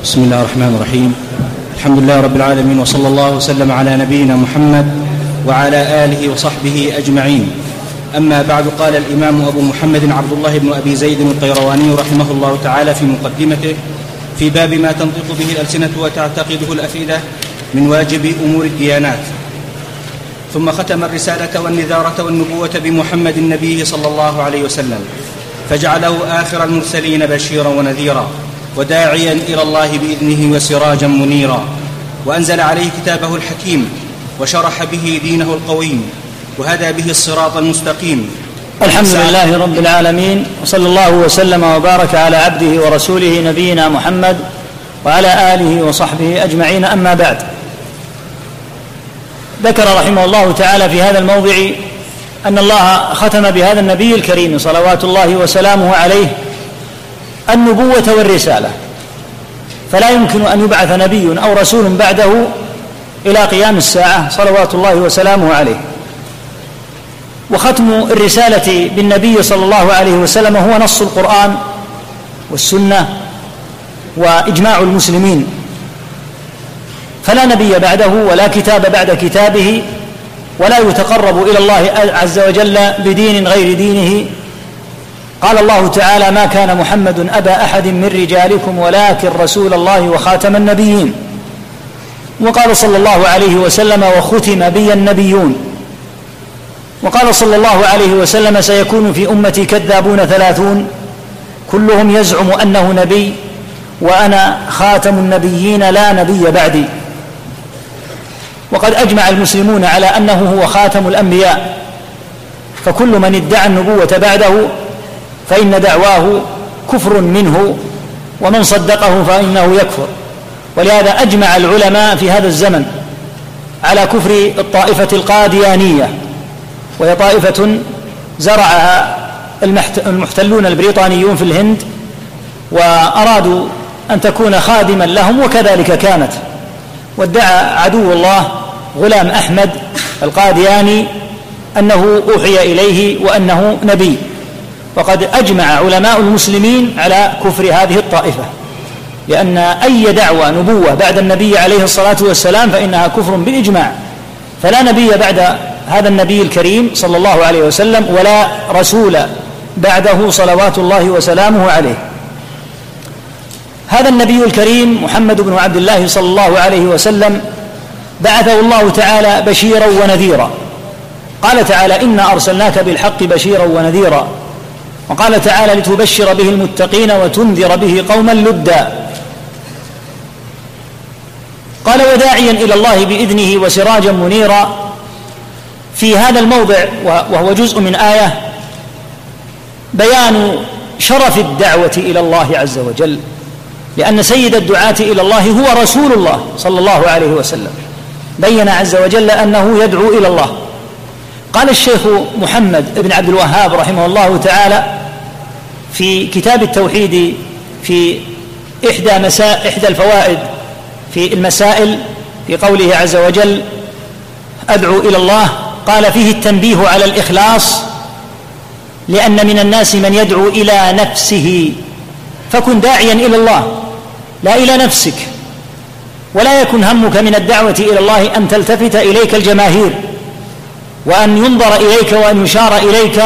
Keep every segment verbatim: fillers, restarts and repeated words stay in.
بسم الله الرحمن الرحيم. الحمد لله رب العالمين، وصلى الله وسلم على نبينا محمد وعلى آله وصحبه أجمعين. أما بعد، قال الإمام أبو محمد عبد الله بن أبي زيد القيرواني رحمه الله تعالى في مقدمته في باب ما تنطق به الألسنة وتعتقده الأفئدة من واجب أمور الديانات، ثم ختم الرسالة والنذارة والنبوة بمحمد النبي صلى الله عليه وسلم، فجعله آخر المرسلين بشيرا ونذيرا وداعيا إلى الله بإذنه وسراجا منيرا، وأنزل عليه كتابه الحكيم وشرح به دينه القويم وهدى به الصراط المستقيم. الحمد لله رب العالمين، وصلى الله وسلم وبارك على عبده ورسوله نبينا محمد وعلى آله وصحبه أجمعين. أما بعد، ذكر رحمه الله تعالى في هذا الموضع أن الله ختم بهذا النبي الكريم صلوات الله وسلامه عليه النبوة والرسالة، فلا يمكن أن يبعث نبي أو رسول بعده إلى قيام الساعة صلوات الله وسلامه عليه. وختم الرسالة بالنبي صلى الله عليه وسلم هو نص القرآن والسنة وإجماع المسلمين، فلا نبي بعده ولا كتاب بعد كتابه، ولا يتقرب إلى الله عز وجل بدين غير دينه. قال الله تعالى: ما كان محمد أبا أحد من رجالكم ولكن رسول الله وخاتم النبيين. وقال صلى الله عليه وسلم: وختم بي النبيون. وقال صلى الله عليه وسلم: سيكون في أمتي كذابون ثلاثون كلهم يزعم أنه نبي وأنا خاتم النبيين لا نبي بعدي. وقد أجمع المسلمون على أنه هو خاتم الأنبياء، فكل من ادعى النبوة بعده فإن دعواه كفر منه، ومن صدقه فإنه يكفر. ولهذا أجمع العلماء في هذا الزمن على كفر الطائفة القاديانية، وهي طائفة زرعها المحتلون البريطانيون في الهند، وأرادوا أن تكون خادما لهم، وكذلك كانت. وادعى عدو الله غلام أحمد القادياني أنه أوحي إليه وأنه نبي. وقد أجمع علماء المسلمين على كفر هذه الطائفة، لأن أي دعوى نبوة بعد النبي عليه الصلاة والسلام فإنها كفر بالإجماع، فلا نبي بعد هذا النبي الكريم صلى الله عليه وسلم ولا رسول بعده صلوات الله وسلامه عليه. هذا النبي الكريم محمد بن عبد الله صلى الله عليه وسلم بعثه الله تعالى بشيرا ونذيرا. قال تعالى: إنا أرسلناك بالحق بشيرا ونذيرا. وقال تعالى: لتبشر به المتقين وتنذر به قوما لدا. قال: وداعيا إلى الله بإذنه وسراجا منيرا. في هذا الموضع، وهو جزء من آية، بيان شرف الدعوة إلى الله عز وجل، لأن سيد الدعاة إلى الله هو رسول الله صلى الله عليه وسلم. بين عز وجل أنه يدعو إلى الله. قال الشيخ محمد بن عبد الوهاب رحمه الله تعالى في كتاب التوحيد في إحدى, مساء إحدى الفوائد في المسائل في قوله عز وجل: أدعو إلى الله، قال: فيه التنبيه على الإخلاص، لأن من الناس من يدعو إلى نفسه، فكن داعيا إلى الله لا إلى نفسك، ولا يكن همك من الدعوة إلى الله أن تلتفت إليك الجماهير وأن ينظر إليك وأن يشار إليك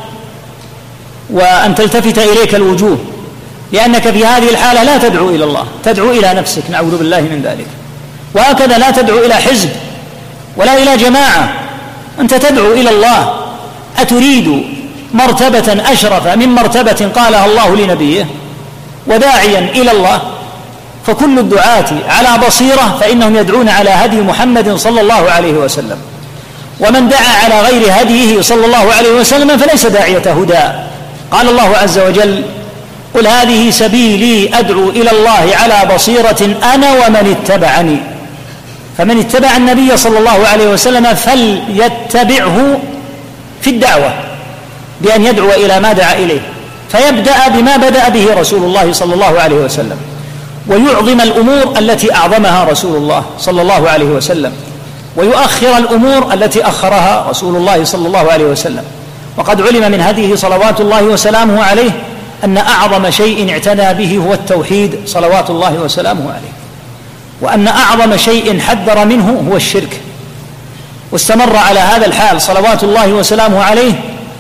وأن تلتفت إليك الوجوه، لأنك في هذه الحالة لا تدعو إلى الله، تدعو إلى نفسك، نعوذ بالله من ذلك. وهكذا لا تدعو إلى حزب ولا إلى جماعة، أنت تدعو إلى الله. أتريد مرتبة أشرف من مرتبة قالها الله لنبيه؟ وداعيا إلى الله، فكل الدعاة على بصيرة، فإنهم يدعون على هدي محمد صلى الله عليه وسلم. ومن دعا على غير هديه صلى الله عليه وسلم فليس داعية هدى. قال الله عز وجل: قل هذه سبيلي أدعو إلى الله على بصيرة أنا ومن اتبعني. فمن اتبع النبي صلى الله عليه وسلم فليتبعه في الدعوة بأن يدعو إلى ما دعا إليه، فيبدأ بما بدأ به رسول الله صلى الله عليه وسلم، ويعظم الأمور التي أعظمها رسول الله صلى الله عليه وسلم، ويؤخر الأمور التي أخرها رسول الله صلى الله عليه وسلم. وقد علم من هديه صلوات الله وسلامه عليه أن أعظم شيء اعتنى به هو التوحيد صلوات الله وسلامه عليه، وأن أعظم شيء حذر منه هو الشرك، واستمر على هذا الحال صلوات الله وسلامه عليه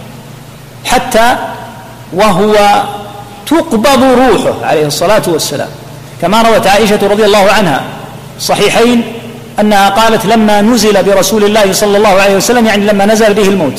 حتى وهو تقبض روحه عليه الصلاة والسلام، كما روت عائشة رضي الله عنها صحيحين أنها قالت لما نزل برسول الله صلى الله عليه وسلم، يعني لما نزل به الموت،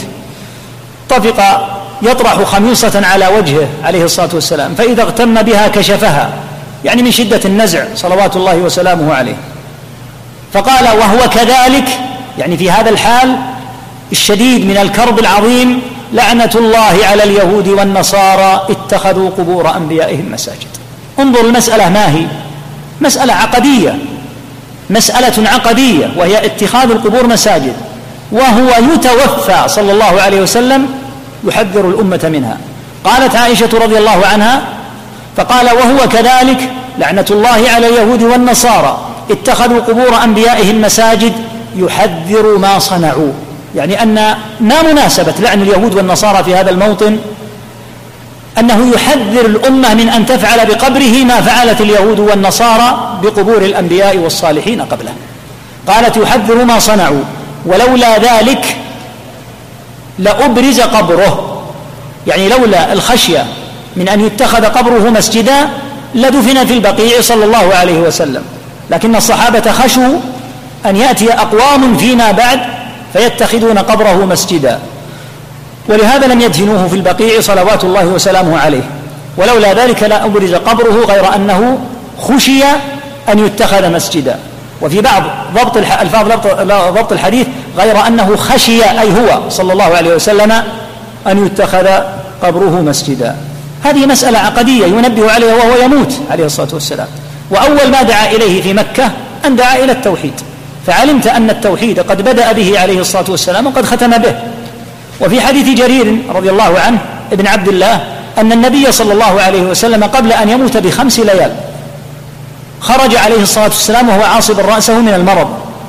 طفق يطرح خميصة على وجهه عليه الصلاة والسلام، فإذا اغتم بها كشفها، يعني من شدة النزع صلوات الله وسلامه عليه. فقال وهو كذلك، يعني في هذا الحال الشديد من الكرب العظيم، لعنة الله على اليهود والنصارى اتخذوا قبور أنبيائهم مساجد. انظر المسألة ما هي؟ مسألة عقدية، مسألة عقدية، وهي اتخاذ القبور مساجد، وهو يتوفى صلى الله عليه وسلم يحذر الأمة منها. قالت عائشة رضي الله عنها فقال وهو كذلك لعنة الله على اليهود والنصارى اتخذوا قبور أنبيائهم مساجد يحذر ما صنعوا، يعني أن ما مناسبة لعن اليهود والنصارى في هذا الموطن أنه يحذر الأمة من أن تفعل بقبره ما فعلت اليهود والنصارى بقبور الأنبياء والصالحين قبله. قالت يحذر ما صنعوا، ولولا ذلك لأبرز قبره، يعني لولا الخشية من أن يتخذ قبره مسجدا لدفن في البقيع صلى الله عليه وسلم، لكن الصحابة خشوا أن يأتي أقوام فيما بعد فيتخذون قبره مسجدا، ولهذا لم يدفنوه في البقيع صلوات الله وسلامه عليه. ولولا ذلك لا أبرز قبره، غير أنه خشي أن يتخذ مسجدا. وفي بعض ضبط الألفاظ ضبط الحديث غير أنه خشي، أي هو صلى الله عليه وسلم، أن يتخذ قبره مسجدا. هذه مسألة عقدية ينبه عليها وهو يموت عليه الصلاة والسلام. وأول ما دعا إليه في مكة أن دعا إلى التوحيد، فعلمت أن التوحيد قد بدأ به عليه الصلاة والسلام وقد ختم به. وفي حديث جرير رضي الله عنه ابن عبد الله أن النبي صلى الله عليه وسلم قبل أن يموت بخمس ليال خرج عليه الصلاة والسلام وهو عاصب رأسه من المرض،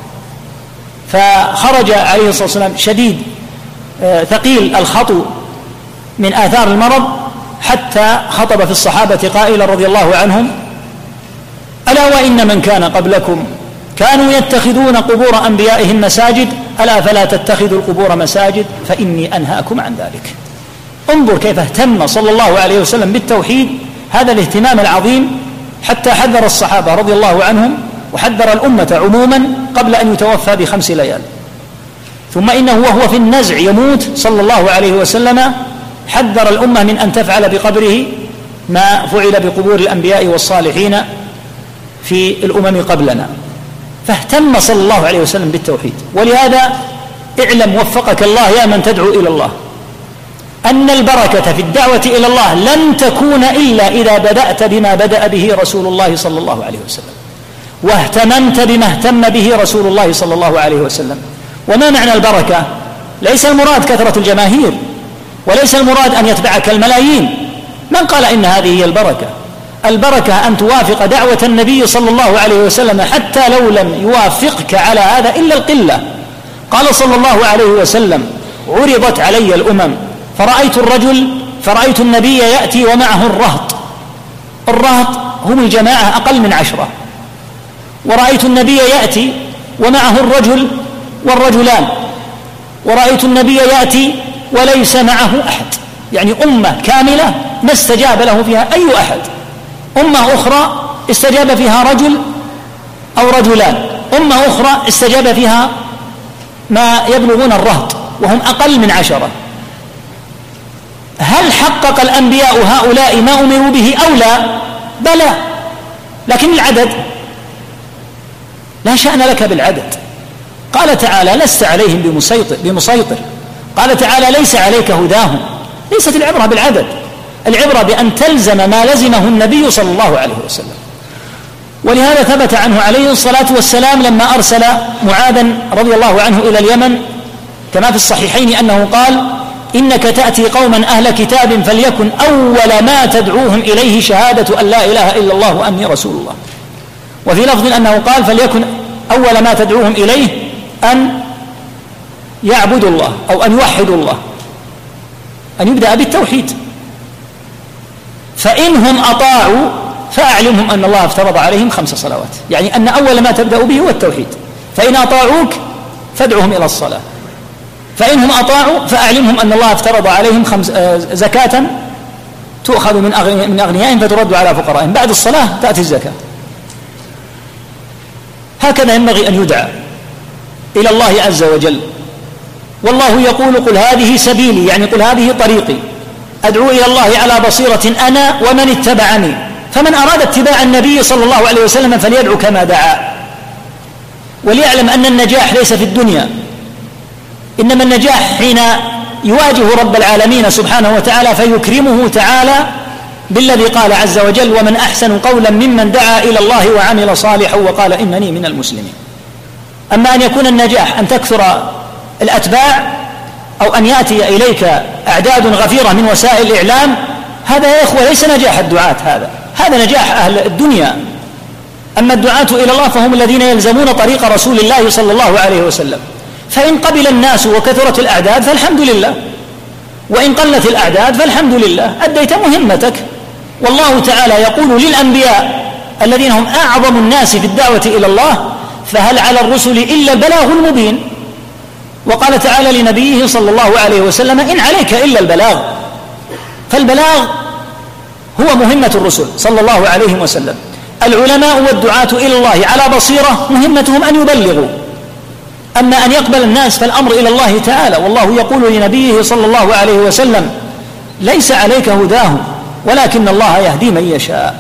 فخرج عليه الصلاة والسلام شديد آه ثقيل الخطو من آثار المرض، حتى خطب في الصحابة قائلا رضي الله عنهم ألا وإن من كان قبلكم كانوا يتخذون قبور أنبيائهم مساجد، ألا فلا تتخذوا القبور مساجد فإني أنهاكم عن ذلك. انظر كيف اهتم صلى الله عليه وسلم بالتوحيد، هذا الاهتمام العظيم، حتى حذر الصحابة رضي الله عنهم وحذر الأمة عموما قبل أن يتوفى بخمس ليال. ثم إنه وهو في النزع يموت صلى الله عليه وسلم حذر الأمة من أن تفعل بقبره ما فعل بقبور الأنبياء والصالحين في الأمم قبلنا، فاهتم صلى الله عليه وسلم بالتوحيد. ولهذا اعلم وفقك الله يا من تدعو إلى الله أن البركة في الدعوة إلى الله لن تكون إلا إذا بدأت بما بدأ به رسول الله صلى الله عليه وسلم، واهتممت بما اهتم به رسول الله صلى الله عليه وسلم. وما معنى البركة؟ ليس المراد كثرة الجماهير، وليس المراد أن يتبعك الملايين. من قال إن هذه هي البركة؟ البركة أن توافق دعوة النبي صلى الله عليه وسلم حتى لو لم يوافقك على هذا إلا القلة. قال صلى الله عليه وسلم عرضت علي الأمم فرأيت الرجل فرأيت النبي يأتي ومعه الرهط، الرهط هم الجماعة أقل من عشرة، ورأيت النبي يأتي ومعه الرجل والرجلان، ورأيت النبي يأتي وليس معه أحد، يعني أمة كاملة ما استجاب له فيها أي أحد. أمة أخرى استجاب فيها رجل أو رجلان، أمة أخرى استجاب فيها ما يبلغون الرهط وهم أقل من عشرة. هل حقق الأنبياء هؤلاء ما أمروا به أو لا؟ بلى، لكن العدد لا شأن لك بالعدد. قال تعالى لست عليهم بمسيطر, بمسيطر. قال تعالى ليس عليك هداهم. ليست العبرة بالعدد، العبرة بأن تلزم ما لزمه النبي صلى الله عليه وسلم. ولهذا ثبت عنه عليه الصلاة والسلام لما أرسل معاذا رضي الله عنه إلى اليمن كما في الصحيحين أنه قال إنك تأتي قوما أهل كتاب فليكن أول ما تدعوهم إليه شهادة أن لا إله إلا الله وأني رسول الله. وفي لفظ أنه قال فليكن أول ما تدعوهم إليه أن يعبدوا الله أو أن يوحدوا الله، أن يبدأ بالتوحيد. فإنهم أطاعوا فأعلمهم أن الله افترض عليهم خمس صلوات، يعني أن أول ما تبدأ به هو التوحيد. فإن أطاعوك فادعهم إلى الصلاة، فإنهم أطاعوا فأعلمهم أن الله افترض عليهم خمس زكاة تؤخذ من أغنيائهم فترد على فقرائهم، بعد الصلاة تأتي الزكاة. هكذا ينبغي أن يدعى إلى الله عز وجل. والله يقول قل هذه سبيلي، يعني قل هذه طريقي أدعو إلى الله على بصيرة أنا ومن اتبعني. فمن أراد اتباع النبي صلى الله عليه وسلم فليدعو كما دعا، وليعلم أن النجاح ليس في الدنيا، إنما النجاح حين يواجه رب العالمين سبحانه وتعالى فيكرمه تعالى بالذي قال عز وجل ومن أحسن قولا ممن دعا إلى الله وعمل صالحا وقال إنني من المسلمين. أما أن يكون النجاح أن تكثر الأتباع أو أن يأتي إليك أعداد غفيرة من وسائل الإعلام، هذا يا إخوة ليس نجاح الدعاة، هذا هذا نجاح أهل الدنيا. أما الدعاة إلى الله فهم الذين يلزمون طريق رسول الله صلى الله عليه وسلم. فإن قبل الناس وكثرت الأعداد فالحمد لله، وإن قلت الأعداد فالحمد لله، أديت مهمتك. والله تعالى يقول للأنبياء الذين هم أعظم الناس في الدعوة إلى الله فهل على الرسل إلا البلاغ المبين. وقال تعالى لنبيه صلى الله عليه وسلم إن عليك إلا البلاغ. فالبلاغ هو مهمة الرسل صلى الله عليه وسلم. العلماء والدعاة إلى الله على بصيرة مهمتهم أن يبلغوا، أما أن يقبل الناس فالأمر إلى الله تعالى. والله يقول لنبيه صلى الله عليه وسلم ليس عليك هداهم ولكن الله يهدي من يشاء.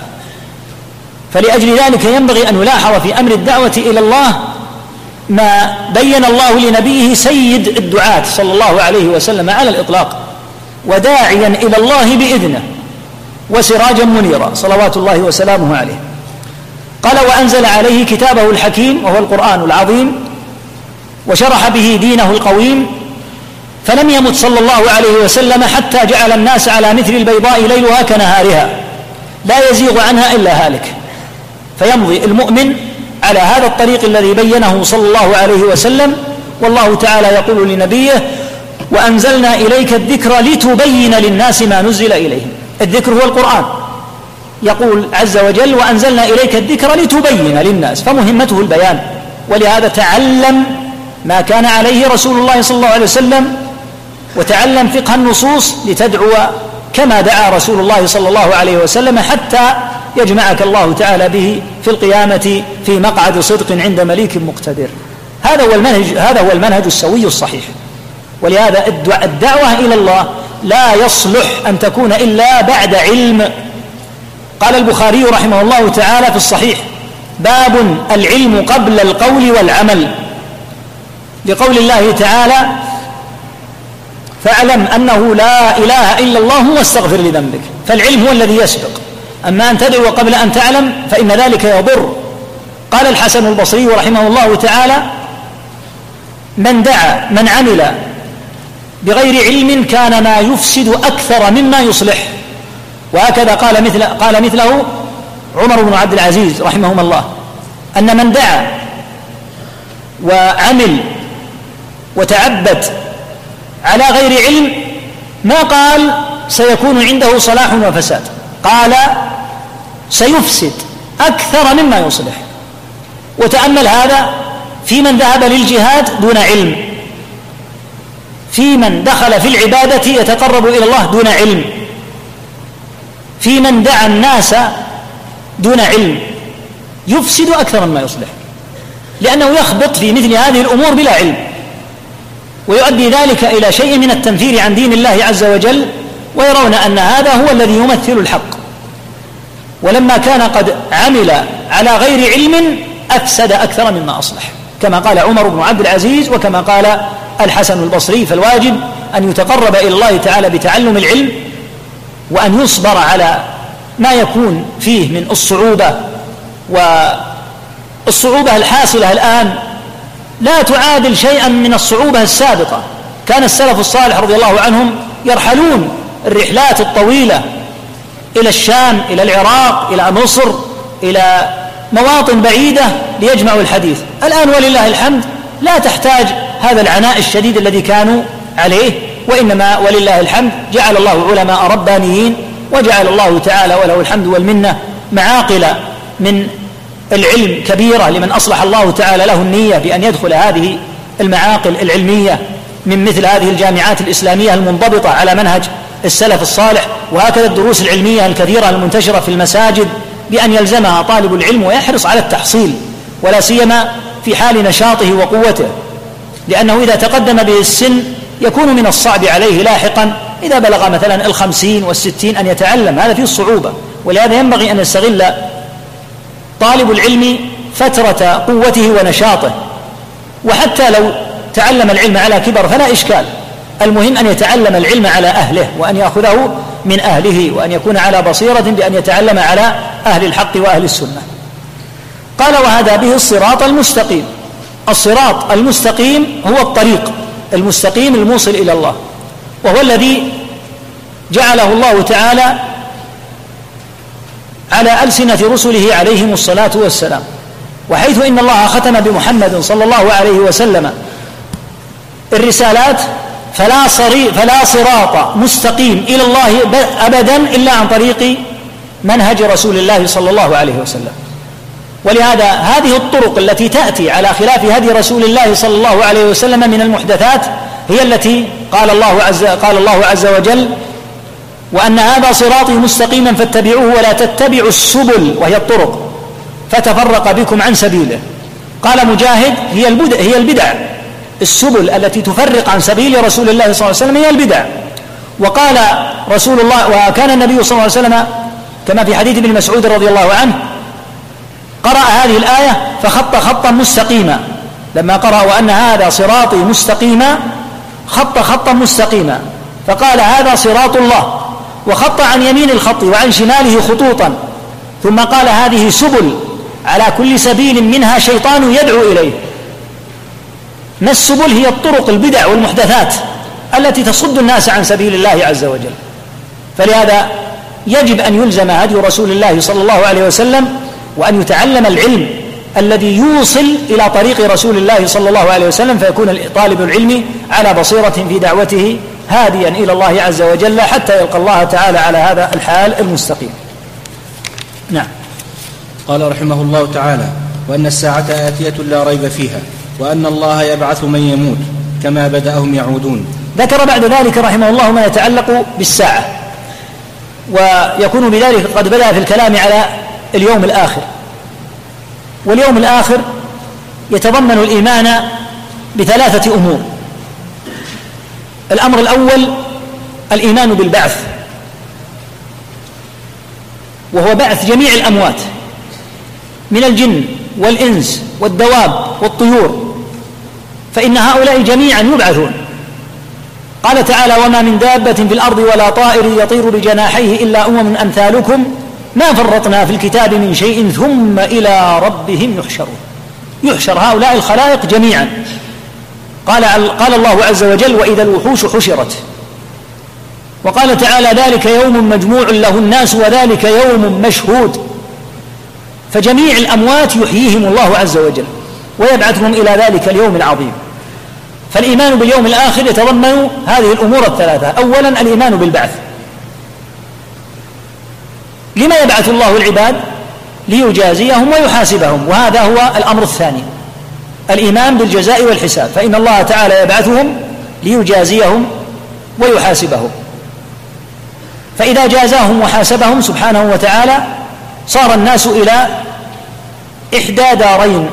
فلأجل ذلك ينبغي أن نلاحظ في أمر الدعوة إلى الله ما بين الله لنبيه سيد الدعاة صلى الله عليه وسلم على الإطلاق، وداعيا إلى الله بإذنه وسراجا منيرا صلوات الله وسلامه عليه. قال وأنزل عليه كتابه الحكيم وهو القرآن العظيم وشرح به دينه القويم، فلم يمت صلى الله عليه وسلم حتى جعل الناس على مثل البيضاء ليلها كنهارها لا يزيغ عنها إلا هالك. فيمضي المؤمن على هذا الطريق الذي بينه صلى الله عليه وسلم. والله تعالى يقول لنبيه وأنزلنا إليك الذكر لتبين للناس ما نزل إليهم. الذكر هو القرآن. يقول عز وجل وأنزلنا إليك الذكر لتبين للناس، فمهمته البيان. ولهذا تعلم ما كان عليه رسول الله صلى الله عليه وسلم، وتعلم فقه النصوص لتدعو كما دعا رسول الله صلى الله عليه وسلم حتى يجمعك الله تعالى به في القيامة في مقعد صدق عند مليك مقتدر. هذا هو المنهج، هذا هو المنهج السوي الصحيح. ولهذا الدعوة إلى الله لا يصلح أن تكون إلا بعد علم. قال البخاري رحمه الله تعالى في الصحيح باب العلم قبل القول والعمل، لقول الله تعالى فاعلم أنه لا إله إلا الله واستغفر لذنبك. فالعلم هو الذي يسبق، أما أن تدعو قبل أن تعلم فإن ذلك يضر. قال الحسن البصري رحمه الله تعالى من دعا من عمل بغير علم كان ما يفسد أكثر مما يصلح. وهكذا قال مثل قال مثله عمر بن عبد العزيز رحمهما الله، أن من دعا وعمل وتعبد على غير علم ما قال سيكون عنده صلاح وفساد، قال سيفسد أكثر مما يصلح. وتأمل هذا في من ذهب للجهاد دون علم، في من دخل في العبادة يتقرب إلى الله دون علم، في من دعا الناس دون علم، يفسد أكثر مما يصلح، لأنه يخبط في مثل هذه الأمور بلا علم، ويؤدي ذلك إلى شيء من التنفير عن دين الله عز وجل، ويرون أن هذا هو الذي يمثل الحق. ولما كان قد عمل على غير علم أفسد أكثر مما أصلح، كما قال عمر بن عبد العزيز وكما قال الحسن البصري. فالواجب أن يتقرب إلى الله تعالى بتعلم العلم، وأن يصبر على ما يكون فيه من الصعوبة. والصعوبة الحاصلة الآن لا تعادل شيئا من الصعوبة السابقة. كان السلف الصالح رضي الله عنهم يرحلون الرحلات الطويلة إلى الشام، إلى العراق، إلى مصر، إلى مواطن بعيدة ليجمعوا الحديث. الآن ولله الحمد لا تحتاج هذا العناء الشديد الذي كانوا عليه، وإنما ولله الحمد جعل الله علماء ربانيين وجعل الله تعالى وله الحمد والمنة معاقل من العلم كبيرة لمن أصلح الله تعالى له النية بأن يدخل هذه المعاقل العلمية من مثل هذه الجامعات الإسلامية المنضبطة على منهج السلف الصالح. وهكذا الدروس العلمية الكثيرة المنتشرة في المساجد بأن يلزمها طالب العلم ويحرص على التحصيل، ولا سيما في حال نشاطه وقوته، لأنه إذا تقدم به السن يكون من الصعب عليه لاحقا إذا بلغ مثلا الخمسين والستين أن يتعلم، هذا فيه الصعوبة. ولهذا ينبغي أن يستغل طالب العلم فترة قوته ونشاطه، وحتى لو تعلم العلم على كبر فلا إشكال، المهم أن يتعلم العلم على أهله وأن يأخذه من أهله وأن يكون على بصيرة بأن يتعلم على أهل الحق وأهل السنة. قال وهذا به الصراط المستقيم. الصراط المستقيم هو الطريق المستقيم الموصل إلى الله، وهو الذي جعله الله تعالى على ألسنة رسله عليهم الصلاة والسلام. وحيث إن الله ختم بمحمد صلى الله عليه وسلم الرسالات فلا, صري فلا صراط مستقيم إلى الله أبدا إلا عن طريق منهج رسول الله صلى الله عليه وسلم. ولهذا هذه الطرق التي تأتي على خلاف هدي رسول الله صلى الله عليه وسلم من المحدثات هي التي قال الله عز, قال الله عز وجل وأن هذا صراطي مستقيما فاتبعوه ولا تتبعوا السبل، وهي الطرق، فتفرق بكم عن سبيله. قال مجاهد هي البدع, هي البدع السبل التي تفرق عن سبيل رسول الله صلى الله عليه وسلم هي البدع. وقال رسول الله وكان النبي صلى الله عليه وسلم كما في حديث ابن مسعود رضي الله عنه قرأ هذه الآية فخط خطا مستقيما، لما قرأ وأن هذا صراطي مستقيما خط خطا مستقيما، فقال هذا صراط الله، وخط عن يمين الخط وعن شماله خطوطا، ثم قال هذه سبل على كل سبيل منها شيطان يدعو إليه. ما السبل؟ هي الطرق البدع والمحدثات التي تصد الناس عن سبيل الله عز وجل. فلهذا يجب أن يلزم هدي رسول الله صلى الله عليه وسلم وأن يتعلم العلم الذي يوصل إلى طريق رسول الله صلى الله عليه وسلم، فيكون طالب العلم على بصيرة في دعوته هاديا إلى الله عز وجل حتى يلقى الله تعالى على هذا الحال المستقيم. نعم. قال رحمه الله تعالى وأن الساعة آتية لا ريب فيها وأن الله يبعث من يموت كما بدأهم يعودون. ذكر بعد ذلك رحمه الله ما يتعلق بالساعة، ويكون بذلك قد بدأ في الكلام على اليوم الآخر. واليوم الآخر يتضمن الإيمان بثلاثة أمور. الأمر الأول الإيمان بالبعث، وهو بعث جميع الأموات من الجن والإنس والدواب والطيور، فإن هؤلاء جميعا يبعثون. قال تعالى وما من دابة في الأرض ولا طائر يطير بجناحيه إلا أمم أمثالكم ما فرطنا في الكتاب من شيء ثم إلى ربهم يحشرون. يحشر هؤلاء الخلائق جميعا. قال, قال الله عز وجل وإذا الوحوش حشرت. وقال تعالى ذلك يوم مجموع له الناس وذلك يوم مشهود. فجميع الأموات يحييهم الله عز وجل ويبعثهم إلى ذلك اليوم العظيم. فالإيمان باليوم الآخر يتضمن هذه الأمور الثلاثة. أولا الإيمان بالبعث. لما يبعث الله العباد؟ ليجازيهم ويحاسبهم، وهذا هو الأمر الثاني الإيمان بالجزاء والحساب، فإن الله تعالى يبعثهم ليجازيهم ويحاسبهم. فإذا جازاهم وحاسبهم سبحانه وتعالى صار الناس إلى إحدى دارين،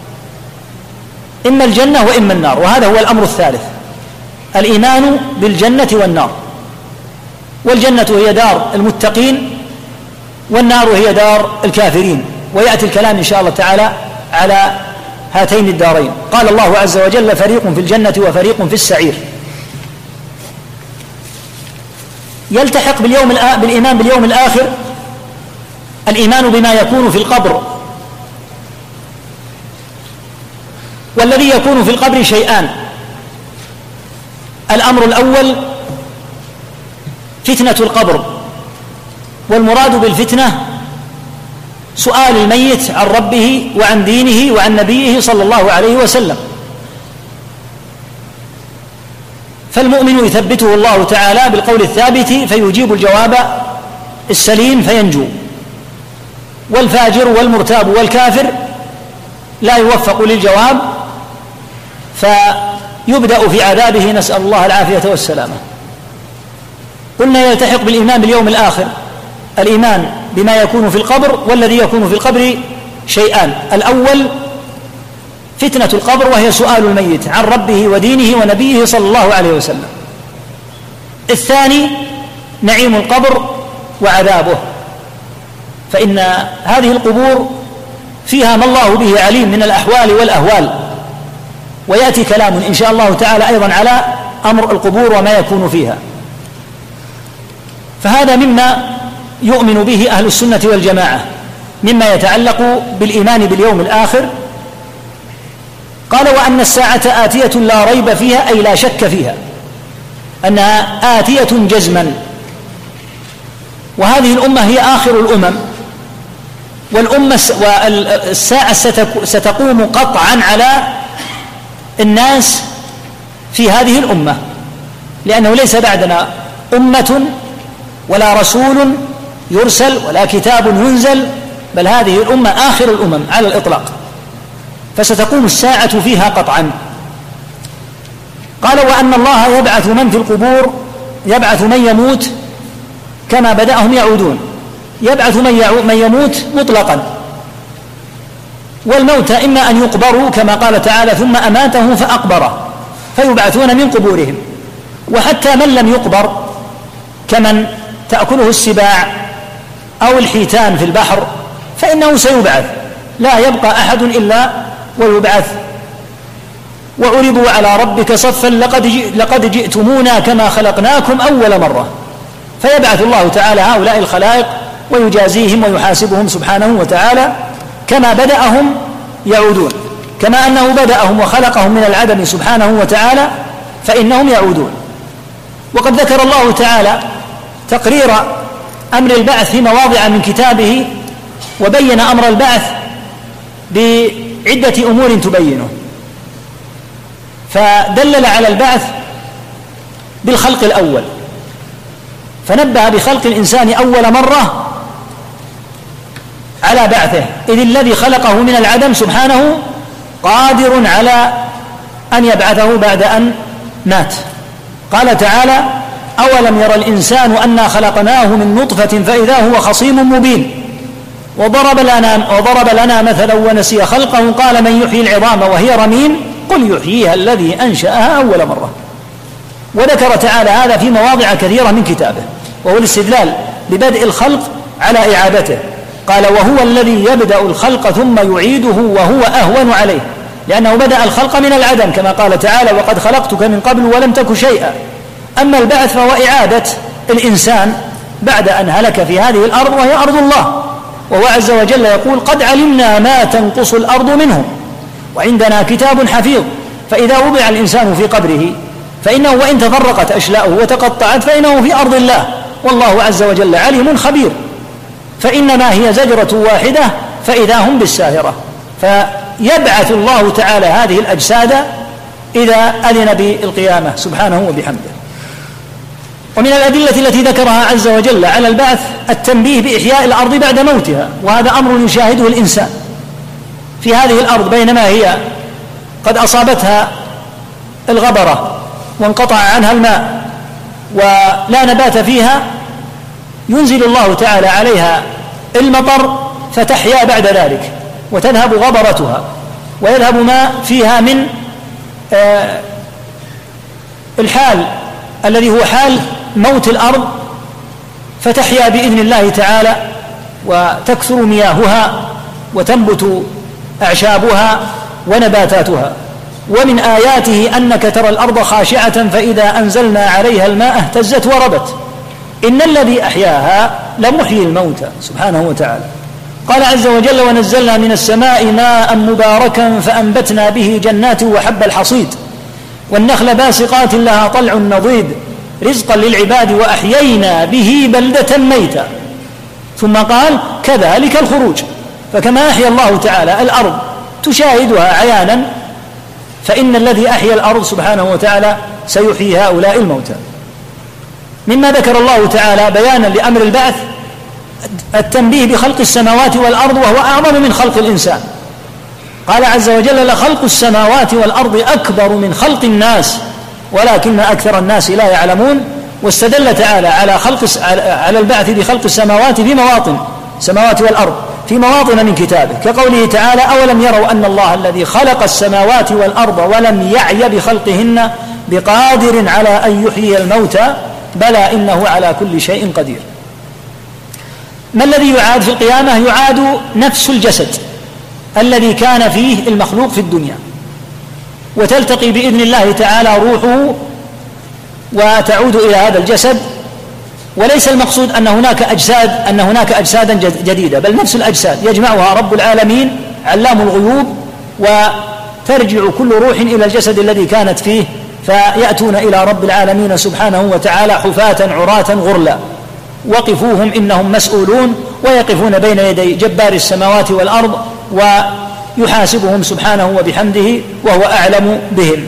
إما الجنة وإما النار، وهذا هو الأمر الثالث الإيمان بالجنة والنار. والجنة هي دار المتقين والنار هي دار الكافرين، ويأتي الكلام إن شاء الله تعالى على هاتين الدارين. قال الله عز وجل فريق في الجنة وفريق في السعير. يلتحق باليوم بالإيمان باليوم الآخر الإيمان بما يكون في القبر. والذي يكون في القبر شيئان: الأمر الأول فتنة القبر، والمراد بالفتنة سؤال الميت عن ربه وعن دينه وعن نبيه صلى الله عليه وسلم. فالمؤمن يثبته الله تعالى بالقول الثابت فيجيب الجواب السليم فينجو، والفاجر والمرتاب والكافر لا يوفق للجواب فيبدأ في عذابه، نسأل الله العافية والسلامة. قلنا يلتحق بالإيمان باليوم الآخر الإيمان بما يكون في القبر، والذي يكون في القبر شيئان: الأول فتنة القبر وهي سؤال الميت عن ربه ودينه ونبيه صلى الله عليه وسلم. الثاني نعيم القبر وعذابه، فإن هذه القبور فيها ما الله به عليم من الأحوال والأهوال، ويأتي كلام إن شاء الله تعالى أيضا على أمر القبور وما يكون فيها. فهذا مما يؤمن به أهل السنة والجماعة مما يتعلق بالإيمان باليوم الآخر. قال: وأن الساعة آتية لا ريب فيها، أي لا شك فيها، أنها آتية جزما. وهذه الأمة هي آخر الأمم، والأمة والساعة ستقوم قطعا على الناس في هذه الأمة، لأنه ليس بعدنا أمة ولا رسول يرسل ولا كتاب ينزل، بل هذه الأمة آخر الأمم على الإطلاق، فستقوم الساعة فيها قطعا. قال: وأن الله يبعث من في القبور، يبعث من يموت كما بدأهم يعودون، يبعث من يموت مطلقا، والموتى إما أن يقبروا كما قال تعالى: ثم أماته فأقبره، فيبعثون من قبورهم. وحتى من لم يقبر كمن تأكله السباع أو الحيتان في البحر فإنه سيبعث، لا يبقى أحد إلا ويبعث. وعرضوا على ربك صفا لقد جئتمونا كما خلقناكم أول مرة، فيبعث الله تعالى هؤلاء الخلائق ويجازيهم ويحاسبهم سبحانه وتعالى كما بدأهم يعودون، كما أنه بدأهم وخلقهم من العدم سبحانه وتعالى فإنهم يعودون. وقد ذكر الله تعالى تقرير أمر البعث في مواضع من كتابه، وبين أمر البعث بعدة أمور تبينه، فدلل على البعث بالخلق الأول، فنبه بخلق الإنسان أول مرة على بعثه، إذ الذي خلقه من العدم سبحانه قادر على أن يبعثه بعد أن مات. قال تعالى: أولم يرى الإنسان أنا خلقناه من نطفة فإذا هو خصيم مبين، وضرب لنا, وضرب لنا مثلا ونسي خلقه، قال: من يحيي العظام وهي رميم قل يحييها الذي أنشأها أول مرة. وذكر تعالى هذا في مواضع كثيرة من كتابه، وهو الاستدلال ببدء الخلق على إعادته. قال: وهو الذي يبدأ الخلق ثم يعيده وهو أهون عليه، لأنه بدأ الخلق من العدم كما قال تعالى: وقد خلقتك من قبل ولم تك شيئا. أما البعث فهو إعادة الإنسان بعد أن هلك في هذه الأرض وهي أرض الله، وهو عز وجل يقول: قد علمنا ما تنقص الأرض منهم وعندنا كتاب حفيظ. فإذا وضع الإنسان في قبره فإنه وإن تفرقت أشلاؤه وتقطعت فإنه في أرض الله، والله عز وجل عليم خبير، فإنما هي زجرة واحدة فإذا هم بالساهرة. فيبعث الله تعالى هذه الأجساد إذا أذن بالقيامة سبحانه وبحمده. ومن الأدلة التي ذكرها عز وجل على البعث التنبيه بإحياء الأرض بعد موتها، وهذا أمر يشاهده الإنسان في هذه الأرض بينما هي قد أصابتها الغبرة وانقطع عنها الماء ولا نبات فيها، ينزل الله تعالى عليها المطر فتحيا بعد ذلك وتذهب غبرتها ويذهب ما فيها من آه الحال الذي هو حال موت الأرض، فتحيا بإذن الله تعالى وتكثر مياهها وتنبت أعشابها ونباتاتها. ومن آياته أنك ترى الأرض خاشعة فإذا أنزلنا عليها الماء اهتزت وربت إن الذي أحياها لمحيي الموتى سبحانه وتعالى. قال عز وجل: ونزلنا من السماء ماء مباركا فأنبتنا به جنات وحب الحصيد والنخل باسقات لها طلع نضيد رزقا للعباد وأحيينا به بلدة ميتا. ثم قال: كذلك الخروج. فكما أحيا الله تعالى الأرض تشاهدها عيانا، فإن الذي أحيا الأرض سبحانه وتعالى سيحيي هؤلاء الموتى. مما ذكر الله تعالى بيانا لأمر البعث التنبيه بخلق السماوات والأرض وهو أعظم من خلق الإنسان. قال عز وجل: لخلق السماوات والأرض أكبر من خلق الناس ولكن أكثر الناس لا يعلمون. واستدل تعالى على خلق على البعث بخلق السماوات في مواطن السماوات والأرض في مواطن من كتابه، كقوله تعالى: أولم يروا أن الله الذي خلق السماوات والأرض ولم يعي بخلقهن بقادر على أن يحيي الموتى بلى إنه على كل شيء قدير. ما الذي يعاد في القيامة؟ يعاد نفس الجسد الذي كان فيه المخلوق في الدنيا، وتلتقي بإذن الله تعالى روحه وتعود إلى هذا الجسد. وليس المقصود أن هناك أجساد أن هناك أجسادا جديدة، بل نفس الأجساد يجمعها رب العالمين علام الغيوب، وترجع كل روح إلى الجسد الذي كانت فيه، فيأتون إلى رب العالمين سبحانه وتعالى حفاة عراة غرلا: وقفوهم إنهم مسؤولون. ويقفون بين يدي جبار السماوات والأرض ويحاسبهم سبحانه وبحمده وهو أعلم بهم.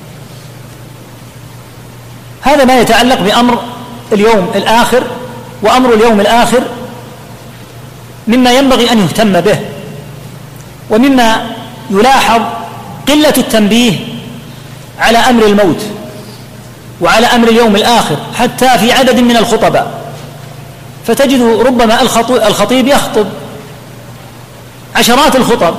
هذا ما يتعلق بأمر اليوم الآخر. وأمر اليوم الآخر مما ينبغي أن يهتم به، ومما يلاحظ قلة التنبيه على أمر الموت وعلى أمر اليوم الآخر حتى في عدد من الخطباء. فتجد ربما الخطيب يخطب عشرات الخطب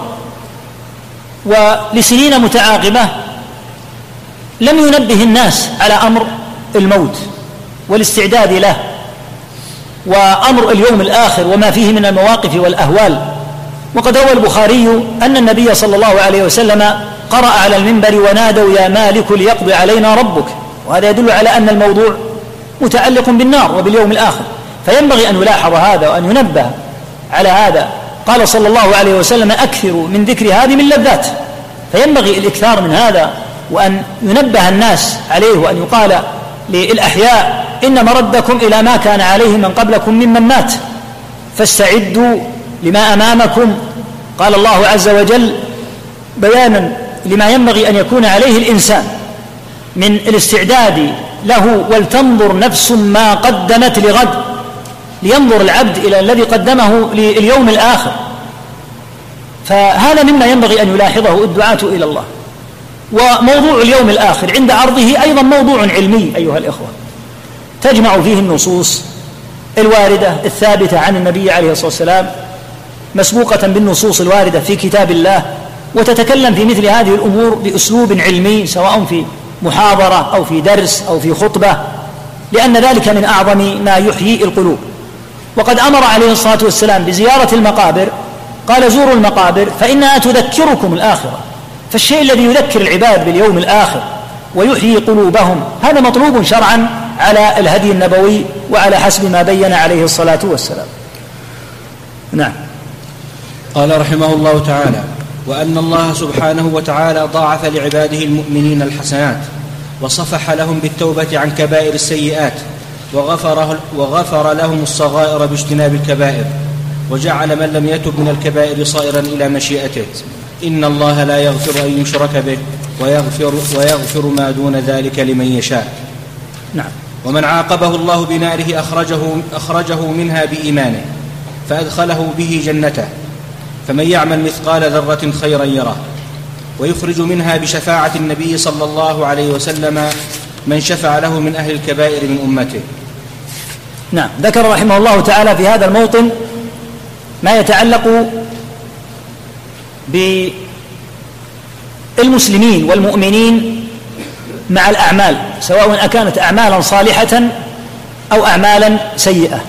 ولسنين متعاقبة لم ينبه الناس على أمر الموت والاستعداد له وأمر اليوم الآخر وما فيه من المواقف والأهوال. وقد روى البخاري أن النبي صلى الله عليه وسلم قرأ على المنبر: ونادوا يا مالك ليقضي علينا ربك. وهذا يدل على أن الموضوع متعلق بالنار وباليوم الآخر، فينبغي أن يلاحظ هذا وأن ينبه على هذا. قال صلى الله عليه وسلم: أكثروا من ذكر هذه من لذات. فينبغي الإكثار من هذا وأن ينبه الناس عليه، وأن يقال للأحياء: إن مردكم إلى ما كان عليه من قبلكم ممن مات، فاستعدوا لما أمامكم. قال الله عز وجل بيانا لما ينبغي أن يكون عليه الإنسان من الاستعداد له: ولتنظر نفس ما قدمت لغد. لينظر العبد إلى الذي قدمه لليوم الآخر. فهذا مما ينبغي أن يلاحظه الدعاة إلى الله. وموضوع اليوم الآخر عند عرضه أيضا موضوع علمي أيها الإخوة، تجمع فيه النصوص الواردة الثابتة عن النبي عليه الصلاة والسلام مسبوقة بالنصوص الواردة في كتاب الله، وتتكلم في مثل هذه الأمور بأسلوب علمي، سواء في محاضرة أو في درس أو في خطبة، لأن ذلك من أعظم ما يحيي القلوب. وقد أمر عليه الصلاة والسلام بزيارة المقابر، قال: زوروا المقابر فإنها تذكركم الآخرة. فالشيء الذي يذكر العباد باليوم الآخر ويحيي قلوبهم هذا مطلوب شرعا على الهدي النبوي وعلى حسب ما بين عليه الصلاة والسلام. نعم. قال رحمه الله تعالى: وأن الله سبحانه وتعالى ضاعف لعباده المؤمنين الحسنات، وصفح لهم بالتوبة عن كبائر السيئات، وغفر, وغفر لهم الصغائر باجتناب الكبائر، وجعل من لم يتب من الكبائر صائرا إلى مشيئته. إن الله لا يغفر أن يشرك به ويغفر, ويغفر ما دون ذلك لمن يشاء. نعم. ومن عاقبه الله بناره أخرجه, أخرجه منها بإيمانه فأدخله به جنته، فمن يعمل مثقال ذرة خيرا يره، ويخرج منها بشفاعة النبي صلى الله عليه وسلم من شفع له من أهل الكبائر من أمته. نعم. ذكر رحمه الله تعالى في هذا الموطن ما يتعلق بالمسلمين والمؤمنين مع الأعمال، سواء أكانت أعمالا صالحة أو أعمالا سيئة.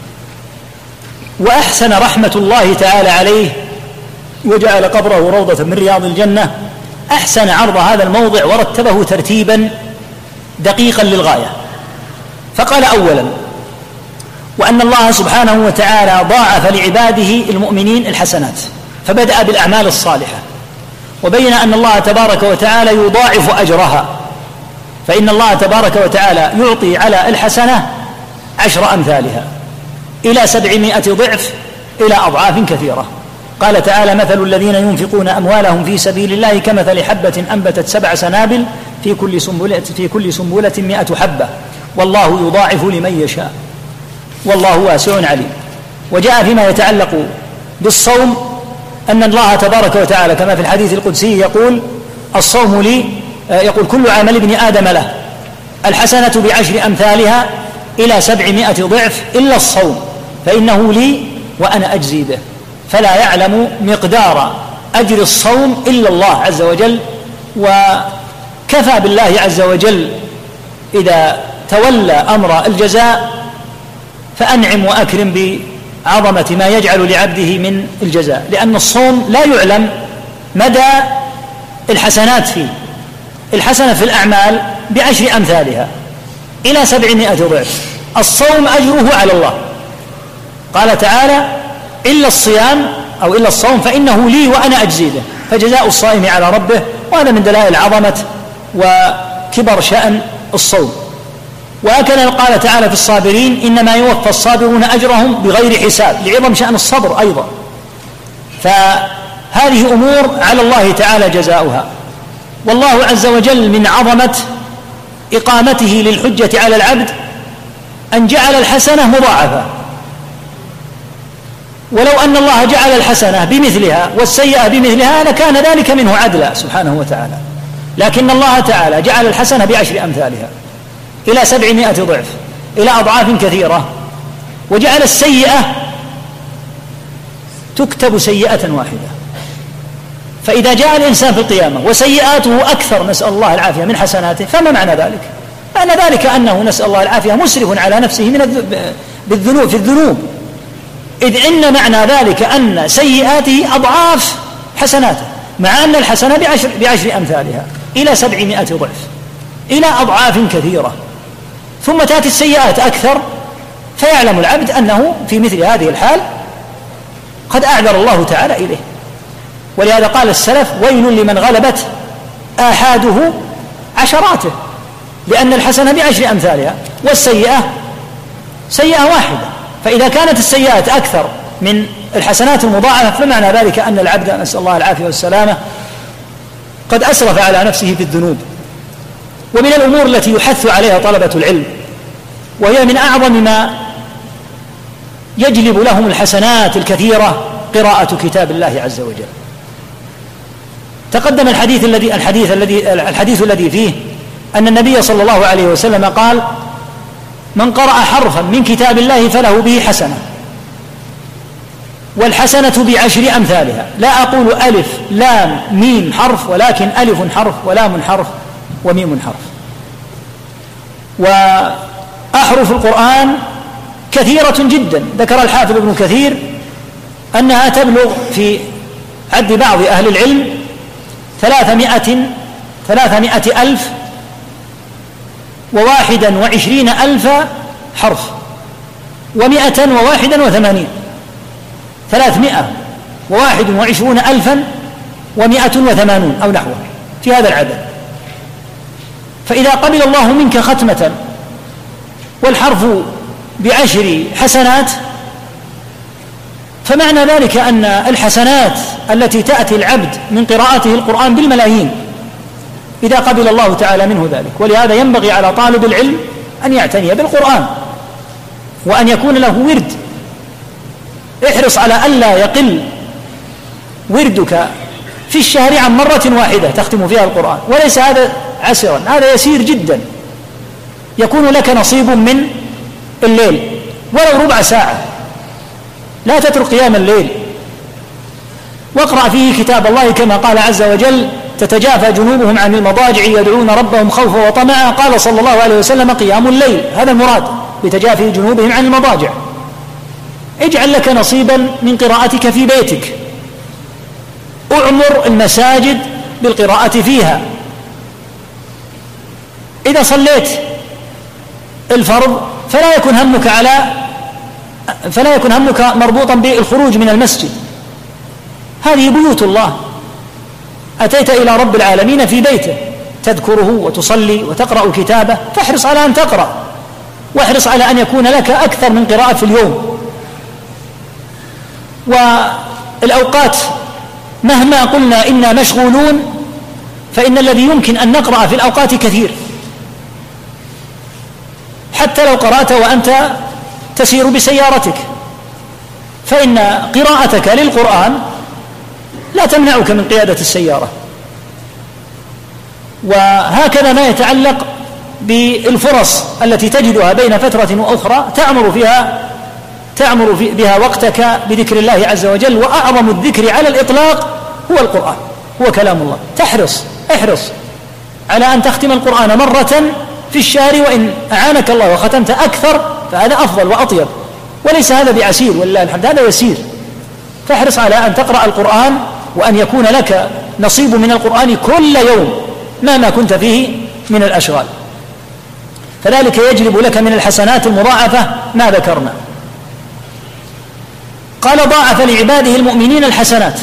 وأحسن رحمة الله تعالى عليه وجعل قبره روضة من رياض الجنة، أحسن عرض هذا الموضع ورتبه ترتيبا دقيقا للغاية. فقال أولا: وأن الله سبحانه وتعالى ضاعف لعباده المؤمنين الحسنات، فبدأ بالأعمال الصالحة، وبين أن الله تبارك وتعالى يضاعف أجرها، فإن الله تبارك وتعالى يعطي على الحسنة عشر أمثالها إلى سبعمائة ضعف إلى أضعاف كثيرة. قال تعالى: مثل الذين ينفقون أموالهم في سبيل الله كمثل حبة أنبتت سبع سنابل في كل سنبلة, في كل سنبلة مئة حبة والله يضاعف لمن يشاء والله واسع عليم. وجاء فيما يتعلق بالصوم أن الله تبارك وتعالى كما في الحديث القدسي يقول الصوم لي، يقول كل عمل ابن آدم له، الحسنة بعشر أمثالها إلى سبعمائة ضعف إلا الصوم فإنه لي وأنا أجزي به. فلا يعلم مقدار أجر الصوم إلا الله عز وجل، وكفى بالله عز وجل إذا تولى أمر الجزاء فأنعم وأكرم بعظمة ما يجعل لعبده من الجزاء، لأن الصوم لا يعلم مدى الحسنات فيه. الحسنة في الأعمال بعشر أمثالها إلى سبعمائة ضعف، الصوم أجره على الله. قال تعالى إلا الصيام أو إلا الصوم فإنه لي وأنا أجزي به، فجزاء الصائم على ربه، وهذا من دلائل عظمة وكبر شأن الصوم. وهكذا قال تعالى في الصابرين إنما يوفى الصابرون أجرهم بغير حساب، لعظم شأن الصبر أيضا. فهذه أمور على الله تعالى جزاؤها. والله عز وجل من عظمة إقامته للحجة على العبد أن جعل الحسنة مضاعفة، ولو أن الله جعل الحسنة بمثلها والسيئة بمثلها لكان ذلك منه عدلا سبحانه وتعالى، لكن الله تعالى جعل الحسنة بعشر أمثالها إلى سبعمائة ضعف إلى أضعاف كثيرة، وجعل السيئة تكتب سيئة واحدة. فإذا جاء الإنسان في القيامة وسيئاته أكثر نسأل الله العافية من حسناته فما معنى ذلك؟ معنى ذلك أنه نسأل الله العافية مسرف على نفسه من بالذنوب في الذنوب، إذ إن معنى ذلك أن سيئاته أضعاف حسناته، مع أن الحسنة بعشر, بعشر أمثالها إلى سبعمائة ضعف إلى أضعاف كثيرة، ثم تأتي السيئات أكثر، فيعلم العبد أنه في مثل هذه الحال قد أعذر الله تعالى إليه. ولهذا قال السلف ويل لمن غلبت آحاده عشراته، لأن الحسنة بعشر أمثالها والسيئة سيئة واحدة، فإذا كانت السيئات أكثر من الحسنات المضاعفة فمعنى ذلك أن العبد نسأل الله العافية والسلامة قد أسرف على نفسه في الذنوب. ومن الأمور التي يحث عليها طلبة العلم، وهي من أعظم ما يجلب لهم الحسنات الكثيرة، قراءة كتاب الله عز وجل. تقدم الحديث الذي الحديث الذي الحديث الذي فيه أن النبي صلى الله عليه وسلم قال من قرأ حرفا من كتاب الله فله به حسنة، والحسنة بعشر أمثالها. لا أقول ألف لام ميم حرف، ولكن ألف حرف ولام حرف وميم حرف. وأحرف القرآن كثيرة جدا، ذكر الحافظ ابن كثير أنها تبلغ في عد بعض أهل العلم ثلاثمائة ثلاثمائة ألف وواحدا وعشرين ألف حرف ومائة وواحدا وثمانين، ثلاثمائة وواحد وعشرون ألفا ومائة وثمانون أو نحوه في هذا العدد. فإذا قبل الله منك ختمة والحرف بعشر حسنات فمعنى ذلك أن الحسنات التي تأتي العبد من قراءته القرآن بالملايين إذا قبل الله تعالى منه ذلك. ولهذا ينبغي على طالب العلم أن يعتني بالقرآن وأن يكون له ورد. احرص على ألا يقل وردك في الشهر عن مرة واحدة تختم فيها القرآن، وليس هذا عسرا، هذا يسير جدا. يكون لك نصيب من الليل ولو ربع ساعة، لا تترك قيام الليل، واقرأ فيه كتاب الله كما قال عز وجل تتجافى جنوبهم عن المضاجع يدعون ربهم خوفا وطمعا. قال صلى الله عليه وسلم قيام الليل، هذا المراد بتجافي جنوبهم عن المضاجع. اجعل لك نصيبا من قراءتك في بيتك، أعمر المساجد بالقراءة فيها. إذا صليت الفرض فلا يكن همك على فلا يكن همك مربوطا بالخروج من المسجد، هذه بيوت الله، أتيت إلى رب العالمين في بيته تذكره وتصلي وتقرأ كتابه، فاحرص على أن تقرأ، واحرص على أن يكون لك أكثر من قراءة في اليوم. والأوقات مهما قلنا إنا مشغولون فإن الذي يمكن أن نقرأ في الأوقات كثير، حتى لو قرأت وأنت تسير بسيارتك فإن قراءتك للقرآن لا تمنعك من قيادة السيارة. وهكذا ما يتعلق بالفرص التي تجدها بين فترة وأخرى تعمر فيها تعمر بها وقتك بذكر الله عز وجل. وأعظم الذكر على الإطلاق هو القرآن، هو كلام الله. تحرص احرص على أن تختم القرآن مرة في الشهر، وإن أعانك الله وختمت أكثر فهذا أفضل وأطيب، وليس هذا بعسير ولله الحمد، هذا يسير. فاحرص على أن تقرأ القرآن وأن يكون لك نصيب من القرآن كل يوم مهما كنت فيه من الأشغال، فذلك يجلب لك من الحسنات المضاعفة ما ذكرنا. قال ضاعف لعباده المؤمنين الحسنات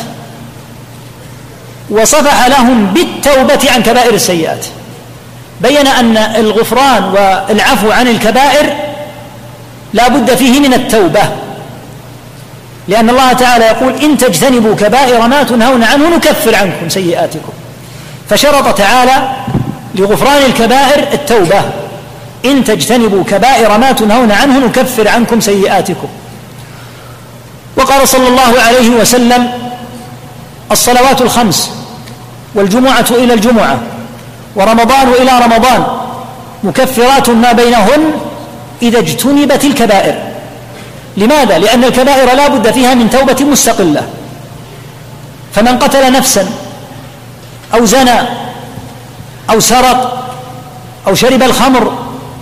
وصفح لهم بالتوبة عن كبائر السيئات. بين أن الغفران والعفو عن الكبائر لا بد فيه من التوبة، لأن الله تعالى يقول إن تجتنبوا كبائر ما تنهون عنه نكفر عنكم سيئاتكم، فشرط تعالى لغفران الكبائر التوبة. إن تجتنبوا كبائر ما تنهون عنه نكفر عنكم سيئاتكم. وقال صلى الله عليه وسلم الصلوات الخمس والجمعة إلى الجمعة ورمضان إلى رمضان مكفرات ما بينهن إذا اجتنبت الكبائر. لماذا؟ لأن الكبائر لا بد فيها من توبة مستقلة. فمن قتل نفسا أو زنى أو سرق أو شرب الخمر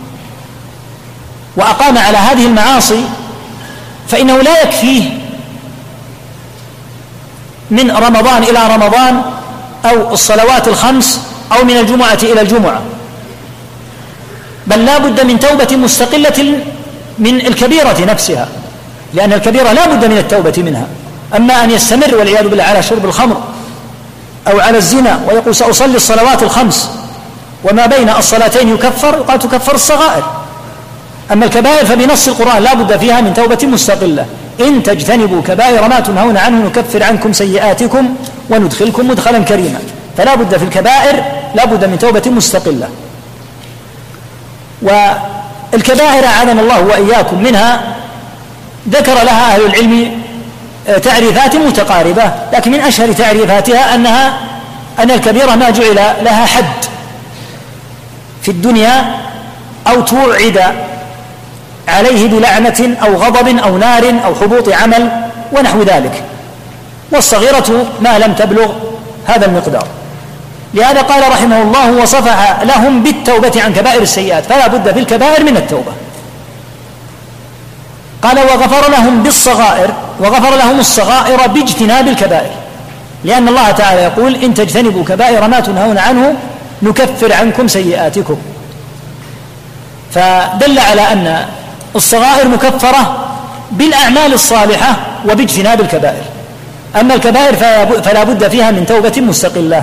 وأقام على هذه المعاصي فإنه لا يكفيه من رمضان إلى رمضان أو الصلوات الخمس أو من الجمعة إلى الجمعة، بل لا بد من توبة مستقلة من الكبيرة نفسها، لأن الكبيرة لا بد من التوبة منها. أما أن يستمر والعياذ بالله على شرب الخمر أو على الزنا ويقول سأصلي الصلوات الخمس وما بين الصلاتين يكفر، قال تكفر الصغائر. أما الكبائر فبنص القرآن لا بد فيها من توبة مستقلة. إن تجتنبوا كبائر ما تنهون عنه نكفر عنكم سيئاتكم وندخلكم مدخلا كريما. فلا بد في الكبائر لا بد من توبة مستقلة. والكبائر أعاذنا الله وإياكم منها ذكر لها أهل العلم تعريفات متقاربة، لكن من أشهر تعريفاتها أنها أن الكبيرة ما جعل لها حد في الدنيا أو توعد عليه بلعنة أو غضب أو نار أو حبوط عمل ونحو ذلك، والصغيرة ما لم تبلغ هذا المقدار. لهذا قال رحمه الله وصفح لهم بالتوبة عن كبائر السيئات، فلا بد في الكبائر من التوبة. قال وغفر لهم بالصغائر، وغفر لهم الصغائر باجتناب الكبائر، لأن الله تعالى يقول إن تجتنبوا كبائر ما تنهون عنه نكفر عنكم سيئاتكم. فدل على أن الصغائر مكفرة بالأعمال الصالحة وباجتناب الكبائر. أما الكبائر فلا بد فيها من توبة مستقلة.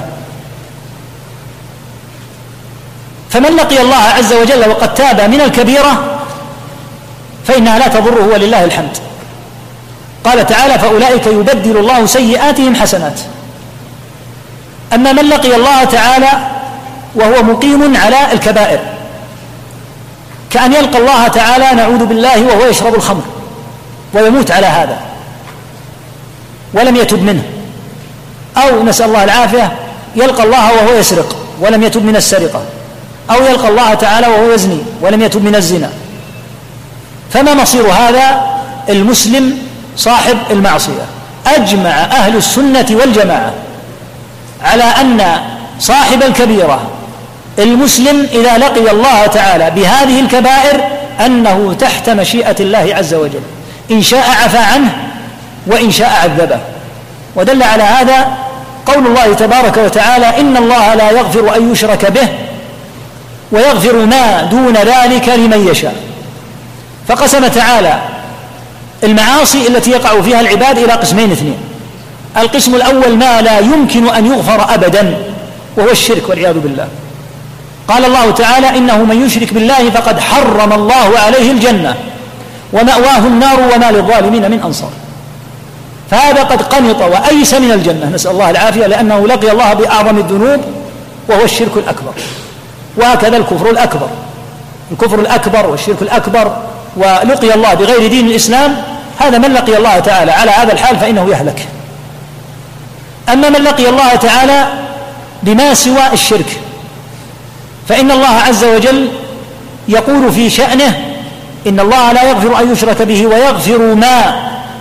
فمن لقي الله عز وجل وقد تاب من الكبيرة فإنها لا تضره ولله الحمد. قال تعالى فأولئك يبدل الله سيئاتهم حسنات. أما من لقي الله تعالى وهو مقيم على الكبائر كأن يلقى الله تعالى نعوذ بالله وهو يشرب الخمر ويموت على هذا ولم يتب منه، أو نسأل الله العافية يلقى الله وهو يسرق ولم يتب من السرقة، أو يلقى الله تعالى وهو يزني ولم يتب من الزنا. فما مصير هذا المسلم صاحب المعصية؟ أجمع أهل السنة والجماعة على أن صاحب الكبيرة المسلم إذا لقي الله تعالى بهذه الكبائر أنه تحت مشيئة الله عز وجل، إن شاء عفى عنه وإن شاء عذبه. ودل على هذا قول الله تبارك وتعالى إن الله لا يغفر أن يشرك به ويغفر ما دون ذلك لمن يشاء. فقسم تعالى المعاصي التي يقع فيها العباد إلى قسمين اثنين. القسم الأول ما لا يمكن أن يغفر أبدا وهو الشرك والعياذ بالله. قال الله تعالى إنه من يشرك بالله فقد حرم الله عليه الجنة ومأواه النار وما للظالمين من أنصار. فهذا قد قنط وأيس من الجنة نسأل الله العافية، لأنه لقي الله بأعظم الذنوب وهو الشرك الأكبر. وهكذا الكفر الأكبر، الكفر الأكبر والشرك الأكبر، ولقي الله بغير دين الإسلام هذا من لقي الله تعالى على هذا الحال فإنه يهلك. أما من لقي الله تعالى بما سوى الشرك فإن الله عز وجل يقول في شأنه إن الله لا يغفر أن يشرك به ويغفر ما،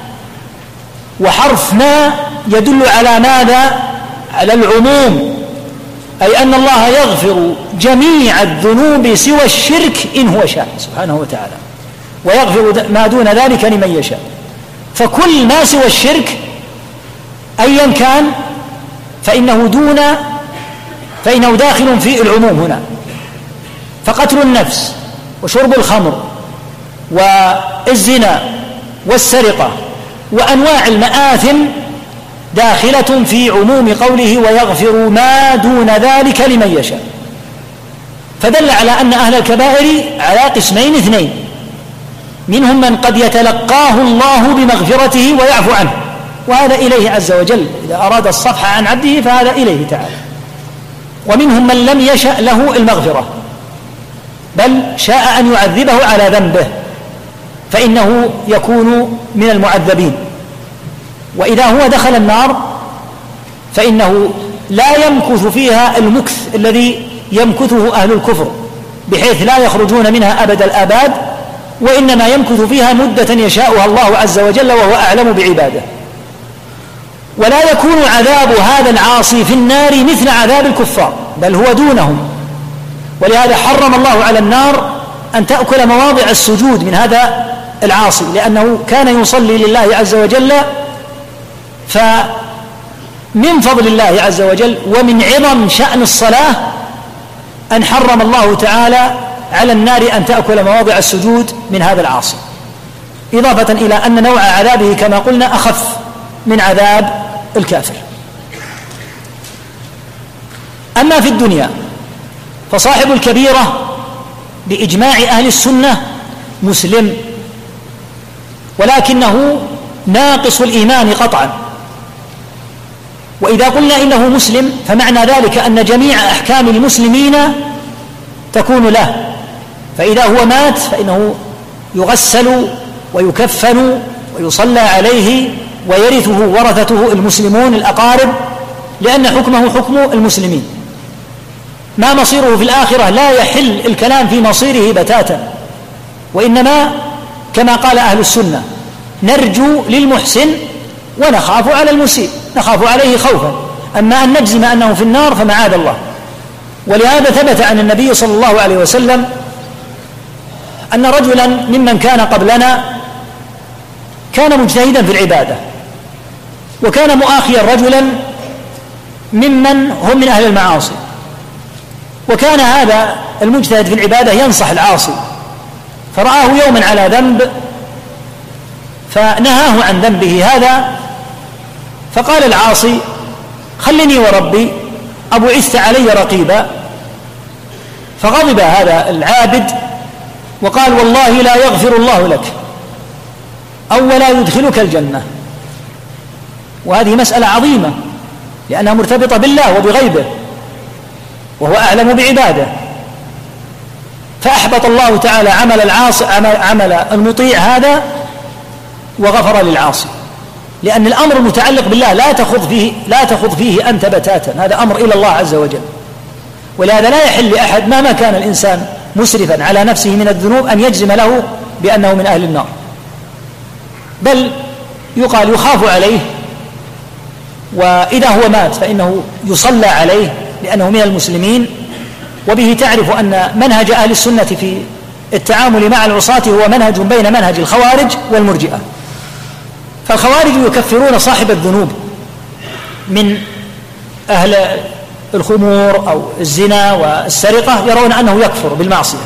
وحرف ما يدل على ماذا؟ على العموم، أي أن الله يغفر جميع الذنوب سوى الشرك إن هو شاء سبحانه وتعالى، ويغفر ما دون ذلك لمن يشاء. فكل ما سوى الشرك أيا كان فإنه دون فإنه داخل في العموم هنا. فقتل النفس وشرب الخمر والزنا والسرقة وأنواع المآثم داخلة في عموم قوله ويغفر ما دون ذلك لمن يشاء. فدل على أن أهل الكبائر على قسمين اثنين، منهم من قد يتلقاه الله بمغفرته ويعفو عنه، وهذا إليه عز وجل إذا أراد الصفح عن عبده فهذا إليه تعالى. ومنهم من لم يشأ له المغفرة بل شاء أن يعذبه على ذنبه فإنه يكون من المعذبين. وإذا هو دخل النار فإنه لا يمكث فيها المكث الذي يمكثه أهل الكفر بحيث لا يخرجون منها أبد الآباد، وإنما يمكث فيها مدة يشاءها الله عز وجل وهو أعلم بعباده. ولا يكون عذاب هذا العاصي في النار مثل عذاب الكفار بل هو دونهم، ولهذا حرم الله على النار أن تأكل مواضع السجود من هذا العاصي، لأنه كان يصلي لله عز وجل، فمن فضل الله عز وجل ومن عظم شأن الصلاة أن حرم الله تعالى على النار أن تأكل مواضع السجود من هذا العاصي، إضافة إلى أن نوع عذابه كما قلنا أخف من عذاب الكافر. أما في الدنيا فصاحب الكبيرة بإجماع أهل السنة مسلم، ولكنه ناقص الإيمان قطعا. وإذا قلنا إنه مسلم فمعنى ذلك أن جميع أحكام المسلمين تكون له، فإذا هو مات فإنه يغسل ويكفن ويصلى عليه ويرثه ورثته المسلمون الأقارب، لأن حكمه حكم المسلمين. ما مصيره في الآخرة لا يحل الكلام في مصيره بتاتا، وإنما كما قال أهل السنة نرجو للمحسن ونخاف على المسيء، نخاف عليه خوفا، أما أن نجزم أنه في النار فمعاذ الله. ولهذا ثبت عن النبي صلى الله عليه وسلم أن رجلا ممن كان قبلنا كان مجتهدا في العبادة، وكان مؤاخيا رجلا ممن هم من أهل المعاصي، وكان هذا المجتهد في العبادة ينصح العاصي، فرآه يوما على ذنب فنهاه عن ذنبه هذا، فقال العاصي خلني وربي أبعثت علي رقيبا. فغضب هذا العابد وقال والله لا يغفر الله لك أو لا يدخلك الجنة. وهذه مسألة عظيمة لأنها مرتبطة بالله وبغيبه وهو أعلم بعباده، فأحبط الله تعالى عمل العاصي عمل المطيع هذا وغفر للعاصي، لأن الأمر المتعلق بالله لا تخض فيه لا تخض فيه أنت بتاتا، هذا أمر إلى الله عز وجل. ولهذا لا يحل لأحد مهما كان الإنسان مسرفا على نفسه من الذنوب أن يجزم له بأنه من أهل النار، بل يقال يخاف عليه، وإذا هو مات فإنه يصلى عليه لأنه من المسلمين. وبه تعرف أن منهج أهل السنة في التعامل مع العصاة هو منهج بين منهج الخوارج والمرجئة. فالخوارج يكفرون صاحب الذنوب من أهل الخمور أو الزنا والسرقة، يرون أنه يكفر بالمعصية.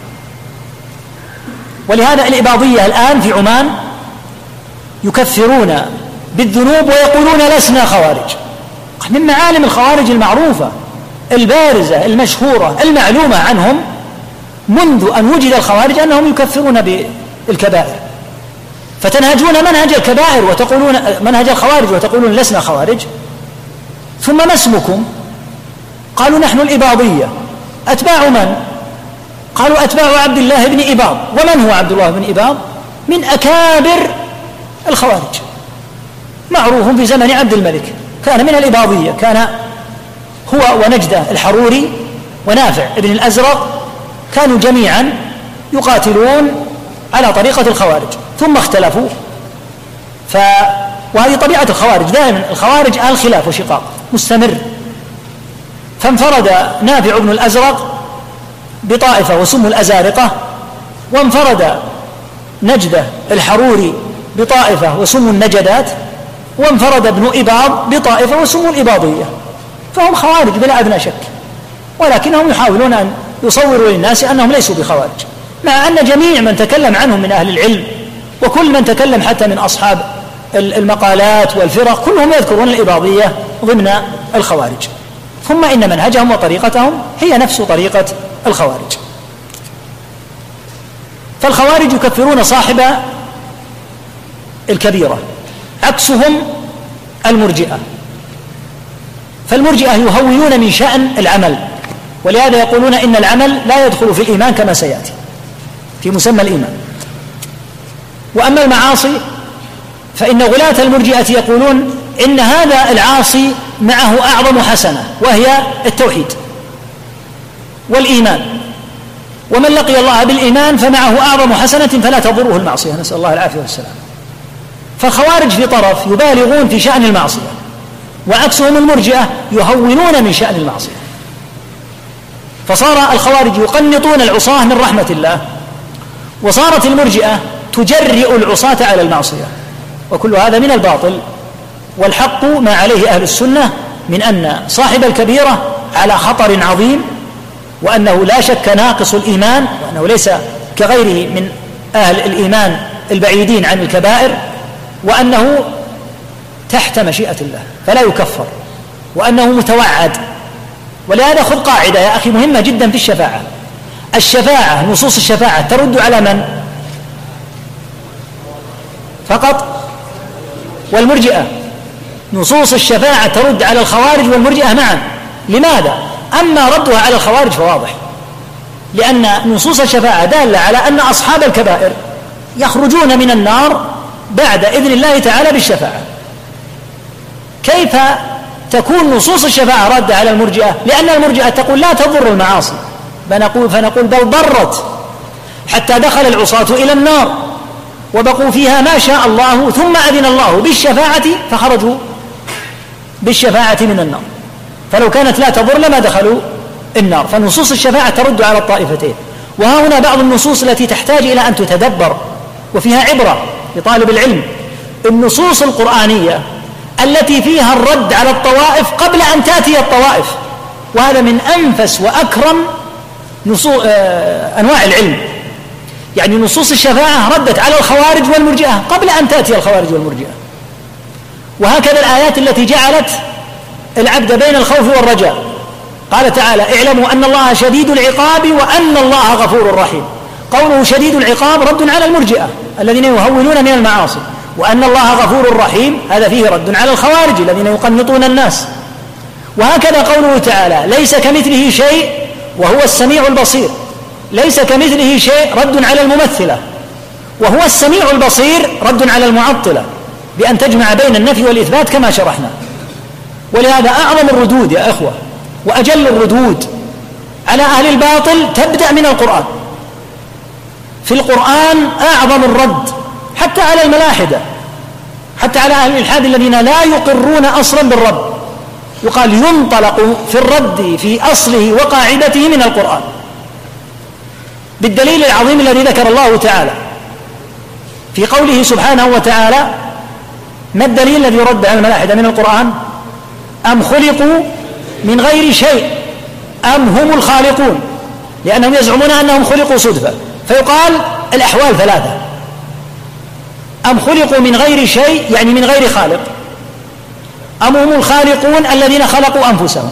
ولهذا الإباضية الآن في عمان يكفرون بالذنوب ويقولون لسنا خوارج. من معالم الخوارج المعروفة البارزة المشهورة المعلومة عنهم منذ أن وجد الخوارج أنهم يكفرون بالكبائر، فتنهجون منهج الكبائر وتقولون منهج الخوارج وتقولون لسنا خوارج. ثم ما اسمكم؟ قالوا نحن الإباضية. أتباع من؟ قالوا أتباع عبد الله بن إباض. ومن هو عبد الله بن إباض؟ من أكابر الخوارج، معروف في زمن عبد الملك، كان من الإباضية، كان هو ونجدة الحروري ونافع ابن الأزرق كانوا جميعا يقاتلون على طريقة الخوارج، ثم اختلفوا. ف... وهذه طبيعة الخوارج، دائما الخوارج آل خلاف وشقاق مستمر. فانفرد نافع بن الأزرق بطائفة وسموا الأزارقة، وانفرد نجدة الحروري بطائفة وسموا النجدات، وانفرد ابن إباض بطائفة وسموا الإباضية. فهم خوارج بلا أدنى شك، ولكنهم يحاولون أن يصوروا للناس أنهم ليسوا بخوارج، مع أن جميع من تكلم عنهم من أهل العلم وكل من تكلم حتى من أصحاب المقالات والفرق كلهم يذكرون الإباضية ضمن الخوارج. ثم إن منهجهم وطريقتهم هي نفس طريقة الخوارج. فالخوارج يكفرون صاحب الكبيرة، عكسهم المرجئة. فالمرجئة يهونون من شأن العمل، ولهذا يقولون إن العمل لا يدخل في الإيمان كما سيأتي في مسمى الإيمان. وأما المعاصي فإن غلاة المرجئة يقولون إن هذا العاصي معه أعظم حسنة وهي التوحيد والإيمان، ومن لقي الله بالإيمان فمعه أعظم حسنة فلا تضره المعصية، نسأل الله العافية والسلام. فالخوارج في طرف يبالغون في شأن المعصية، وعكسهم المرجئة يهونون من شأن المعصية. فصار الخوارج يقنطون العصاة من رحمة الله، وصارت المرجئة تجرئ العصاة على المعصية، وكل هذا من الباطل. والحق ما عليه أهل السنة من أن صاحب الكبيرة على خطر عظيم، وأنه لا شك ناقص الإيمان، وأنه ليس كغيره من أهل الإيمان البعيدين عن الكبائر، وأنه تحت مشيئة الله فلا يكفر، وأنه متوعد. ولهذا خذ قاعدة يا أخي مهمة جدا في الشفاعة. الشفاعة، نصوص الشفاعة ترد على من؟ فقط والمرجئة. نصوص الشفاعة ترد على الخوارج والمرجئة معا. لماذا؟ أما ردها على الخوارج فواضح، لأن نصوص الشفاعة دالة على أن أصحاب الكبائر يخرجون من النار بعد إذن الله تعالى بالشفاعة. كيف تكون نصوص الشفاعة ردة على المرجئة؟ لأن المرجئة تقول لا تضر المعاصي، فنقول, فنقول بل ضرت حتى دخل العصاة إلى النار وبقوا فيها ما شاء الله، ثم أذن الله بالشفاعة فخرجوا بالشفاعة من النار. فلو كانت لا تضر لما دخلوا النار. فنصوص الشفاعة ترد على الطائفتين. وها هنا بعض النصوص التي تحتاج إلى أن تتدبر وفيها عبرة لطالب العلم. النصوص القرآنية التي فيها الرد على الطوائف قبل أن تأتي الطوائف، وهذا من أنفس وأكرم أنواع العلم. يعني نصوص الشفاعة ردت على الخوارج والمرجئة قبل أن تأتي الخوارج والمرجئة. وهكذا الآيات التي جعلت العبد بين الخوف والرجاء. قال تعالى اعلموا أن الله شديد العقاب وأن الله غفور رحيم. قوله شديد العقاب رد على المرجئة الذين يهونون من المعاصي، وأن الله غفور رحيم هذا فيه رد على الخوارج الذين يقنطون الناس. وهكذا قوله تعالى ليس كمثله شيء وهو السميع البصير. ليس كمثله شيء رد على الممثلة، وهو السميع البصير رد على المعطلة، بأن تجمع بين النفي والإثبات كما شرحنا. ولهذا أعظم الردود يا أخوة وأجل الردود على أهل الباطل تبدأ من القرآن. في القرآن أعظم الرد حتى على الملاحدة، حتى على أهل الإلحاد الذين لا يقرون أصلا بالرد. يقال ينطلق في الرد في أصله وقاعدته من القرآن، بالدليل العظيم الذي ذكر الله تعالى في قوله سبحانه وتعالى. ما الدليل الذي يرد على الملاحدة من القرآن؟ أم خلقوا من غير شيء أم هم الخالقون، لأنهم يزعمون أنهم خلقوا صدفة. فيقال الأحوال ثلاثة: أم خلقوا من غير شيء يعني من غير خالق، أم هم الخالقون الذين خلقوا أنفسهم.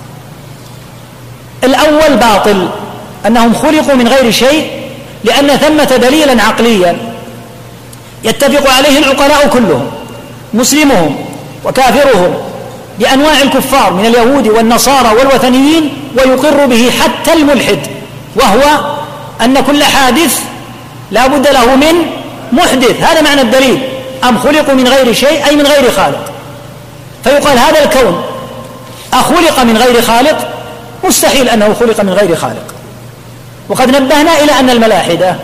الأول باطل، أنهم خلقوا من غير شيء، لأن ثمة دليلا عقليا يتفق عليه العقلاء كلهم، مسلمهم وكافرهم بأنواع الكفار من اليهود والنصارى والوثنيين، ويقر به حتى الملحد، وهو أن كل حادث لا بد له من محدث. هذا معنى الدليل. أم خلقوا من غير شيء أي من غير خالق، فيقال هذا الكون أخلق من غير خالق؟ مستحيل أنه خلق من غير خالق. وقد نبهنا إلى أن الملاحدة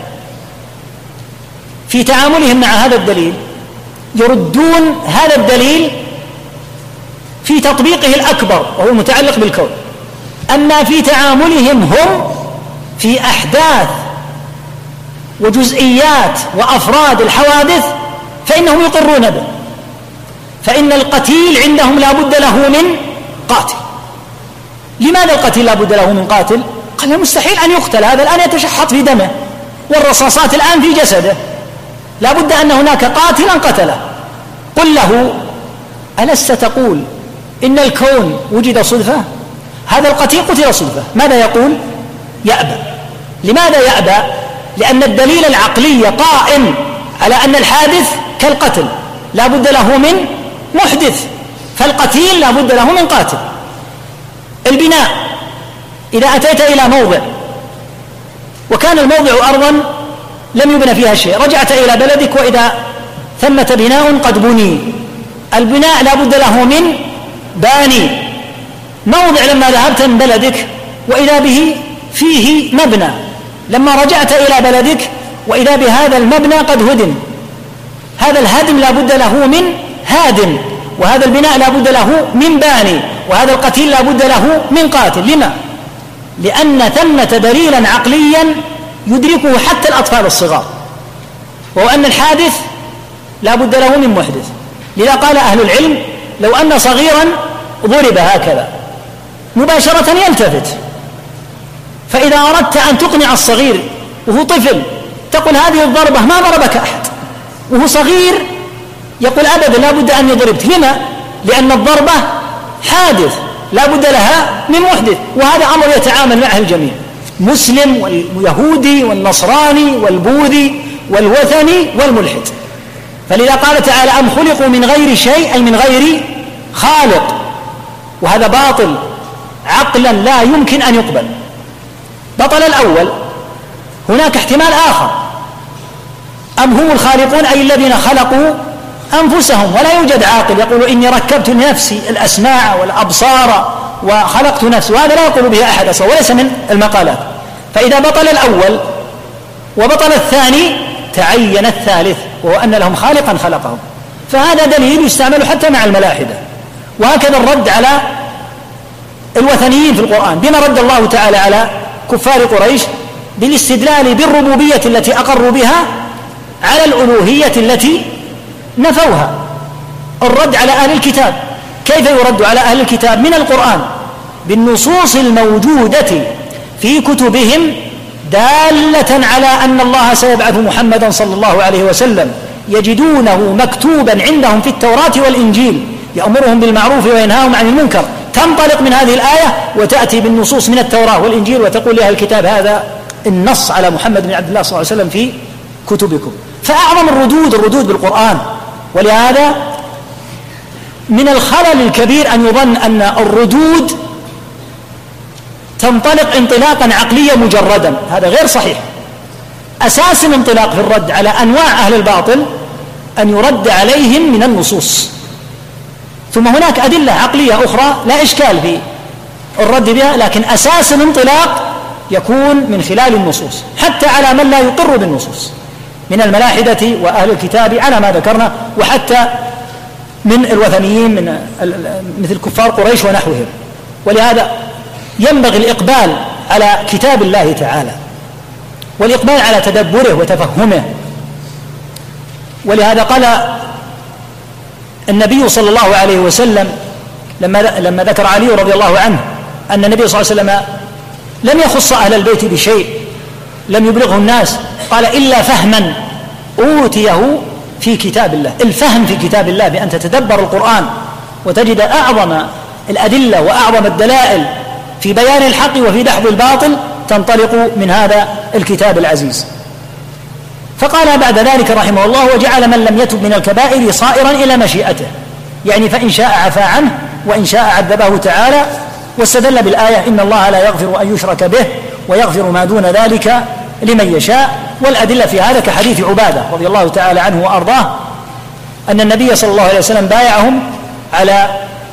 في تعاملهم مع هذا الدليل يردون هذا الدليل في تطبيقه الأكبر وهو المتعلق بالكون، أما في تعاملهم هم في أحداث وجزئيات وأفراد الحوادث فإنهم يقرون به. فإن القتيل عندهم لا بد له من قاتل. لماذا القتيل لا بد له من قاتل؟ قال مستحيل أن يقتل، هذا الآن يتشحط في دمه والرصاصات الآن في جسده، لا بد أن هناك قاتلا قتله. قل له ألست تقول إن الكون وجد صدفة؟ هذا القتيل قتل صدفة، ماذا يقول؟ يأبى. لماذا يأبى؟ لأن الدليل العقلي قائم على أن الحادث كالقتل لا بد له من محدث، فالقتيل لا بد له من قاتل. البناء، إذا أتيت إلى موضع وكان الموضع أرضا لم يبنى فيها شيء، رجعت إلى بلدك وإذا ثمة بناء قد بني، البناء لا بد له من باني. موضع لما ذهبت من بلدك وإذا به فيه مبنى، لما رجعت إلى بلدك وإذا بهذا المبنى قد هدم، هذا الهدم لا بد له من هادم، وهذا البناء لا بد له من باني، وهذا القتيل لا بد له من قاتل. لما؟ لأن ثمة دليلا عقليا يدركه حتى الأطفال الصغار، وهو أن الحادث لا بد له من محدث. لذا قال أهل العلم لو أن صغيرا ضرب هكذا مباشرة يلتفت، فإذا أردت أن تقنع الصغير وهو طفل تقول هذه الضربة ما ضربك أحد، وهو صغير يقول أبدا لا بد أن يضربت. لما؟ لأن الضربة حادث لا بد لها من محدث، وهذا أمر يتعامل معه الجميع، مسلم واليهودي والنصراني والبوذي والوثني والملحد. فلذا قال تعالى أم خلقوا من غير شيء أي من غير خالق، وهذا باطل عقلا لا يمكن أن يقبل. بطل الأول. هناك احتمال آخر، أم هم الخالقون أي الذين خلقوا أنفسهم، ولا يوجد عاقل يقول إني ركبت لنفسي الأسماع والأبصار وخلقت نفسي، وهذا لا يقول به أحد أصلا وليس من المقالات. فإذا بطل الأول وبطل الثاني تعين الثالث، وهو أن لهم خالقا خلقهم. فهذا دليل يستعمل حتى مع الملاحدة. وهكذا الرد على الوثنيين في القرآن، بما رد الله تعالى على كفار قريش بالاستدلال بالربوبية التي أقروا بها على الألوهية التي نفوها. الرد على أهل الكتاب، كيف يرد على أهل الكتاب؟ من القرآن بالنصوص الموجودة في كتبهم دالة على أن الله سيبعث محمدا صلى الله عليه وسلم، يجدونه مكتوبا عندهم في التوراة والإنجيل يأمرهم بالمعروف وينهاهم عن المنكر. تنطلق من هذه الآية وتأتي بالنصوص من التوراة والإنجيل وتقول لأهل الكتاب هذا النص على محمد بن عبد الله صلى الله عليه وسلم في كتبكم. فأعظم الردود الردود بالقرآن. ولهذا من الخلل الكبير أن يظن أن الردود تنطلق انطلاقا عقليا مجردا، هذا غير صحيح. أساس الانطلاق في الرد على أنواع أهل الباطل أن يرد عليهم من النصوص، ثم هناك أدلة عقلية أخرى لا إشكال في الرد بها، لكن أساس الانطلاق يكون من خلال النصوص، حتى على من لا يقر بالنصوص من الملاحدة وأهل الكتاب على ما ذكرنا، وحتى من الوثنيين من مثل كفار قريش ونحوهم. ولهذا ينبغي الإقبال على كتاب الله تعالى والإقبال على تدبره وتفهمه. ولهذا قال النبي صلى الله عليه وسلم لما لما ذكر علي رضي الله عنه أن النبي صلى الله عليه وسلم لم يخص أهل البيت بشيء لم يبلغه الناس، قال إلا فهما أوتيه في كتاب الله. الفهم في كتاب الله بأن تتدبر القرآن وتجد أعظم الأدلة وأعظم الدلائل في بيان الحق وفي دحض الباطل تنطلق من هذا الكتاب العزيز. فقال بعد ذلك رحمه الله وجعل من لم يتب من الكبائر صائرا إلى مشيئته، يعني فإن شاء عفا عنه وإن شاء عذبه تعالى. واستدل بالآية إن الله لا يغفر أن يشرك به ويغفر ما دون ذلك لمن يشاء. والأدلة في هذا كحديث عبادة رضي الله تعالى عنه وأرضاه أن النبي صلى الله عليه وسلم بايعهم على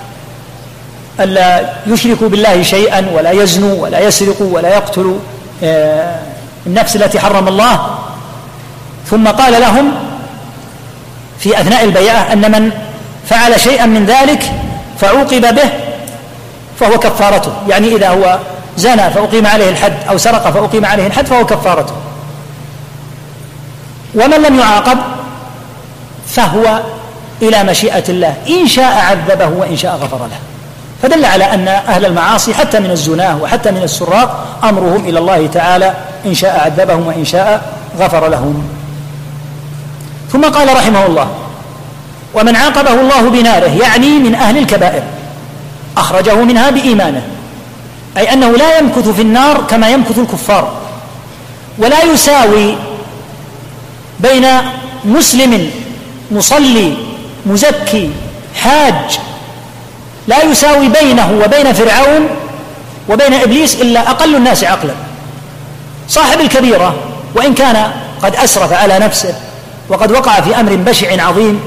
ألا يشركوا بالله شيئا ولا يزنوا ولا يسرقوا ولا يقتلوا النفس التي حرم الله، ثم قال لهم في أثناء البيعة أن من فعل شيئا من ذلك فعوقب به فهو كفارته، يعني إذا هو زنى فأقيم عليه الحد أو سرق فأقيم عليه الحد فهو كفارته، ومن لم يعاقب فهو إلى مشيئة الله، إن شاء عذبه وإن شاء غفر له. فدل على أن أهل المعاصي حتى من الزناه وحتى من السراق أمرهم إلى الله تعالى، إن شاء عذبهم وإن شاء غفر لهم. ثم قال رحمه الله: ومن عاقبه الله بناره، يعني من أهل الكبائر، أخرجه منها بإيمانه، أي أنه لا يمكث في النار كما يمكث الكفار، ولا يساوي بين مسلم مصلي مزكي حاج، لا يساوي بينه وبين فرعون وبين إبليس إلا أقل الناس عقلا. صاحب الكبيرة وإن كان قد أسرف على نفسه وقد وقع في أمر بشع عظيم،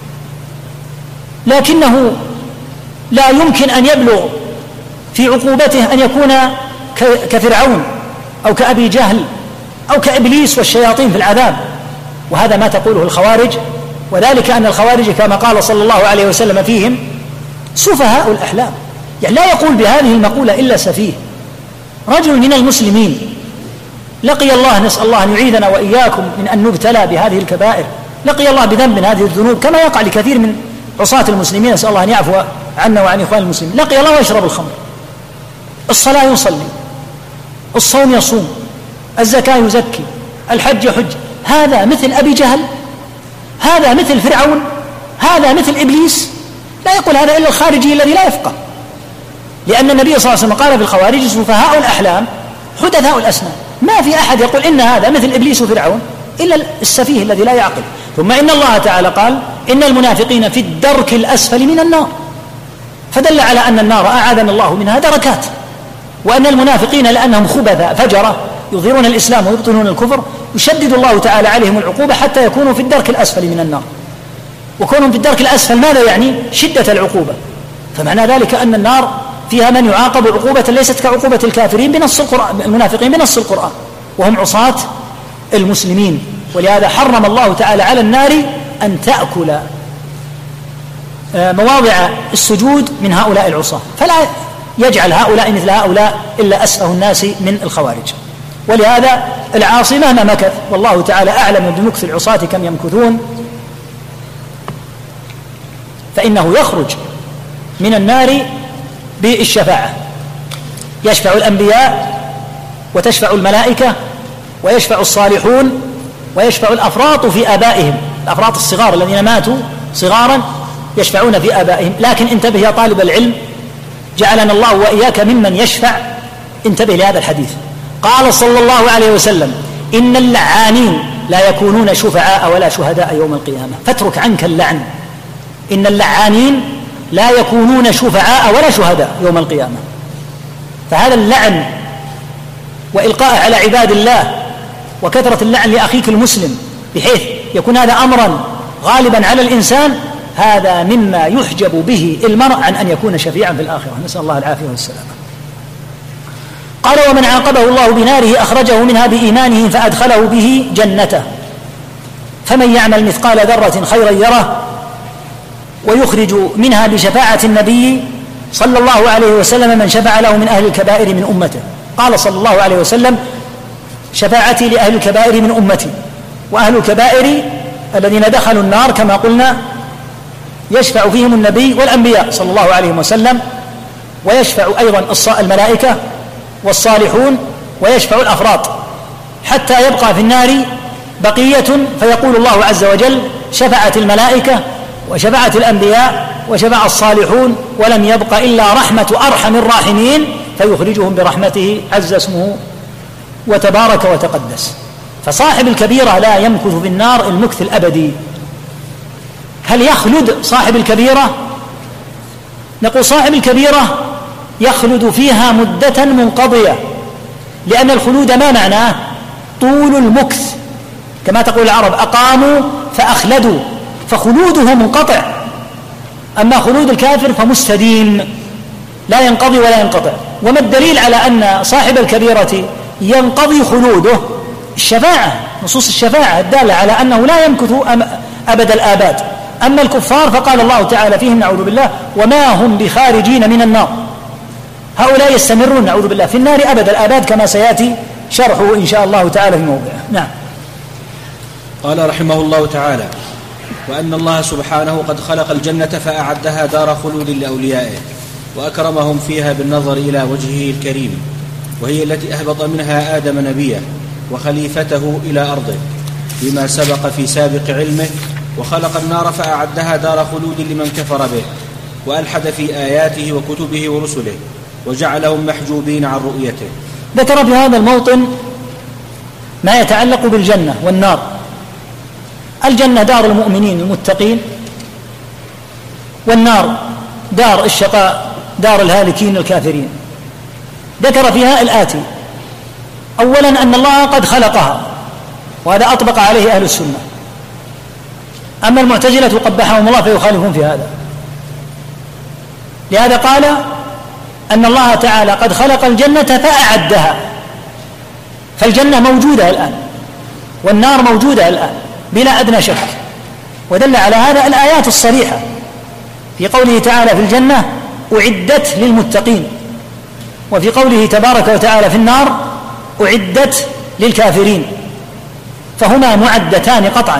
لكنه لا يمكن أن يبلغ في عقوبته أن يكون كفرعون أو كأبي جهل أو كإبليس والشياطين في العذاب، وهذا ما تقوله الخوارج، وذلك أن الخوارج كما قال صلى الله عليه وسلم فيهم سفهاء الأحلام، يعني لا يقول بهذه المقولة إلا سفيه. رجل من المسلمين لقي الله، نسأل الله أن يعيذنا وإياكم من أن نبتلى بهذه الكبائر، لقي الله بذنب من هذه الذنوب كما يقع لكثير من عصاة المسلمين، نسأل الله أن يعفو عنا وعن إخوان المسلمين. لقي الله ويشرب الخمر، الصلاة يصلي، الصوم يصوم، الزكاة يزكي، الحج يحج، هذا مثل أبي جهل، هذا مثل فرعون، هذا مثل إبليس. لا يقول هذا إلا الخارجي الذي لا يفقه، لأن النبي صلى الله عليه وسلم قال في الخوارج سفهاء الأحلام حدثاء الأسنان. ما في أحد يقول إن هذا مثل إبليس وفرعون إلا السفيه الذي لا يعقل. ثم إن الله تعالى قال إن المنافقين في الدرك الأسفل من النار، فدل على أن النار أعاذنا الله منها دركات، وأن المنافقين لأنهم خبثاء فجرة يظهرون الإسلام ويبطنون الكفر يشدد الله تعالى عليهم العقوبة حتى يكونوا في الدرك الأسفل من النار. وكونهم في الدرك الأسفل ماذا يعني؟ شدة العقوبة. فمعنى ذلك أن النار فيها من يعاقب عقوبة ليست كعقوبة الكافرين بنص القرآن، المنافقين بنص القرآن، وهم عصاة المسلمين. ولهذا حرم الله تعالى على النار أن تأكل مواضع السجود من هؤلاء العصاة، فلا يجعل هؤلاء مثل هؤلاء إلا أسفه الناس من الخوارج. ولهذا العاصي مهما مكث، والله تعالى أعلم بمكث العصاة كم يمكثون، فإنه يخرج من النار بالشفاعة. يشفع الأنبياء وتشفع الملائكة ويشفع الصالحون ويشفع الأفراط في آبائهم، الأفراط الصغار الذين ماتوا صغارا يشفعون في آبائهم. لكن انتبه يا طالب العلم، جعلنا الله وإياك ممن يشفع، انتبه لهذا الحديث. قال صلى الله عليه وسلم إن اللعانين لا يكونون شفعاء ولا شهداء يوم القيامة، فاترك عنك اللعن. إن اللعانين لا يكونون شفعاء ولا شهداء يوم القيامة. فهذا اللعن وإلقاء على عباد الله وكثرة اللعن لأخيك المسلم بحيث يكون هذا أمرا غالبا على الإنسان، هذا مما يحجب به المرء عن أن يكون شفيعا في الآخرة، نسأل الله العافية والسلامة. قال ومن عاقبه الله بناره أخرجه منها بإيمانه فأدخله به جنته، فمن يعمل مثقال ذرة خيرا يره، ويخرج منها بشفاعة النبي صلى الله عليه وسلم من شفع له من أهل الكبائر من أمته. قال صلى الله عليه وسلم شفاعتي لأهل الكبائر من أمتي، وأهل الكبائر الذين دخلوا النار كما قلنا يشفع فيهم النبي والأنبياء صلى الله عليه وسلم، ويشفع أيضا الملائكة والصالحون، ويشفع الأفراط، حتى يبقى في النار بقية فيقول الله عز وجل شفعت الملائكة وشفعت الأنبياء وشفع الصالحون ولم يبق إلا رحمة أرحم الراحمين، فيخرجهم برحمته عز اسمه وتبارك وتقدس. فصاحب الكبيرة لا يمكث في النار المكث الأبدي. هل يخلد صاحب الكبيرة؟ نقول صاحب الكبيرة يخلد فيها مدة منقضية، لأن الخلود ما معناه؟ طول المكث، كما تقول العرب أقاموا فأخلدوا، فخلوده منقطع، أما خلود الكافر فمستديم لا ينقضي ولا ينقطع. وما الدليل على أن صاحب الكبيرة ينقضي خلوده؟ الشفاعة، نصوص الشفاعة الدالة على أنه لا يمكث أبد الآباد. أما الكفار فقال الله تعالى فيهم نعوذ بالله وما هم بخارجين من النار، هؤلاء يستمرون نعوذ بالله في النار أبد الآباد كما سيأتي شرحه إن شاء الله تعالى في موضعه. نعم. قال رحمه الله تعالى: وأن الله سبحانه قد خلق الجنة فأعدها دار خلود لأوليائه وأكرمهم فيها بالنظر إلى وجهه الكريم، وهي التي أهبط منها آدم نبيه وخليفته إلى أرضه بما سبق في سابق علمه، وخلق النار فأعدها دار خلود لمن كفر به وألحد في آياته وكتبه ورسله وجعلهم محجوبين عن رؤيته. ذكر في هذا الموطن ما يتعلق بالجنة والنار. الجنة دار المؤمنين المتقين، والنار دار الشقاء دار الهالكين الكافرين. ذكر فيها الآتي: أولا أن الله قد خلقها، وهذا أطبق عليه أهل السنة. أما المعتزلة قبحهم الله فيخالفون في هذا، لهذا قال أن الله تعالى قد خلق الجنة فأعدها، فالجنة موجودة الآن والنار موجودة الآن بلا أدنى شك. ودل على هذا الآيات الصريحة في قوله تعالى في الجنة أعدت للمتقين، وفي قوله تبارك وتعالى في النار أعدت للكافرين، فهما معدتان قطعا.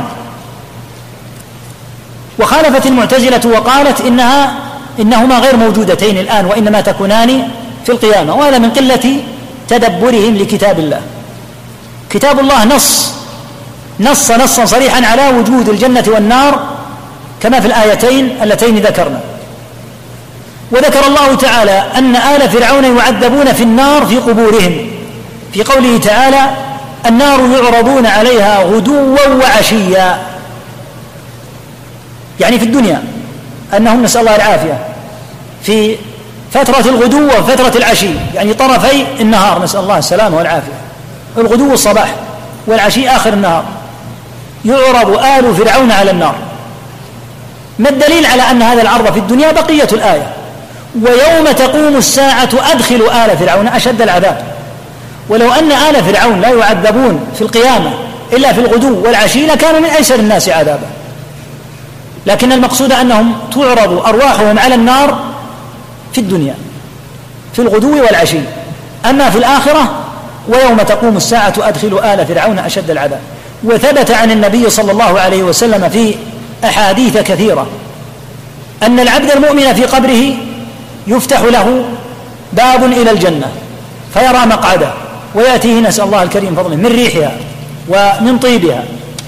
وخالفت المعتزلة وقالت إنها إنهما غير موجودتين الآن وإنما تكونان في القيامة، وهذا من قلة تدبرهم لكتاب الله. كتاب الله نص نص نصا صريحا على وجود الجنة والنار كما في الآيتين اللتين ذكرنا. وذكر الله تعالى أن آل فرعون يعذبون في النار في قبورهم في قوله تعالى النار يعرضون عليها غدوا وعشيا، يعني في الدنيا أنهم نسأل الله العافية في فترة الغدو وفترة العشي، يعني طرفي النهار نسأل الله السلامة والعافية، الغدو الصباح والعشي آخر النهار، يعرض آل فرعون على النار. ما الدليل على أن هذا العرض في الدنيا؟ بقية الآية: ويوم تقوم الساعة أدخل آل فرعون أشد العذاب. ولو أن آل فرعون لا يعذبون في القيامة إلا في الغدو والعشي لكانوا من أيسر الناس عذابا، لكن المقصود أنهم تعرض أرواحهم على النار في الدنيا في الغدو والعشي. أما في الآخرة ويوم تقوم الساعة أدخل آل فرعون أشد العذاب. وثبت عن النبي صلى الله عليه وسلم في أحاديث كثيرة أن العبد المؤمن في قبره يفتح له باب إلى الجنة فيرى مقعده ويأتيه نسأل الله الكريم فضله من ريحها ومن طيبها،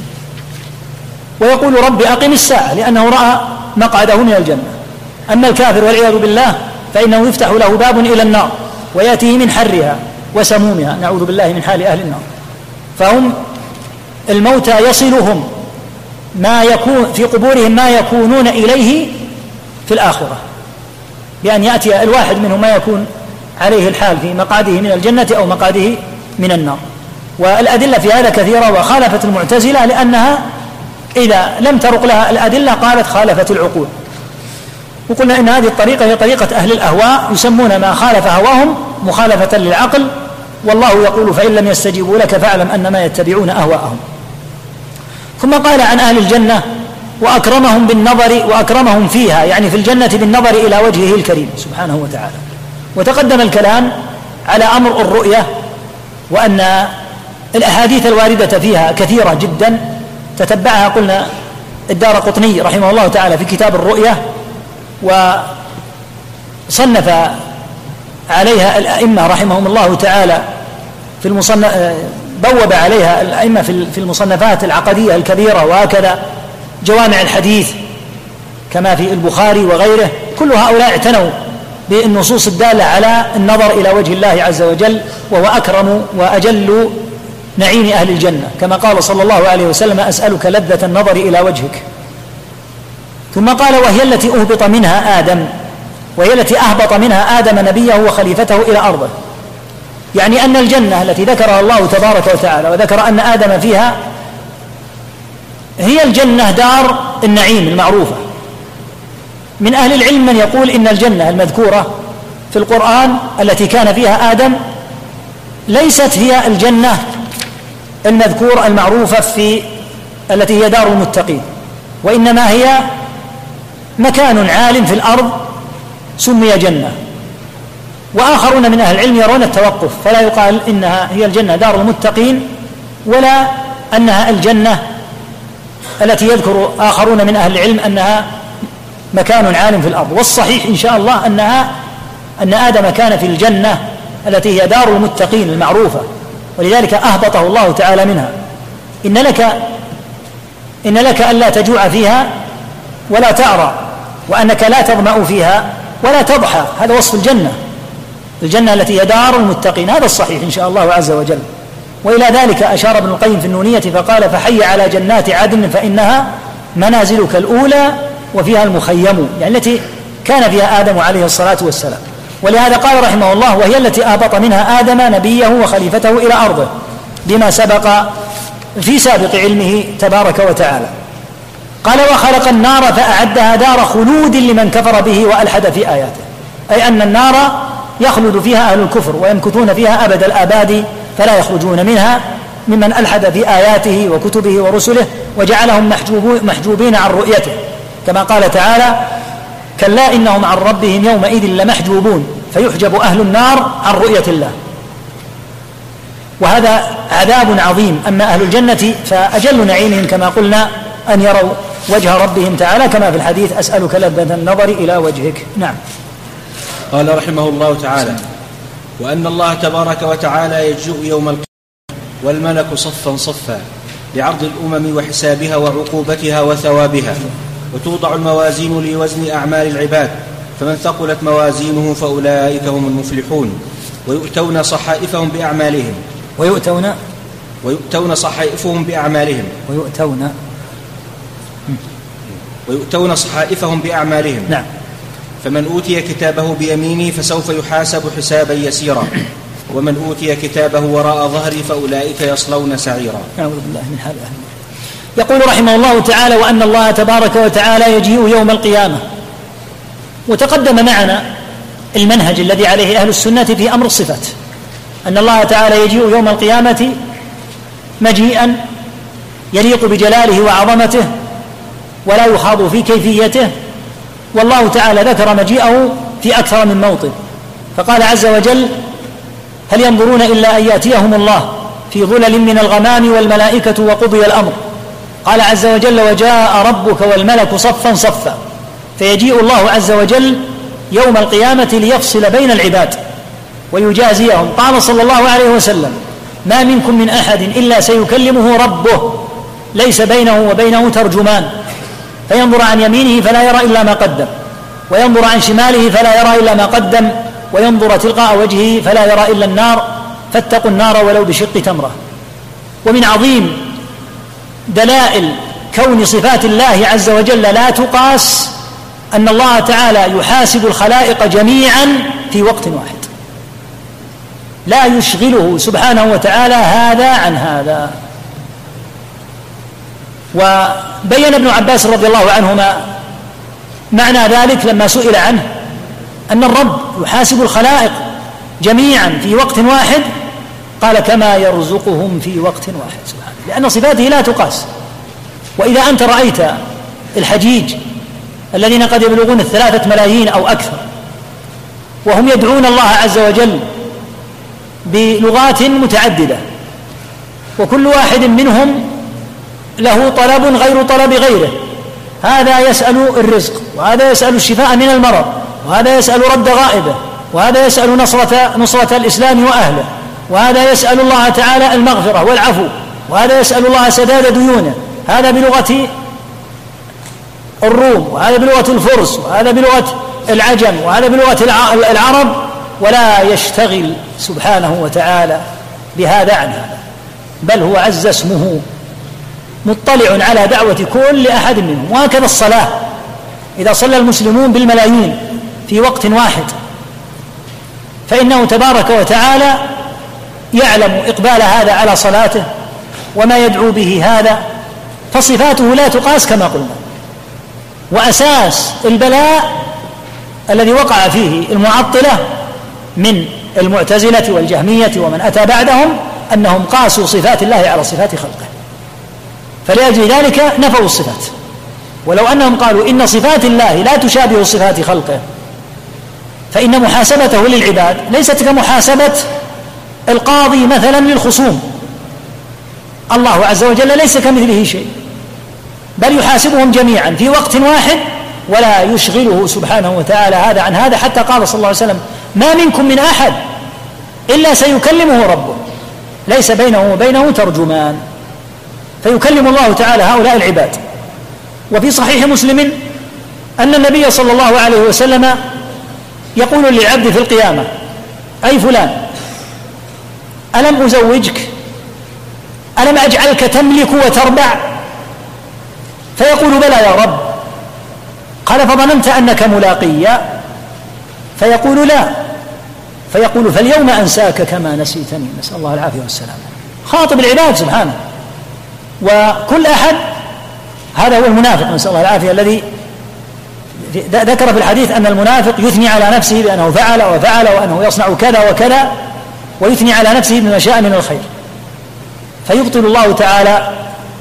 ويقول رب أقم الساعة لأنه رأى مقعده من الجنة. أما الكافر والعياذ بالله فإنه يفتح له باب إلى النار ويأتيه من حرها وسمومها، نعوذ بالله من حال أهل النار. فهم الموتى يصلهم ما يكون في قبورهم ما يكونون إليه في الآخرة، بأن يأتي الواحد منهم ما يكون عليه الحال في مقعده من الجنة أو مقعده من النار. والأدلة في هذا كثيرة، وخالفت المعتزلة لأنها إذا لم ترق لها الأدلة قالت خالفت العقول. وقلنا إن هذه الطريقة هي طريقة أهل الأهواء، يسمون ما خالف هواهم مخالفة للعقل، والله يقول فإن لم يستجيبوا لك فاعلم أنما يتبعون أهواءهم. ثم قال عن أهل الجنة وأكرمهم بالنظر وأكرمهم فيها، يعني في الجنة بالنظر إلى وجهه الكريم سبحانه وتعالى. وتقدم الكلام على أمر الرؤية، وأن الأحاديث الواردة فيها كثيرة جدا تتبعها قلنا الدارقطني رحمه الله تعالى في كتاب الرؤية، وصنف عليها الأئمة رحمهم الله تعالى في المصنف، بوب عليها الأئمة في المصنفات العقدية الكبيرة، وهكذا جوامع الحديث كما في البخاري وغيره. كل هؤلاء اعتنوا بالنصوص الدالة على النظر إلى وجه الله عز وجل، وهو أكرم وأجل نعيم أهل الجنة، كما قال صلى الله عليه وسلم أسألك لذة النظر إلى وجهك. ثم قال وهي التي أهبط منها آدم، وهي التي أهبط منها آدم نبيه وخليفته إلى أرضه، يعني أن الجنة التي ذكرها الله تبارك وتعالى وذكر أن آدم فيها هي الجنة دار النعيم المعروفة. من أهل العلم من يقول إن الجنة المذكورة في القرآن التي كان فيها آدم ليست هي الجنة المذكورة المعروفة في التي هي دار المتقين، وإنما هي مكان عال في الأرض سمي جنة. وآخرون من أهل العلم يرون التوقف، فلا يقال إنها هي الجنة دار المتقين ولا أنها الجنة التي يذكر آخرون من أهل العلم أنها مكان عال في الأرض. والصحيح إن شاء الله أنها أن آدم كان في الجنة التي هي دار المتقين المعروفة، ولذلك أهبطه الله تعالى منها. إن لك إن لك ألا تجوع فيها ولا تعرى، وأنك لا تظمأ فيها ولا تضحى، هذا وصف الجنة، الجنة التي هي دار المتقين، هذا الصحيح إن شاء الله عز وجل. وإلى ذلك أشار ابن القيم في النونية فقال: فحي على جنات عدن فإنها منازلك الأولى وفيها المخيم، يعني التي كان فيها آدم عليه الصلاة والسلام. ولهذا قال رحمه الله: وهي التي أهبط منها آدم نبيه وخليفته إلى أرضه بما سبق في سابق علمه تبارك وتعالى. قال: وخلق النار فأعدها دار خلود لمن كفر به وألحد في آياته، أي أن النار يخلد فيها أهل الكفر ويمكثون فيها أبد الآباد فلا يخرجون منها ممن ألحد في آياته وكتبه ورسله وجعلهم محجوبين عن رؤيته، كما قال تعالى: كلا إنهم عن ربهم يومئذ لمحجوبون فيحجب أهل النار عن رؤية الله. وهذا عذاب عظيم. أما أهل الجنة فأجل نعيمهم كما قلنا أن يروا وجه ربهم تعالى، كما في الحديث: أسألك لذة النظر إلى وجهك. نعم. قال رحمه الله تعالى: وأن الله تبارك وتعالى يجيء يوم القيامة والملك صفا صفا لعرض الأمم وحسابها وعقوبتها وثوابها، وتوضع الموازين لوزن أعمال العباد، فمن ثقلت موازينه فأولئك هم المفلحون، ويؤتون صحائفهم بأعمالهم ويؤتون ويؤتون صحائفهم بأعمالهم ويؤتون ويؤتون صحائفهم بأعمالهم نعم. فمن أوتي كتابه بيمينه فسوف يحاسب حسابا يسيرا، ومن أوتي كتابه وراء ظهره فأولئك يصلون سعيرا. أعوذ بالله من حال أهل. يقول رحمه الله تعالى: وأن الله تبارك وتعالى يجيء يوم القيامة. وتقدم معنا المنهج الذي عليه أهل السنة في أمر الصفات، أن الله تعالى يجيء يوم القيامة مجيئا يليق بجلاله وعظمته ولا يخاض في كيفيته. والله تعالى ذكر مجيئه في أكثر من موطن، فقال عز وجل: هل ينظرون إلا أن يأتيهم الله في ظلل من الغمام والملائكة وقضي الأمر. قال عز وجل: وجاء ربك والملك صفا صفا. فيجيء الله عز وجل يوم القيامة ليفصل بين العباد ويجازيهم. قال صلى الله عليه وسلم: ما منكم من أحد إلا سيكلمه ربه ليس بينه وبينه ترجمان، فينظر عن يمينه فلا يرى إلا ما قدم، وينظر عن شماله فلا يرى إلا ما قدم، وينظر تلقاء وجهه فلا يرى إلا النار، فاتقوا النار ولو بشق تمرة. ومن عظيم دلائل كون صفات الله عز وجل لا تقاس أن الله تعالى يحاسب الخلائق جميعا في وقت واحد، لا يشغله سبحانه وتعالى هذا عن هذا. وبين ابن عباس رضي الله عنهما معنى ذلك لما سئل عنه، أن الرب يحاسب الخلائق جميعا في وقت واحد، قال: كما يرزقهم في وقت واحد سبحانه، لأن صفاته لا تقاس. وإذا أنت رأيت الحجيج الذين قد يبلغون الثلاثة ملايين أو أكثر، وهم يدعون الله عز وجل بلغات متعددة، وكل واحد منهم له طلب غير طلب غيره، هذا يسأل الرزق، وهذا يسأل الشفاء من المرض، وهذا يسأل رد غائبه، وهذا يسأل نصرة, نصرة الإسلام وأهله، وهذا يسأل الله تعالى المغفرة والعفو، وهذا يسأل الله سداد ديونه، هذا بلغة الروم، وهذا بلغة الفرس، وهذا بلغة العجم، وهذا بلغة العرب، ولا يشتغل سبحانه وتعالى بهذا عن هذا، بل هو عز اسمه مطلع على دعوة كل أحد منهم. وهكذا الصلاة، إذا صلى المسلمون بالملايين في وقت واحد فإنه تبارك وتعالى يعلم إقبال هذا على صلاته وما يدعو به هذا، فصفاته لا تقاس كما قلنا. وأساس البلاء الذي وقع فيه المعطلة من المعتزلة والجهمية ومن أتى بعدهم أنهم قاسوا صفات الله على صفات خلقه، فلأجل ذلك نفوا الصفات. ولو أنهم قالوا إن صفات الله لا تشابه صفات خلقه فإن محاسبته للعباد ليست كمحاسبة القاضي مثلا للخصوم. الله عز وجل ليس كمثله شيء، بل يحاسبهم جميعا في وقت واحد ولا يشغله سبحانه وتعالى هذا عن هذا، حتى قال صلى الله عليه وسلم: ما منكم من أحد إلا سيكلمه ربه ليس بينه وبينه ترجمان. فيكلم الله تعالى هؤلاء العباد. وفي صحيح مسلم أن النبي صلى الله عليه وسلم يقول للعبد في القيامة: أي فلان، ألم أزوجك؟ ألم أجعلك تملك وتربع؟ فيقول: بلى يا رب. قال: فظننت أنك ملاقي؟ فيقول: لا. فيقول: فاليوم أنساك كما نسيتني. نسأل الله العافية والسلام. خاطب العباد سبحانه. وكل أحد، هذا هو المنافق نسأل الله العافية، الذي ذكر في الحديث أن المنافق يثني على نفسه بأنه فعل وفعل وأنه يصنع كذا وكذا، ويثني على نفسه بما شاء من الخير، فيبطل الله تعالى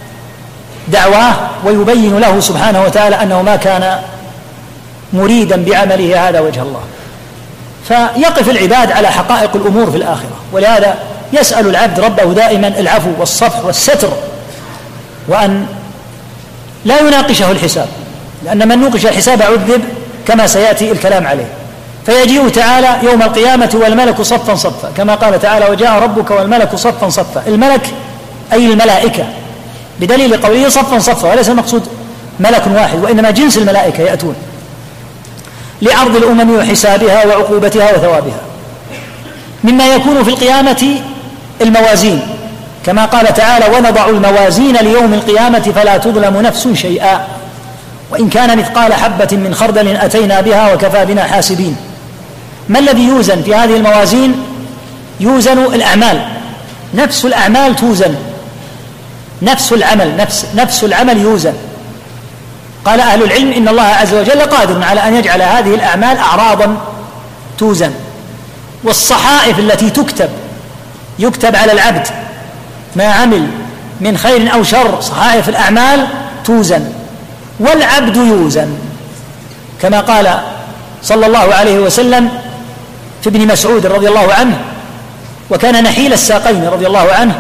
دعواه ويبين له سبحانه وتعالى أنه ما كان مريدا بعمله هذا وجه الله. فيقف العباد على حقائق الأمور في الآخرة. ولهذا يسأل العبد ربه دائما العفو والصفح والستر، وأن لا يناقشه الحساب، لأن من نوقش الحساب عذب كما سيأتي الكلام عليه. فيجيء تعالى يوم القيامة والملك صفا صفا، كما قال تعالى: وجاء ربك والملك صفا صفا. الملك أي الملائكة، بدليل قوله صفا صفا، وليس المقصود ملك واحد، وإنما جنس الملائكة يأتون لعرض الأمم وحسابها وعقوبتها وثوابها. مما يكون في القيامة الموازين، كما قال تعالى: ونضع الموازين ليوم القيامة فلا تظلم نفس شيئا وإن كان مثقال حبة من خردل أتينا بها وكفى بنا حاسبين. ما الذي يوزن في هذه الموازين؟ يوزن الأعمال، نفس الأعمال توزن، نفس العمل نفس, نفس العمل يوزن. قال أهل العلم: إن الله عز وجل قادر على أن يجعل هذه الأعمال أعراضا توزن. والصحائف التي تكتب يكتب على العبد ما عمل من خير أو شر، صحائف الأعمال توزن، والعبد يوزن، كما قال صلى الله عليه وسلم في ابن مسعود رضي الله عنه، وكان نحيل الساقين رضي الله عنه،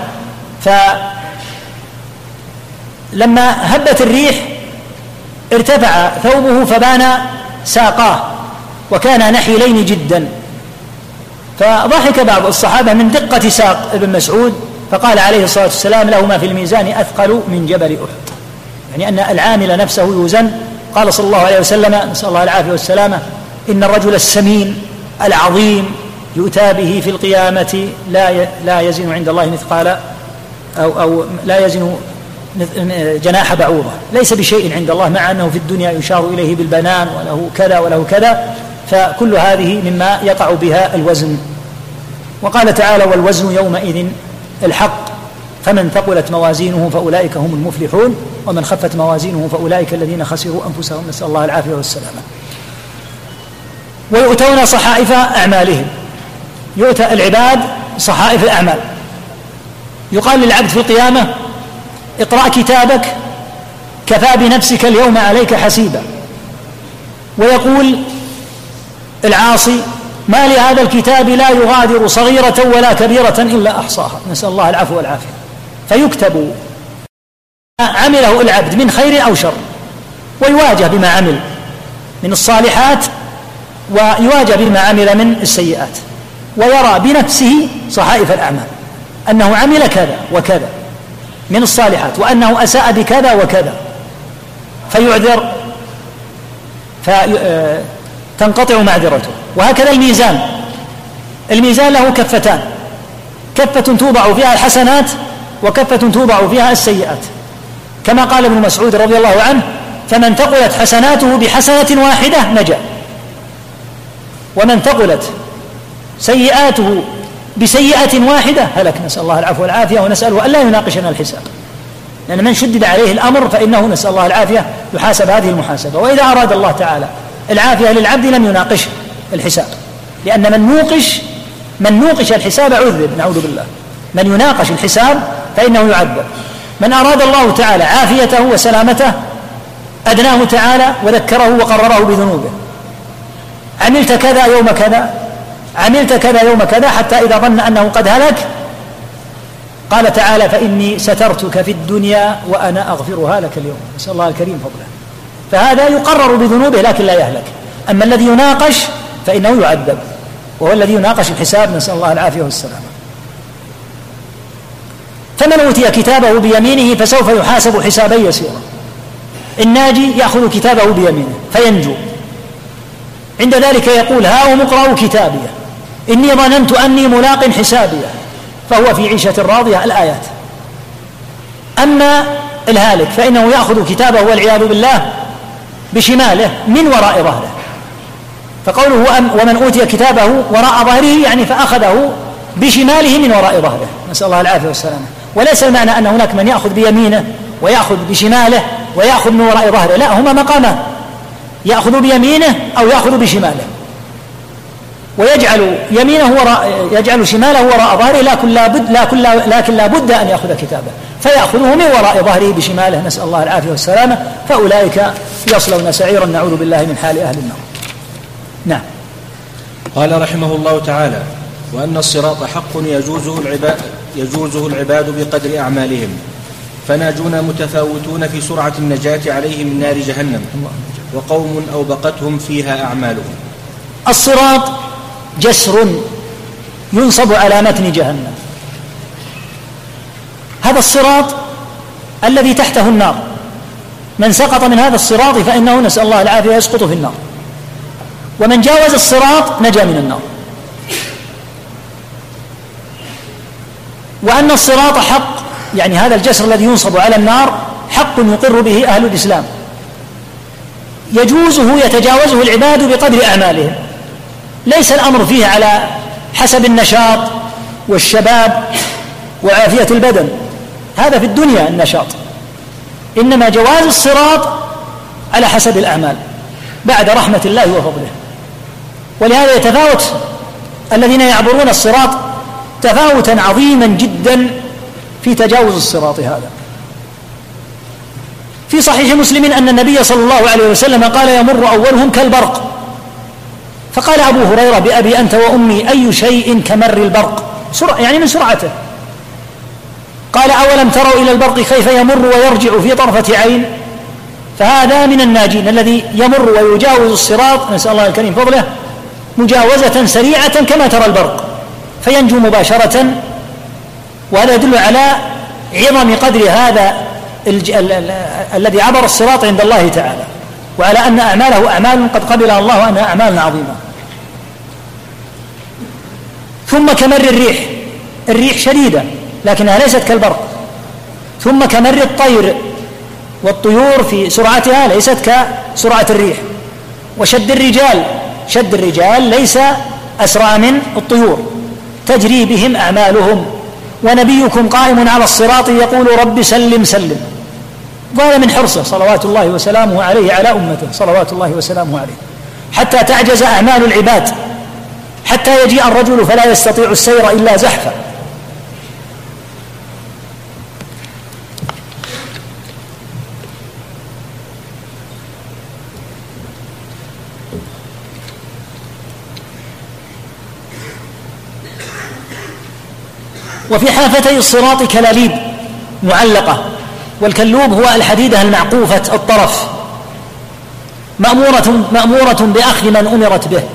فلما هبت الريح ارتفع ثوبه فبان ساقاه، وكان نحيلين جدا. فضحك بعض الصحابة من دقة ساق ابن مسعود، فقال عليه الصلاة والسلام: لهما في الميزان أثقل من جبل أحد، يعني أن العامل نفسه يوزن. قال صلى الله عليه وسلم، نسأل الله العافية والسلامة: إن الرجل السمين العظيم يؤتى به في القيامة لا لا يزن عند الله مثقال أو أو لا يزن جناح بعوضة، ليس بشيء عند الله، مع أنه في الدنيا يشار إليه بالبنان وله كذا وله كذا. فكل هذه مما يقع بها الوزن. وقال تعالى: والوزن يومئذ الحق فمن ثقلت موازينه فأولئك هم المفلحون ومن خفت موازينه فأولئك الذين خسروا أنفسهم. نسأل الله العافية والسلامة. ويؤتون صحائف أعمالهم، يؤتى العباد صحائف الأعمال. يقال للعبد في القيامة: اقرأ كتابك كفى بنفسك اليوم عليك حسيبا. ويقول العاصي: ما لهذا الكتاب لا يغادر صغيرة ولا كبيرة إلا أحصاها. نسأل الله العفو والعافية. فيكتب ما عمله العبد من خير أو شر، ويواجه بما عمل من الصالحات ويواجه بما عمل من السيئات، ويرى بنفسه صحائف الأعمال أنه عمل كذا وكذا من الصالحات، وأنه أساء بكذا وكذا، فيعذر فتنقطع معذرته. وهكذا الميزان، الميزان له كفتان، كفة توضع فيها الحسنات وكفة توضع فيها السيئات، كما قال ابن مسعود رضي الله عنه: فمن ثقلت حسناته بحسنة واحدة نجا، ومن ثقلت سيئاته بسيئة واحدة هلك. نسأل الله العفو والعافية، ونسأله أن لا يناقشنا الحساب، لأن من شدد عليه الأمر فإنه نسأل الله العافية يحاسب هذه المحاسبة. وإذا أراد الله تعالى العافية للعبد لم يناقش الحساب، لأن من نوقش من نوقش الحساب عذب، نعوذ بالله. من يناقش الحساب فإنه يعذب. من أراد الله تعالى عافيته وسلامته أدناه تعالى وذكره وقرره بذنوبه. عملت كذا يوم كذا، عملت كذا يوم كذا، حتى إذا ظن أنه قد هلك قال تعالى فإني سترتك في الدنيا وأنا أغفرها لك اليوم. نسأل الله الكريم فضله. فهذا يقرر بذنوبه لكن لا يهلك. أما الذي يناقش فإنه يعذب، وهو الذي يناقش الحساب، نسأل الله العافية والسلامة. فمن أوتي كتابه بيمينه فسوف يحاسب حسابا يسيرا. الناجي يأخذ كتابه بيمينه فينجو، عند ذلك يقول هاؤم اقرأوا كتابيه إني ظننت أني ملاق حسابيه، فهو في عيشة راضية. الآيات. أما الهالك فإنه يأخذ كتابه والعياذ بالله بشماله من وراء ظهره. فقوله ومن أوتي كتابه وراء ظهره يعني فأخذه بشماله من وراء ظهره، نسأل الله العافية والسلامة. وليس المعنى أن هناك من يأخذ بيمينه ويأخذ بشماله ويأخذ من وراء ظهره، لا، هما مقامان، يأخذ بيمينه أو يأخذ بشماله، ويجعل يمينه وراء يجعل شماله وراء ظهره، لكن لا بد لكن لا لكن لا بد أن يأخذ كتابه فيأخذه من وراء ظهره بشماله، نسأل الله العافية والسلامة. فأولئك يصلون سعيرا، نعوذ بالله من حال أهل النار. نعم. قال رحمه الله تعالى وأن الصراط حق يجوزه العباد, يجوزه العباد بقدر أعمالهم، فناجون متفاوتون في سرعة النجاة عليه من نار جهنم، وقوم أوبقتهم فيها أعمالهم. الصراط جسر ينصب على متن جهنم. هذا الصراط الذي تحته النار، من سقط من هذا الصراط فإنه نسأل الله العافية يسقط في النار، ومن جاوز الصراط نجا من النار. وأن الصراط حق، يعني هذا الجسر الذي ينصب على النار حق يقر به أهل الإسلام، يجوزه يتجاوزه العباد بقدر أعمالهم. ليس الأمر فيه على حسب النشاط والشباب وعافية البدن، هذا في الدنيا النشاط، إنما جواز الصراط على حسب الأعمال بعد رحمة الله وفضله. ولهذا يتفاوت الذين يعبرون الصراط تفاوتا عظيما جدا في تجاوز الصراط هذا. في صحيح مسلم أن النبي صلى الله عليه وسلم قال يمر أولهم كالبرق، فقال أبو هريرة بأبي أنت وأمي أي شيء كمر البرق، يعني من سرعته. قال أولم تروا إلى البرق كيف يمر ويرجع في طرفة عين؟ فهذا من الناجين الذي يمر ويجاوز الصراط، نسأل الله الكريم فضله، مجاوزة سريعة كما ترى البرق فينجو مباشرة. وهذا يدل على عظم قدر هذا الج... ال... ال... الذي عبر الصراط عند الله تعالى، وعلى أن أعماله أعمال قد قبلها الله وأنها أعمال عظيمة. ثم كمر الريح، الريح شديدة لكنها ليست كالبرق. ثم كمر الطير، والطيور في سرعتها ليست كسرعة الريح. وشد الرجال، شد الرجال ليس أسرع من الطيور، تجري بهم أعمالهم. ونبيكم قائم على الصراط يقول رب سلم سلم. قال من حرصه صلوات الله وسلامه عليه على أمته صلوات الله وسلامه عليه، حتى تعجز أعمال العباد، حتى يجيء الرجل فلا يستطيع السير إلا زحفا. وفي حافتي الصراط كلاليب معلقة، والكلوب هو الحديدة المعقوفة الطرف، مأمورة, مأمورة بأخذ من أمرت به.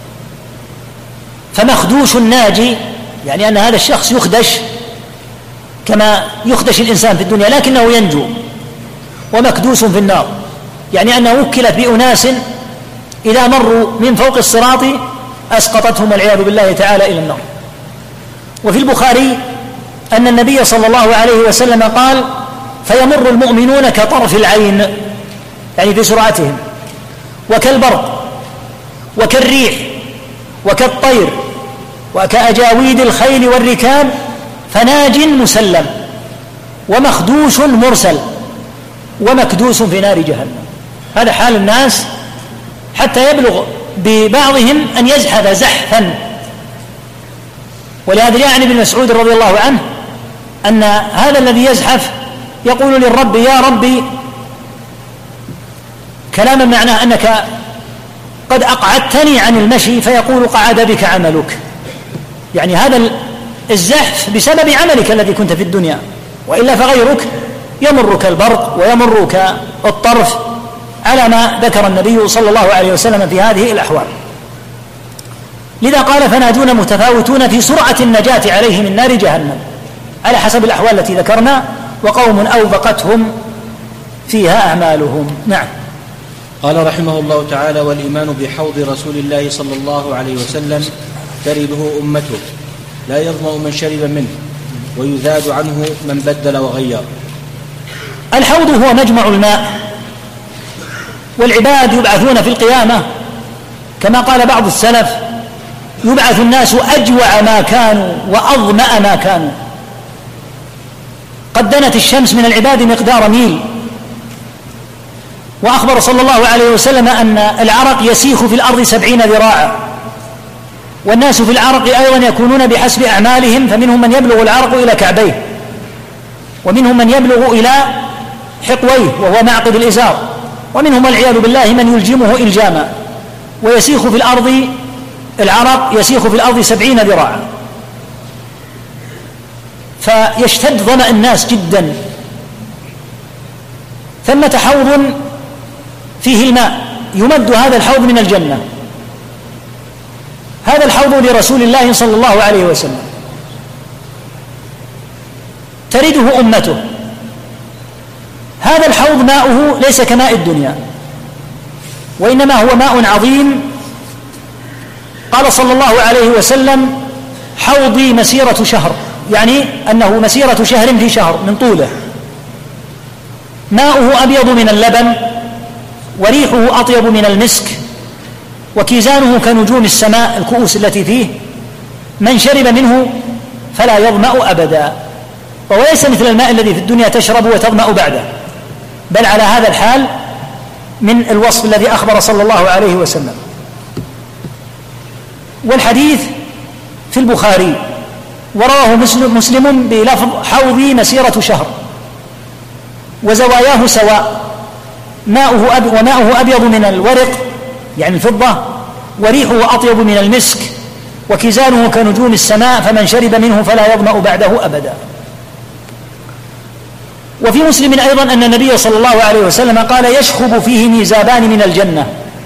فمخدوش الناجي يعني أن هذا الشخص يخدش كما يخدش الإنسان في الدنيا لكنه ينجو. ومكدوس في النار يعني أنه وكلت بأناس إذا مروا من فوق الصراط أسقطتهم والعياذ بالله تعالى إلى النار. وفي البخاري أن النبي صلى الله عليه وسلم قال فيمر المؤمنون كطرف العين، يعني في سرعتهم، وكالبرق وكالريح وكالطير وكأجاويد الخيل والركاب، فناج مسلم ومخدوش مرسل. ومكدوس في نار جهنم. هذا حال الناس حتى يبلغ ببعضهم أن يزحف زحفا. ولهذا يعني ابن مسعود رضي الله عنه أن هذا الذي يزحف يقول للرب: يا ربي، كلاما معناه أنك قد أقعدتني عن المشي، فيقول: قعد بك عملك. يعني هذا الزحف بسبب عملك الذي كنت في الدنيا، وإلا فغيرك يمر كالبرق ويمر كالطرف، على ما ذكر النبي صلى الله عليه وسلم في هذه الأحوال. لذا قال: فناجون متفاوتون في سرعة النجاة عليه من نار جهنم، على حسب الأحوال التي ذكرنا، وقوم أوبقتهم فيها أعمالهم. نعم. قال رحمه الله تعالى: والإيمان بحوض رسول الله صلى الله عليه وسلم ترده أمته، لا يظمأ من شرب منه، ويذاد عنه من بدل وغير. الحوض هو مجمع الماء، والعباد يبعثون في القيامة كما قال بعض السلف: يبعث الناس أجوع ما كانوا وأظمأ ما كانوا. قد دنت الشمس من العباد مقدار ميل، وأخبر صلى الله عليه وسلم أن العرق يسيخ في الأرض سبعين ذراعا، والناس في العرق أيضا يكونون بحسب أعمالهم، فمنهم من يبلغ العرق إلى كعبيه، ومنهم من يبلغ إلى حقويه وهو معقد الإزار، ومنهم والعياذ بالله من يلجمه إلجاما، ويسيخ في الأرض العرق يسيخ في الأرض سبعين ذراعا، فيشتد ظمأ الناس جدا. ثمة حوض فيه الماء، يمد هذا الحوض من الجنة. هذا الحوض لرسول الله صلى الله عليه وسلم، ترده أمته. هذا الحوض ماؤه ليس كماء الدنيا، وإنما هو ماء عظيم. قال صلى الله عليه وسلم: حوضي مسيرة شهر، يعني أنه مسيرة شهر في شهر من طوله. ماؤه أبيض من اللبن، وريحه أطيب من المسك، وكيزانه كنجوم السماء الكؤوس التي فيه. من شرب منه فلا يظمأ أبدا. وهو ليس مثل الماء الذي في الدنيا تشرب وتظمأ بعده، بل على هذا الحال من الوصف الذي أخبر صلى الله عليه وسلم. والحديث في البخاري، ورواه مسلم, مسلم بلفظ: حوضي مسيرة شهر، وزواياه سواء، ماؤه أب وماؤه أبيض من الورق يعني الفضة، وريحه أطيب من المسك، وكيزانه كنجوم السماء، فمن شرب منه فلا يظمأ بعده أبدا. وفي مسلم أيضا أن النبي صلى الله عليه وسلم قال: يشخب فيه ميزابان من الجنة،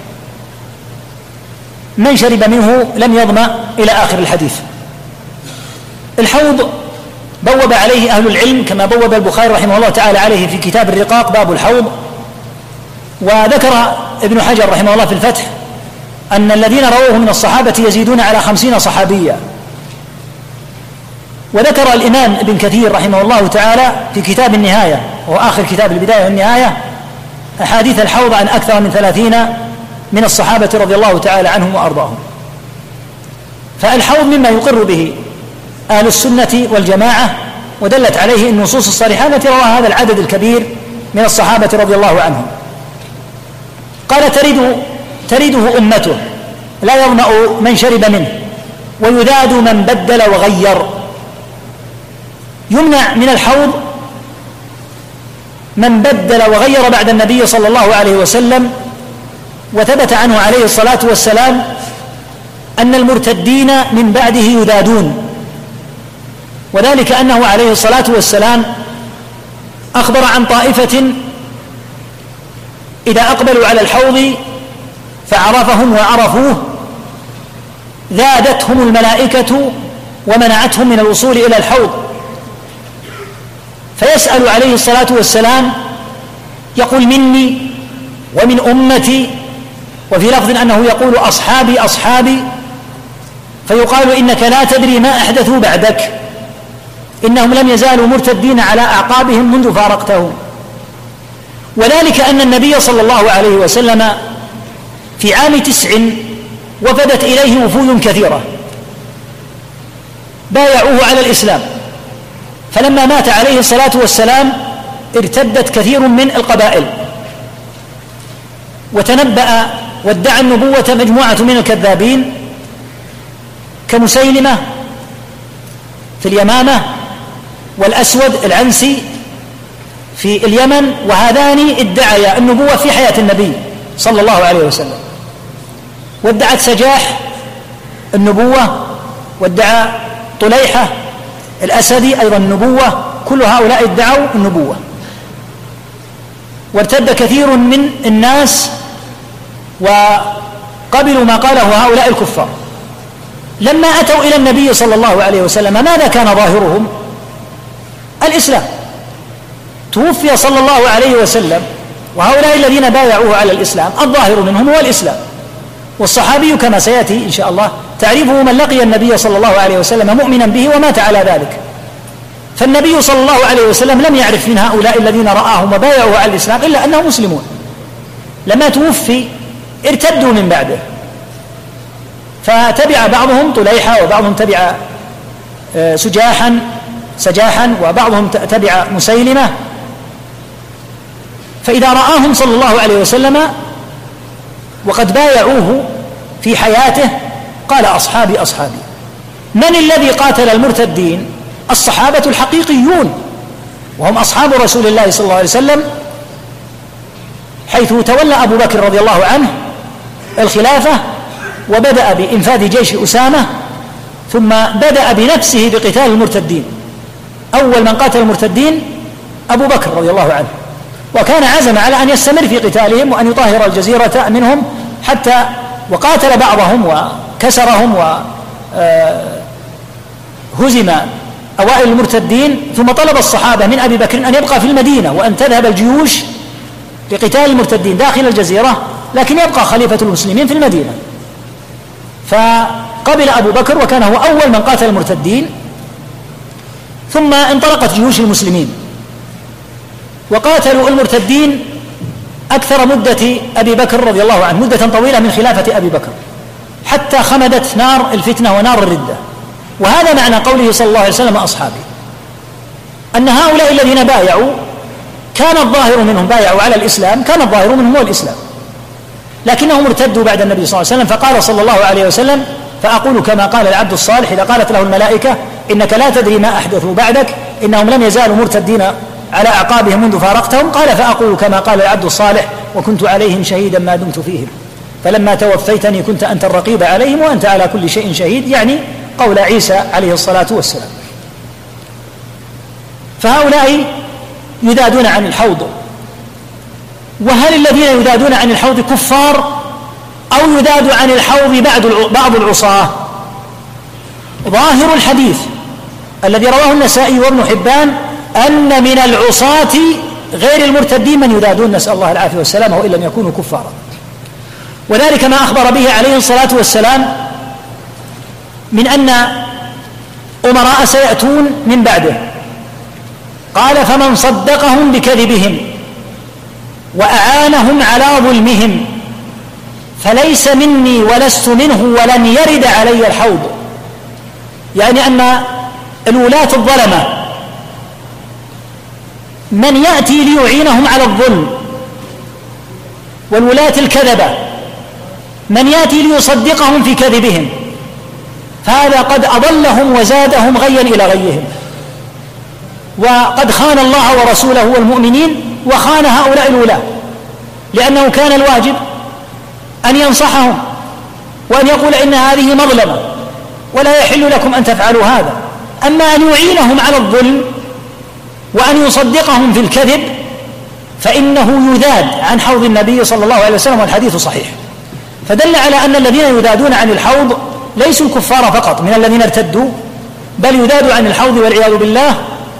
من شرب منه لم يظمأ، إلى آخر الحديث. الحوض بوب عليه أهل العلم كما بوب البخاري رحمه الله تعالى عليه في كتاب الرقاق باب الحوض. وذكر ابن حجر رحمه الله في الفتح أن الذين رووه من الصحابة يزيدون على خمسين صحابيا. وذكر الإمام ابن كثير رحمه الله تعالى في كتاب النهاية، وهو آخر كتاب البداية والنهاية، أحاديث الحوض عن أكثر من ثلاثين من الصحابة رضي الله تعالى عنهم وأرضاهم. فالحوض مما يقر به أهل السنة والجماعة، ودلت عليه النصوص الصريحة التي رواها هذا العدد الكبير من الصحابة رضي الله عنهم. قال: ترده, ترده أمته، لا يظمأ من شرب منه، ويذاد من بدل وغير. يمنع من الحوض من بدل وغير بعد النبي صلى الله عليه وسلم. وثبت عنه عليه الصلاة والسلام أن المرتدين من بعده يذادون، وذلك أنه عليه الصلاة والسلام أخبر عن طائفة إذا أقبلوا على الحوض فعرفهم وعرفوه ذادتهم الملائكة ومنعتهم من الوصول إلى الحوض. فيسأل عليه الصلاة والسلام يقول: مني ومن أمتي، وفي لفظ أنه يقول: أصحابي أصحابي. فيقال: إنك لا تدري ما أحدثوا بعدك، إنهم لم يزالوا مرتدين على أعقابهم منذ فارقتهم. وذلك أن النبي صلى الله عليه وسلم في عام تسع وفدت إليه وفود كثيرة بايعوه على الإسلام، فلما مات عليه الصلاة والسلام ارتدت كثير من القبائل، وتنبأ وادعى النبوة مجموعة من الكذابين كمسيلمة في اليمامة، والأسود العنسي في اليمن، وهذان ادعيا النبوة في حياة النبي صلى الله عليه وسلم. وادعت سجاح النبوة، وادعى طليحة الأسدي أيضا النبوة، كل هؤلاء ادعوا النبوة. وارتد كثير من الناس وقبلوا ما قاله هؤلاء الكفار. لما أتوا إلى النبي صلى الله عليه وسلم ماذا كان ظاهرهم؟ الإسلام. توفي صلى الله عليه وسلم، وهؤلاء الذين بايعوه على الإسلام الظاهر منهم هو الإسلام. والصحابي كما سيأتي إن شاء الله تعريفه من لقي النبي صلى الله عليه وسلم مؤمنا به ومات على ذلك. فالنبي صلى الله عليه وسلم لم يعرف من هؤلاء الذين رآهم وبايعوا على الإسلام إلا أنهم مسلمون. لما توفي ارتدوا من بعده، فتبع بعضهم طليحة، وبعضهم تبع سجاحا سجاحا وبعضهم تبع مسيلمة. فإذا رآهم صلى الله عليه وسلم وقد بايعوه في حياته قال أصحابي أصحابي. من الذي قاتل المرتدين؟ الصحابة الحقيقيون، وهم أصحاب رسول الله صلى الله عليه وسلم، حيث تولى أبو بكر رضي الله عنه الخلافة وبدأ بإنفاذ جيش أسامة، ثم بدأ بنفسه بقتال المرتدين. أول من قاتل المرتدين أبو بكر رضي الله عنه، وكان عزم على أن يستمر في قتالهم وأن يطهر الجزيرة منهم، حتى وقاتل بعضهم وكسرهم وهزم أوائل المرتدين. ثم طلب الصحابة من أبي بكر أن يبقى في المدينة وأن تذهب الجيوش لقتال المرتدين داخل الجزيرة، لكن يبقى خليفة المسلمين في المدينة. فقبل أبو بكر وكان هو أول من قاتل المرتدين. ثم انطلقت جيوش المسلمين وقاتلوا المرتدين أكثر مدة أبي بكر رضي الله عنه، مدة طويلة من خلافة أبي بكر، حتى خمدت نار الفتنة ونار الردة. وهذا معنى قوله صلى الله عليه وسلم أصحابي، أن هؤلاء الذين بايعوا كان الظاهر منهم بايعوا على الإسلام، كان الظاهر منهم هو الإسلام، لكنهم ارتدوا بعد النبي صلى الله عليه وسلم. فقال صلى الله عليه وسلم: فأقول كما قال العبد الصالح إذا قالت له الملائكة إنك لا تدري ما أحدثوا بعدك إنهم لم يزالوا مرتدين على أعقابهم منذ فارقتهم. قال: فأقول كما قال العبد الصالح وكنت عليهم شهيدا ما دمت فيهم فلما توفيتني كنت أنت الرقيب عليهم وأنت على كل شيء شهيد، يعني قول عيسى عليه الصلاة والسلام. فهؤلاء يذادون عن الحوض. وهل الذين يذادون عن الحوض كفار أو يذاد عن الحوض بعض العصاة؟ ظاهر الحديث الذي رواه النسائي وابن حبان أن من العصاة غير المرتدين من يذادون، نسأل الله العافية والسلامة، وإن لم يكونوا كفارا. وذلك ما أخبر به عليه الصلاة والسلام من أن أمراء سيأتون من بعده. قال: فمن صدقهم بكذبهم وأعانهم على ظلمهم فليس مني ولست منه ولن يرد علي الحوض. يعني أن الولاة الظلمة من يأتي ليعينهم على الظلم، والولاة الكذبة من يأتي ليصدقهم في كذبهم، فهذا قد أضلهم وزادهم غيا إلى غيهم، وقد خان الله ورسوله والمؤمنين وخان هؤلاء الولاة، لأنه كان الواجب أن ينصحهم وأن يقول إن هذه مظلمة ولا يحل لكم أن تفعلوا هذا. أما أن يعينهم على الظلم وأن يصدقهم في الكذب فإنه يذاد عن حوض النبي صلى الله عليه وسلم، والحديث صحيح. فدل على أن الذين يذادون عن الحوض ليسوا الكفار فقط من الذين ارتدوا، بل يذاد عن الحوض والعياذ بالله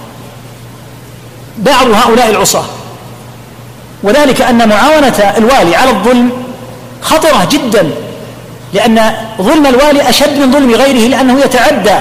بعض هؤلاء العصاة. وذلك أن معاونة الوالي على الظلم خطرة جدا، لأن ظلم الوالي أشد من ظلم غيره، لأنه يتعدى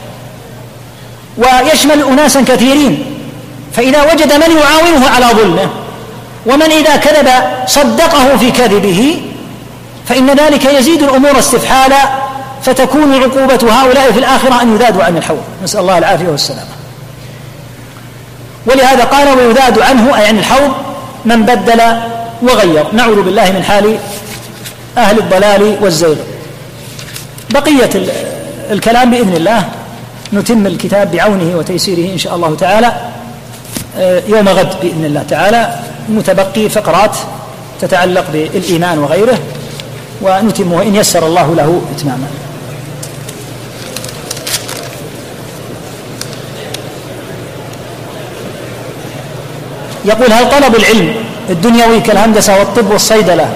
ويشمل أناسا كثيرين. فإذا وجد من يعاونه على ظلمه ومن إذا كذب صدقه في كذبه فإن ذلك يزيد الأمور استفحالا، فتكون عقوبة هؤلاء في الآخرة أن يذادوا عن الحوض، نسأل الله العافية والسلامة. ولهذا قال ويذاد عنه أي عن الحوض من بدل وغير. نعوذ بالله من حال أهل الضلال والزيغ. بقية الكلام بإذن الله نتم الكتاب بعونه وتيسيره إن شاء الله تعالى يوم غد بإذن الله تعالى، متبقي فقرات تتعلق بالإيمان وغيره، ونتمه إن يسر الله له إتماما. يقول هل طلب العلم الدنيوي كالهندسة والطب والصيدلة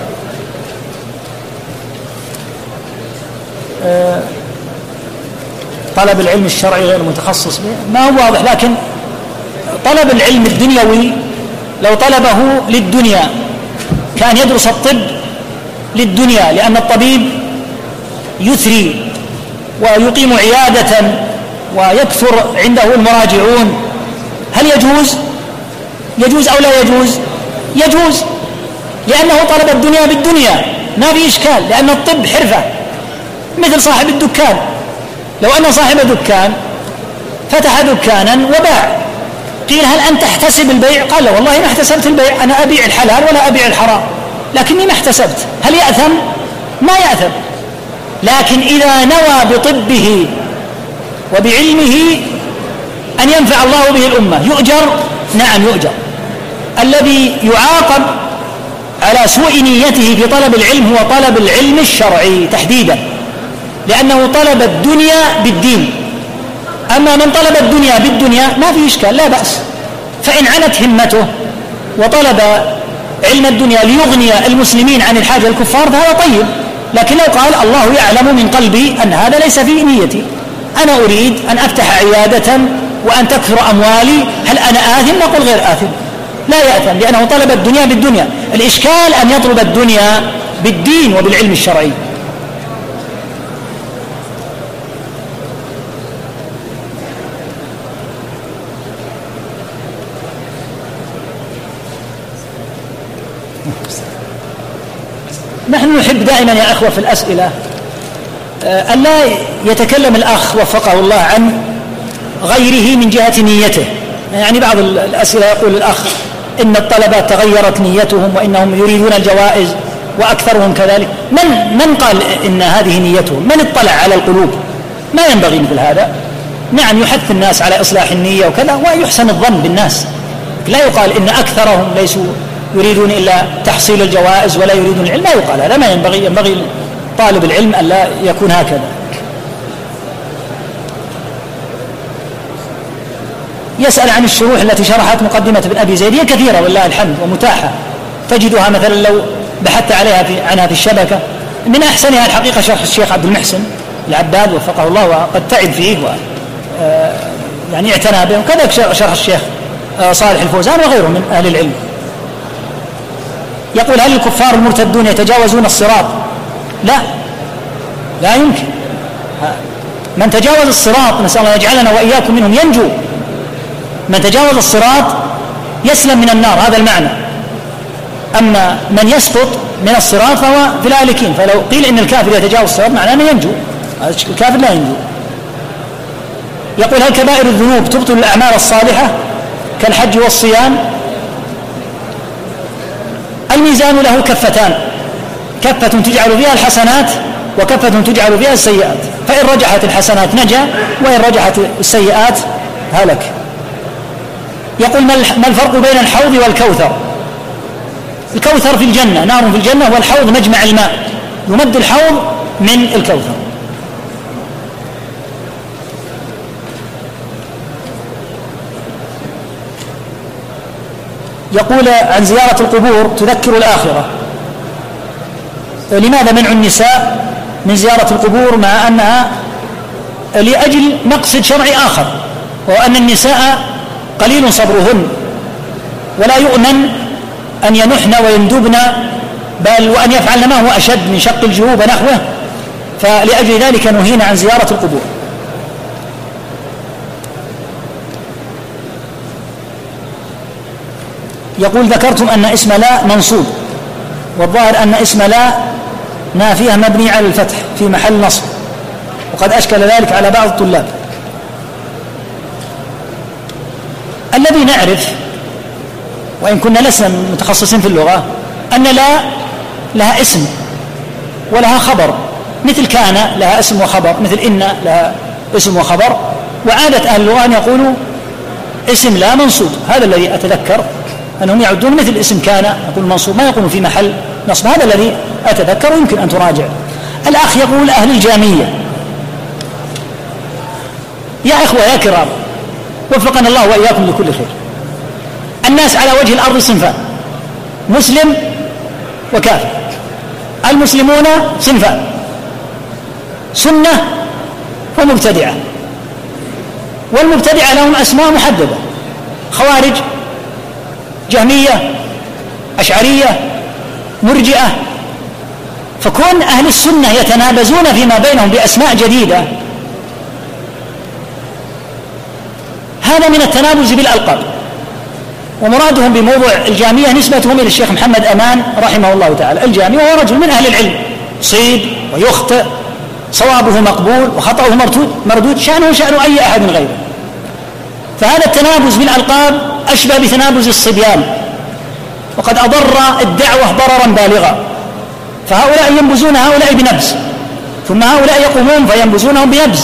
أه طلب العلم الشرعي غير متخصص به؟ ما هو واضح، لكن طلب العلم الدنيوي لو طلبه للدنيا كان يدرس الطب للدنيا، لأن الطبيب يثري ويقيم عيادة ويكثر عنده المراجعون. هل يجوز؟ يجوز أو لا يجوز؟ يجوز، لأنه طلب الدنيا بالدنيا، ما في إشكال، لأن الطب حرفة مثل صاحب الدكان. لو أن صاحب دكان فتح دكانا وباع، قيل هل أنت تحتسب البيع؟ قال لا والله ما احتسبت البيع، أنا أبيع الحلال ولا أبيع الحرام، لكني ما احتسبت. هل يأثم؟ ما يأثم. لكن إذا نوى بطبه وبعلمه أن ينفع الله به الأمة يؤجر؟ نعم يؤجر. الذي يعاقب على سوء نيته في طلب العلم هو طلب العلم الشرعي تحديدا، لأنه طلب الدنيا بالدين. أما من طلب الدنيا بالدنيا ما في إشكال، لا بأس، فإن عنت همته وطلب علم الدنيا ليغني المسلمين عن الحاجة الكفار فهذا طيب. لكن لو قال الله يعلم من قلبي أن هذا ليس في نيتي، أنا أريد أن أفتح عيادة وأن تكثر أموالي، هل أنا آثم؟ نقول غير آثم، لا يأثم، لأنه طلب الدنيا بالدنيا. الإشكال أن يطلب الدنيا بالدين وبالعلم الشرعي. نحن نحب دائما يا أخوة في الأسئلة أن لا يتكلم الأخ وفقه الله عن غيره من جهة نيته. يعني بعض الأسئلة يقول الأخ إن الطلبة تغيرت نيتهم وإنهم يريدون الجوائز وأكثرهم كذلك. من من قال إن هذه نيتهم؟ من اطلع على القلوب؟ ما ينبغي مثل هذا. نعم يحث الناس على إصلاح النية وكذا ويحسن الظن بالناس، لا يقال إن أكثرهم ليسوا يريدون إلا تحصيل الجوائز ولا يريدون العلم، ما يقال هذا، ما ينبغي. ينبغي طالب العلم أن لا يكون هكذا. يسأل عن الشروح التي شرحت مقدمة ابن أبي زيد، هي كثيرة والله الحمد ومتاحة، تجدها مثلا لو بحثت عليها في عنها في الشبكة. من أحسنها الحقيقة شرح الشيخ عبد المحسن العباد وفقه الله، وقد تعب فيه و يعني اعتنى به، وكذلك شرح الشيخ صالح الفوزان وغيره من أهل العلم. يقول هل الكفار المرتدون يتجاوزون الصراط؟ لا، لا يمكن. من تجاوز الصراط نسأل الله يجعلنا وإياكم منهم ينجو. من تجاوز الصراط يسلم من النار، هذا المعنى. أما من يسقط من الصراط فهو في الهالكين. فلو قيل إن الكافر يتجاوز الصراط معناه أنه ينجو، الكافر لا ينجو. يقول هل كبائر الذنوب تبطل الأعمال الصالحة كالحج والصيام؟ الميزان له كفتان، كفة تجعل فيها الحسنات وكفة تجعل فيها السيئات، فإن رجحت الحسنات نجا وإن رجحت السيئات هلك. يقول ما الفرق بين الحوض والكوثر؟ الكوثر في الجنة، نار في الجنة، والحوض مجمع الماء، يمد الحوض من الكوثر. يقول عن زيارة القبور تذكر الآخرة، لماذا منع النساء من زيارة القبور مع أنها لأجل مقصد شرعي آخر، وأن النساء قليل صبرهن ولا يؤمن أن ينحن ويندبن، بل وأن يفعلن ما هو أشد من شق الجيوب نحوه، فلأجل ذلك نهينا عن زيارة القبور. يقول ذكرتم أن اسم لا منصوب، والظاهر أن اسم لا نافية مبني على الفتح في محل نصب، وقد أشكل ذلك على بعض الطلاب. الذي نعرف وإن كنا لسنا متخصصين في اللغة أن لا لها اسم ولها خبر، مثل كان لها اسم وخبر، مثل إن لها اسم وخبر. وعادة أهل اللغة أن يقولوا اسم لا منصوب، هذا الذي أتذكر أنهم يعدون مثل اسم كان يقول منصوب، ما يقولون في محل نصب، هذا الذي أتذكر ويمكن أن تراجع. الأخ يقول أهل الجامية. يا إخوة يا كرام، وفقنا الله وإياكم لكل خير. الناس على وجه الأرض صنفان: مسلم وكافر. المسلمون صنفان: سنة ومبتدعة. والمبتدعة لهم أسماء محددة: خوارج، جهمية، أشعرية، مرجئة. فكون أهل السنة يتنابزون فيما بينهم بأسماء جديدة هذا من التنابز بالألقاب. ومرادهم بموضوع الجامية نسبتهم إلى الشيخ محمد أمان رحمه الله تعالى. الجامي وهو رجل من أهل العلم، يصيب ويخطئ، صوابه مقبول وخطأه مردود، شأنه شأن أي أحد غيره. فهذا التنابز بالألقاب أشبه بتنابز الصبيان، وقد أضر الدعوة ضررا بالغا. فهؤلاء ينبزون هؤلاء بنبز، ثم هؤلاء يقومون فينبزونهم بنبز.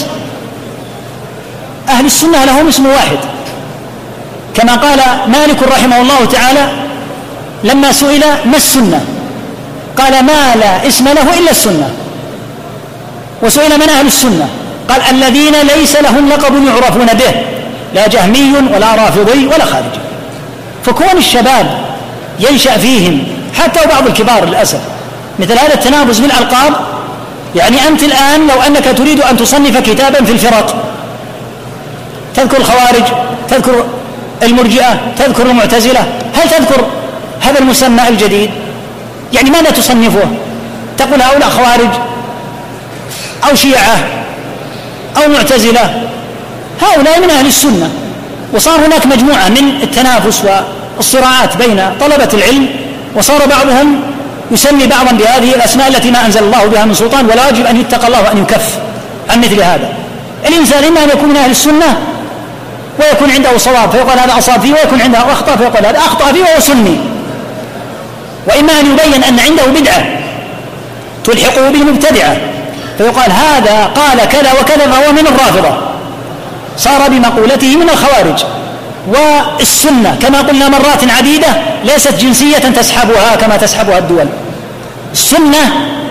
أهل السنة لهم اسم واحد، كما قال مالك رحمه الله تعالى لما سئل ما السنة قال: ما لا اسم له إلا السنة. وسئل من أهل السنة قال: الذين ليس لهم لقب يعرفون به، لا جهمي ولا رافضي ولا خارجي. فكون الشباب ينشأ فيهم حتى وبعض الكبار للأسف مثل هذا التنابز بالألقاب، يعني أنت الآن لو أنك تريد أن تصنف كتابا في الفرق، تذكر الخوارج، تذكر المرجئة، تذكر المعتزلة، هل تذكر هذا المسمى الجديد؟ يعني ماذا تصنفه؟ تقول هؤلاء خوارج أو شيعة أو معتزلة؟ هؤلاء من أهل السنة. وصار هناك مجموعة من التنافس والصراعات بين طلبة العلم، وصار بعضهم يسمي بعضا بهذه الأسماء التي ما أنزل الله بها من سلطان، ولا واجب أن يتقى الله وأن يكف عن مثل هذا. الإنسان إما أن يكون من أهل السنة ويكون عنده صواب فيقال هذا أصاب فيه، ويكون عنده أخطأ فيقال هذا أخطأ فيه وهو سني، وإما أن يبين أن عنده بدعة تلحقه بالمبتدعة فيقال هذا قال كذا وكذا فهو من الرافضة، صار بمقولته من الخوارج. والسنة كما قلنا مرات عديدة ليست جنسية تسحبها كما تسحبها الدول. السنة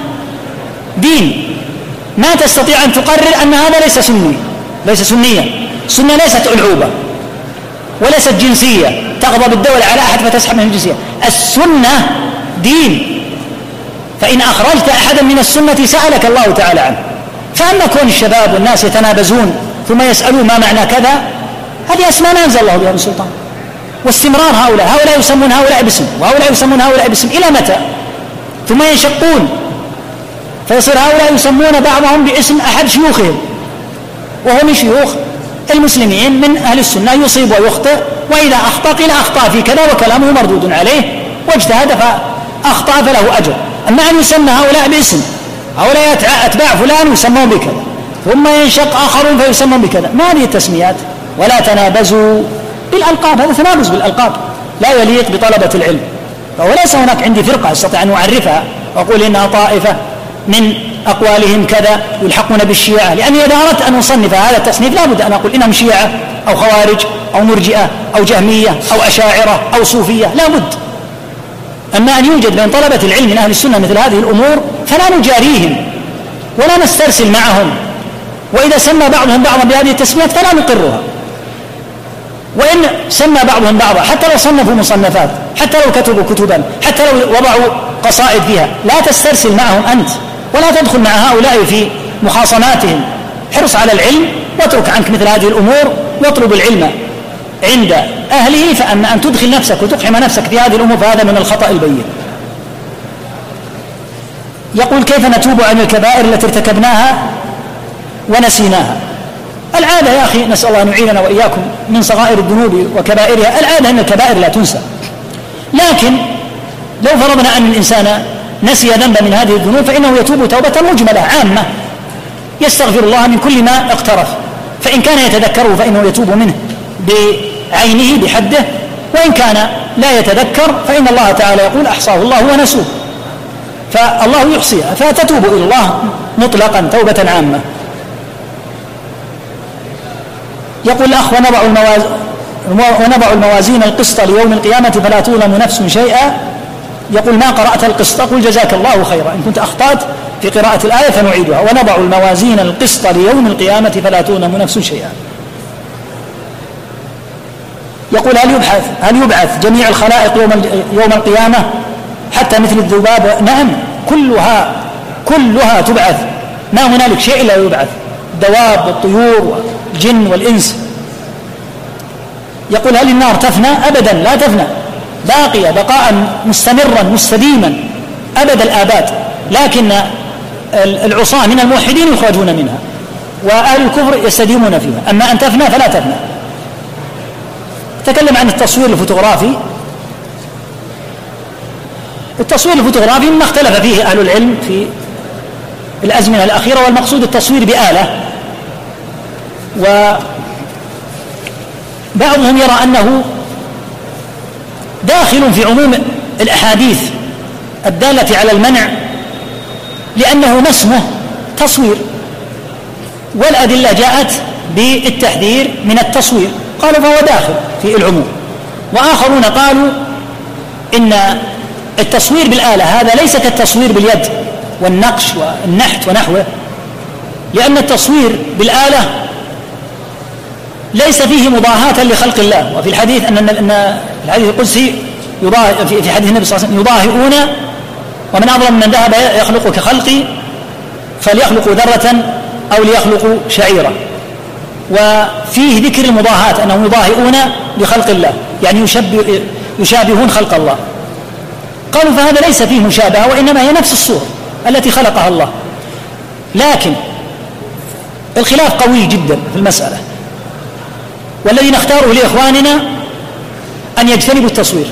دين، ما تستطيع أن تقرر أن هذا ليس سني، ليس سنيا. السنة ليست ألعوبة وليست جنسية تغضب الدولة على أحد فتسحب من الجنسية. السنة دين، فإن أخرجت أحدا من السنة سألك الله تعالى عنه. فأما كون الشباب والناس يتنابزون ثم يسألون ما معنى كذا، هذه أسماء ما أنزل الله بها من سلطان. واستمرار هؤلاء هؤلاء يسمون هؤلاء باسم وهؤلاء يسمون هؤلاء باسم إلى متى؟ ثم ينشقون فيصير هؤلاء يسمون بعضهم باسم أحد شيوخهم، وهو من شيوخ المسلمين من أهل السنة، يصيب ويخطئ، وإذا أخطأ قيل أخطأ في كذا وكلامه مردود عليه، واجتهد فأخطأ فله أجر. أما أن يسمى هؤلاء باسم، هؤلاء أتباع فلان يسمون بكذا، ثم ينشق آخرون فيسمون بكذا، ما هذه التسميات. ولا تنابزوا بالألقاب، هذا تنابز بالألقاب لا يليق بطلبة العلم. وليس هناك عندي فرقة أستطيع أن أعرفها وأقول إنها طائفة من أقوالهم كذا يلحقون بالشيعة، لأني إذا أردت أن أصنف هذا التصنيف لا بد أن أقول إنهم شيعة أو خوارج أو مرجئة أو جهمية أو أشاعرة أو صوفية، لا بد. أما أن يوجد بين طلبة العلم من أهل السنة مثل هذه الأمور فلا نجاريهم ولا نسترسل معهم، وإذا سمى بعضهم بعضا بهذه التسميات فلا نقرها. وإن سمى بعضهم بعضا حتى لو صنفوا مصنفات، حتى لو كتبوا كتبا، حتى لو وضعوا قصائد فيها، لا تسترسل معهم أنت ولا تدخل مع هؤلاء في مخاصماتهم. حرص على العلم واترك عنك مثل هذه الأمور، واطلب العلم عند أهله. فأما أن تدخل نفسك وتقحم نفسك في هذه الأمور فهذا من الخطأ البين. يقول: كيف نتوب عن الكبائر التي ارتكبناها ونسيناها؟ العادة يا أخي، نسأل الله أن يعيننا وإياكم من صغائر الذنوب وكبائرها، العادة أن الكبائر لا تنسى. لكن لو فرضنا أن الإنسان نسي ذنبا من هذه الذنوب فإنه يتوب توبة مجملة عامة، يستغفر الله من كل ما اقترف، فإن كان يتذكره فإنه يتوب منه بعينه بحده، وإن كان لا يتذكر فإن الله تعالى يقول أحصاه الله ونسوه، فالله يحصيها، فتتوب إلى الله مطلقا توبة عامة. يقول الأخ: ونضع الموازين ونضع الموازين القسط ليوم القيامة فلا تظلم نفس شيئا. يقول: ما قرأت القسط؟ قل جزاك الله خيرا، إن كنت أخطأت في قراءة الآية فنعيدها. ونضع الموازين القسط ليوم القيامة فلا تظلم نفس شيئا. يقول: هل يبعث هل يبعث جميع الخلائق يوم يوم القيامة حتى مثل الذباب؟ نعم، كلها كلها تبعث، ما هنالك شيء لا يبعث، الدواب والطيور والجن والإنس. يقول: هل النار تفنى؟ أبدا لا تفنى، باقية بقاء مستمرا مستديما أبد الآباد، لكن العصاة من الموحدين يخرجون منها وأهل الكفر يستديمون فيها، أما أن تفنى فلا تفنى. تكلم عن التصوير الفوتوغرافي. التصوير الفوتوغرافي مما اختلف فيه أهل العلم في الأزمنة الأخيرة، والمقصود التصوير بآلة، وبعضهم يرى أنه داخل في عموم الأحاديث الدالة على المنع، لأنه ما اسمه تصوير، والأدلة جاءت بالتحذير من التصوير، قالوا فهو داخل في العموم. وآخرون قالوا إن التصوير بالآلة هذا ليس كالتصوير باليد والنقش والنحت ونحوه، لأن التصوير بالآلة ليس فيه مضاهاة لخلق الله. وفي الحديث أن الحديث القدسي في حديث النبي صلى الله عليه وسلم: يضاهئون ومن أظلم من ذهب يخلق كخلقي فليخلقوا ذرة أو ليخلقوا شعيرة. وفيه ذكر المضاهاة أنهم يضاهئون لخلق الله، يعني يشبه يشابهون خلق الله. قالوا فهذا ليس فيه مشابهة، وإنما هي نفس الصورة التي خلقها الله. لكن الخلاف قوي جدا في المسألة، والذي نختاره لإخواننا أن يجتنبوا التصوير.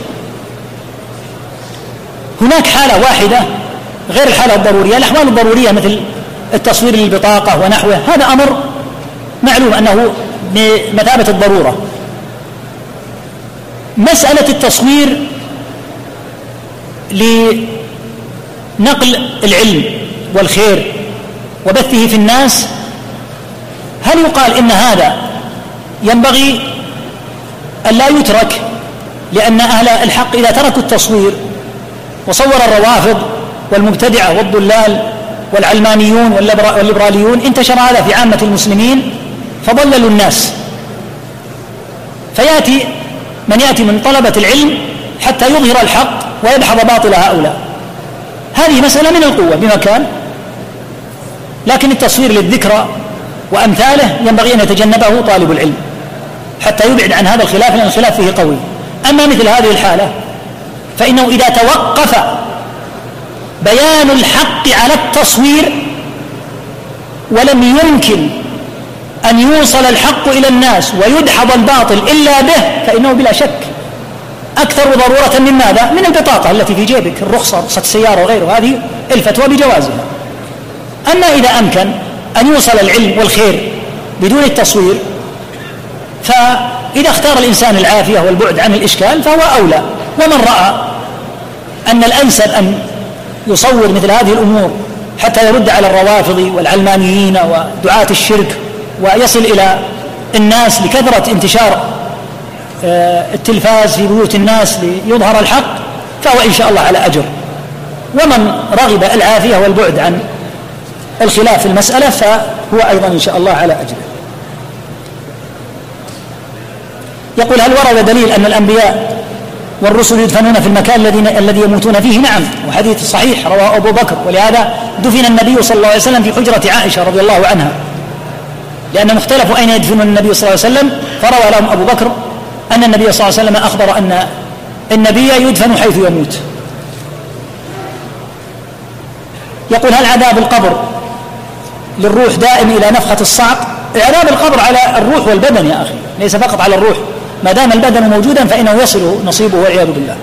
هناك حالة واحدة غير الحالة الضرورية، الأحوال الضرورية مثل التصوير للبطاقة ونحوه، هذا أمر معلوم أنه بمثابة الضرورة. مسألة التصوير لنقل العلم والخير وبثه في الناس، هل يقال إن هذا ينبغي أن لا يترك؟ لأن أهل الحق إذا تركوا التصوير وصور الروافض والمبتدعة والضلال والعلمانيون والليبراليون، انتشر هذا في عامة المسلمين فضللوا الناس، فيأتي من يأتي من طلبة العلم حتى يظهر الحق ويدحض باطل هؤلاء. هذه مسألة من القوة بمكان، لكن التصوير للذكرى وأمثاله ينبغي أن يتجنبه طالب العلم حتى يبعد عن هذا الخلاف، لأن الخلاف فيه قوي. أما مثل هذه الحالة فإنه إذا توقف بيان الحق على التصوير ولم يمكن أن يوصل الحق إلى الناس ويدحض الباطل إلا به، فإنه بلا شك أكثر ضرورة من ماذا؟ من البطاقة التي في جيبك، الرخصة، رخصة السيارة وغيره، هذه الفتوى بجوازها. أما إذا أمكن أن يوصل العلم والخير بدون التصوير، فإذا اختار الإنسان العافية والبعد عن الإشكال فهو أولى. ومن رأى أن الأنسب أن يصور مثل هذه الأمور حتى يرد على الروافض والعلمانيين ودعاة الشرك ويصل إلى الناس لكثرة انتشار التلفاز في بيوت الناس ليظهر الحق، فهو إن شاء الله على أجر. ومن رغب العافية والبعد عن الخلاف في المسألة فهو أيضا إن شاء الله على أجر. يقول: هل ورد دليل أن الأنبياء والرسل يدفنون في المكان الذي الذي يموتون فيه؟ نعم، وحديث صحيح رواه أبو بكر، ولهذا دفن النبي صلى الله عليه وسلم في حجرة عائشة رضي الله عنها، لأن مختلف أين يدفن النبي صلى الله عليه وسلم، فروى لهم أبو بكر أن النبي صلى الله عليه وسلم أخبر أن النبي يدفن حيث يموت. يقول: هل عذاب القبر للروح دائم إلى نفخة الصعق؟ عذاب القبر على الروح والبدن يا أخي، ليس فقط على الروح، ما دام البدن موجودا فإنه يصله نصيبه والعياذ بالله.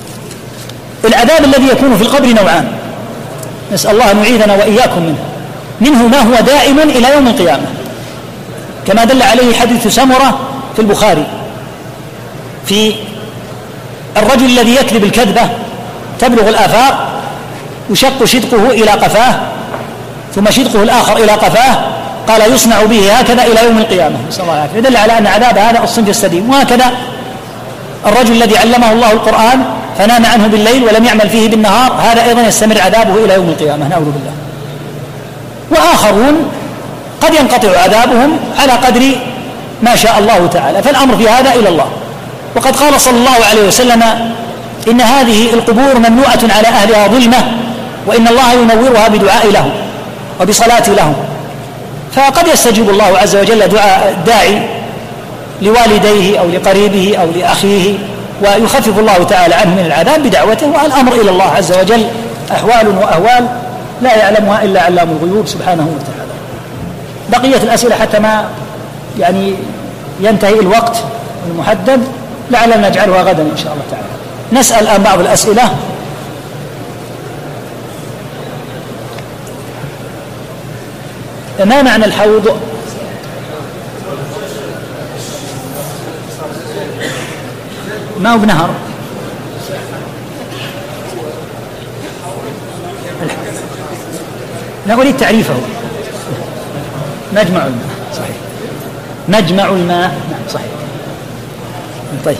العذاب الذي يكون في القبر نوعان، نسأل الله أن يعيذنا وإياكم منه. منه ما هو دائم إلى يوم القيامة، كما دل عليه حديث سمرة في البخاري في الرجل الذي يكذب الكذبة تبلغ الآفاق، يشق شدقه إلى قفاه ثم شدقه الآخر إلى قفاه، قال يصنع به هكذا إلى يوم القيامة، نسأل الله العافية. يدل على أن عذاب هذا الصنف يستديم. وهكذا الرجل الذي علمه الله القرآن فنام عنه بالليل ولم يعمل فيه بالنهار، هذا أيضا يستمر عذابه إلى يوم القيامة، نعوذ بالله. وآخرون قد ينقطع عذابهم على قدر ما شاء الله تعالى، فالأمر في هذا إلى الله. وقد قال صلى الله عليه وسلم إن هذه القبور ممنوعة على أهلها ظلمة، وإن الله ينورها بدعاء لهم وبصلاة لهم، فقد يستجيب الله عز وجل دعاء الداعي لوالديه أو لقريبه أو لأخيه، ويخفف الله تعالى عنه من العذاب بدعوته. والأمر إلى الله عز وجل أحوال وأهوال لا يعلمها إلا علام الغيوب سبحانه وتعالى. بقية الأسئلة حتى ما يعني ينتهي الوقت المحدد لعلنا نجعلها غدا إن شاء الله تعالى. نسأل الآن بعض الأسئلة. ما معنى الحوض؟ ما هو بنهر، لا أريد تعريفه. مجمع الماء، صحيح، مجمع الماء، نعم صحيح. طيب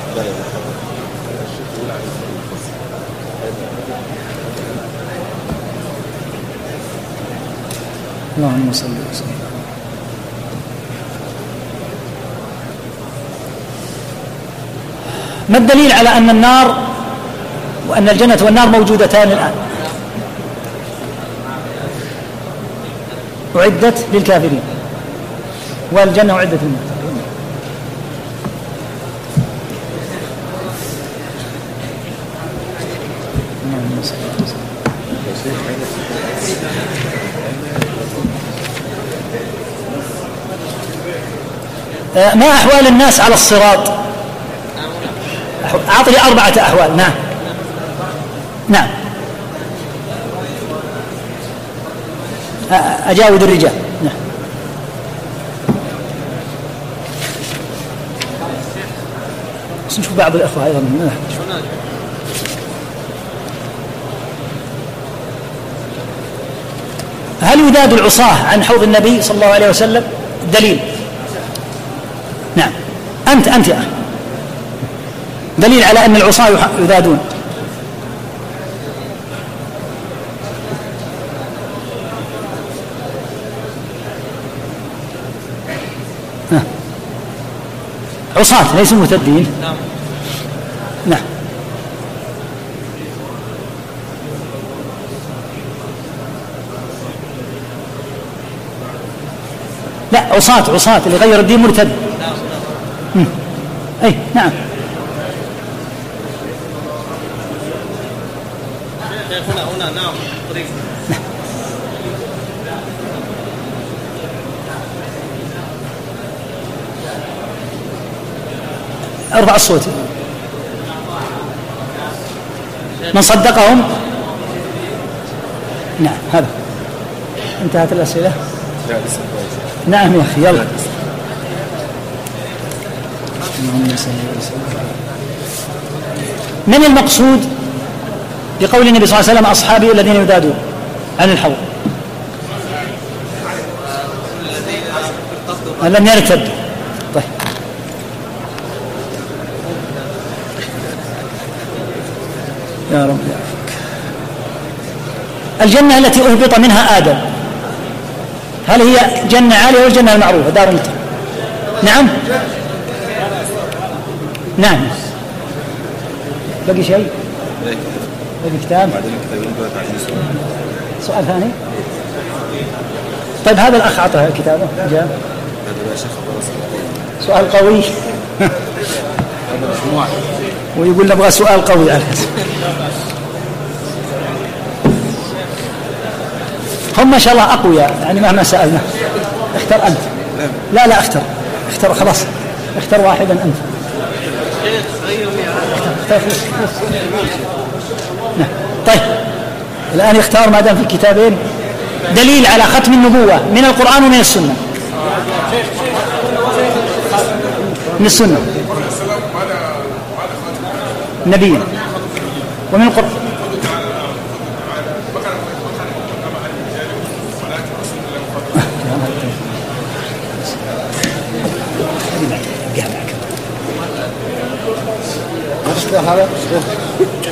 اللهم صل وسلم. ما الدليل على أن النار وأن الجنة والنار موجودتان الآن؟ أعدت للكافرين والجنة أعدت للمتقين. ما أحوال الناس على الصراط؟ أعطني أربعة أحوال. نعم نعم أجاود الرجال. نعم بس نشوف بعض الأخوة أيضا. هل يذاد العصاة عن حوض النبي صلى الله عليه وسلم؟ دليل. نعم أنت أنت يا أخي دليل على أن العصاة يذادون. عصاة ليسوا مرتدين. نعم نعم لا عصاة عصاة اللي غير الدين مرتد. نعم أي نعم هنا هنا نعم طريق. ارفع الصوت. من صدقهم. نعم هذا انتهت الأسئلة. نعم يا أخي يلا. من المقصود بقول النبي صلى الله عليه وسلم أصحابي الذين يذادون عن الحوض؟ لم يرتد. طيب يا رب يعافيك. الجنة التي أهبط منها آدم هل هي جنة عالية ولا الجنة المعروفة دار المتقين؟ نعم نعم بقي شيء؟ بقي كتاب؟ سؤال ثاني؟ طيب هذا الأخ أعطاه كتابه جاء سؤال قوي ويقول نبغى سؤال قوي على هم ما شاء الله أقوياء يعني مهما سألنا. اختر أنت. لا لا اختر اختر خلاص اختر واحدا أنت. اختر اختر طيب الآن يختار ما دام في الكتابين دليل على ختم النبوة من القرآن ومن السنة. من السنة نبيا ومن القرآن. هذا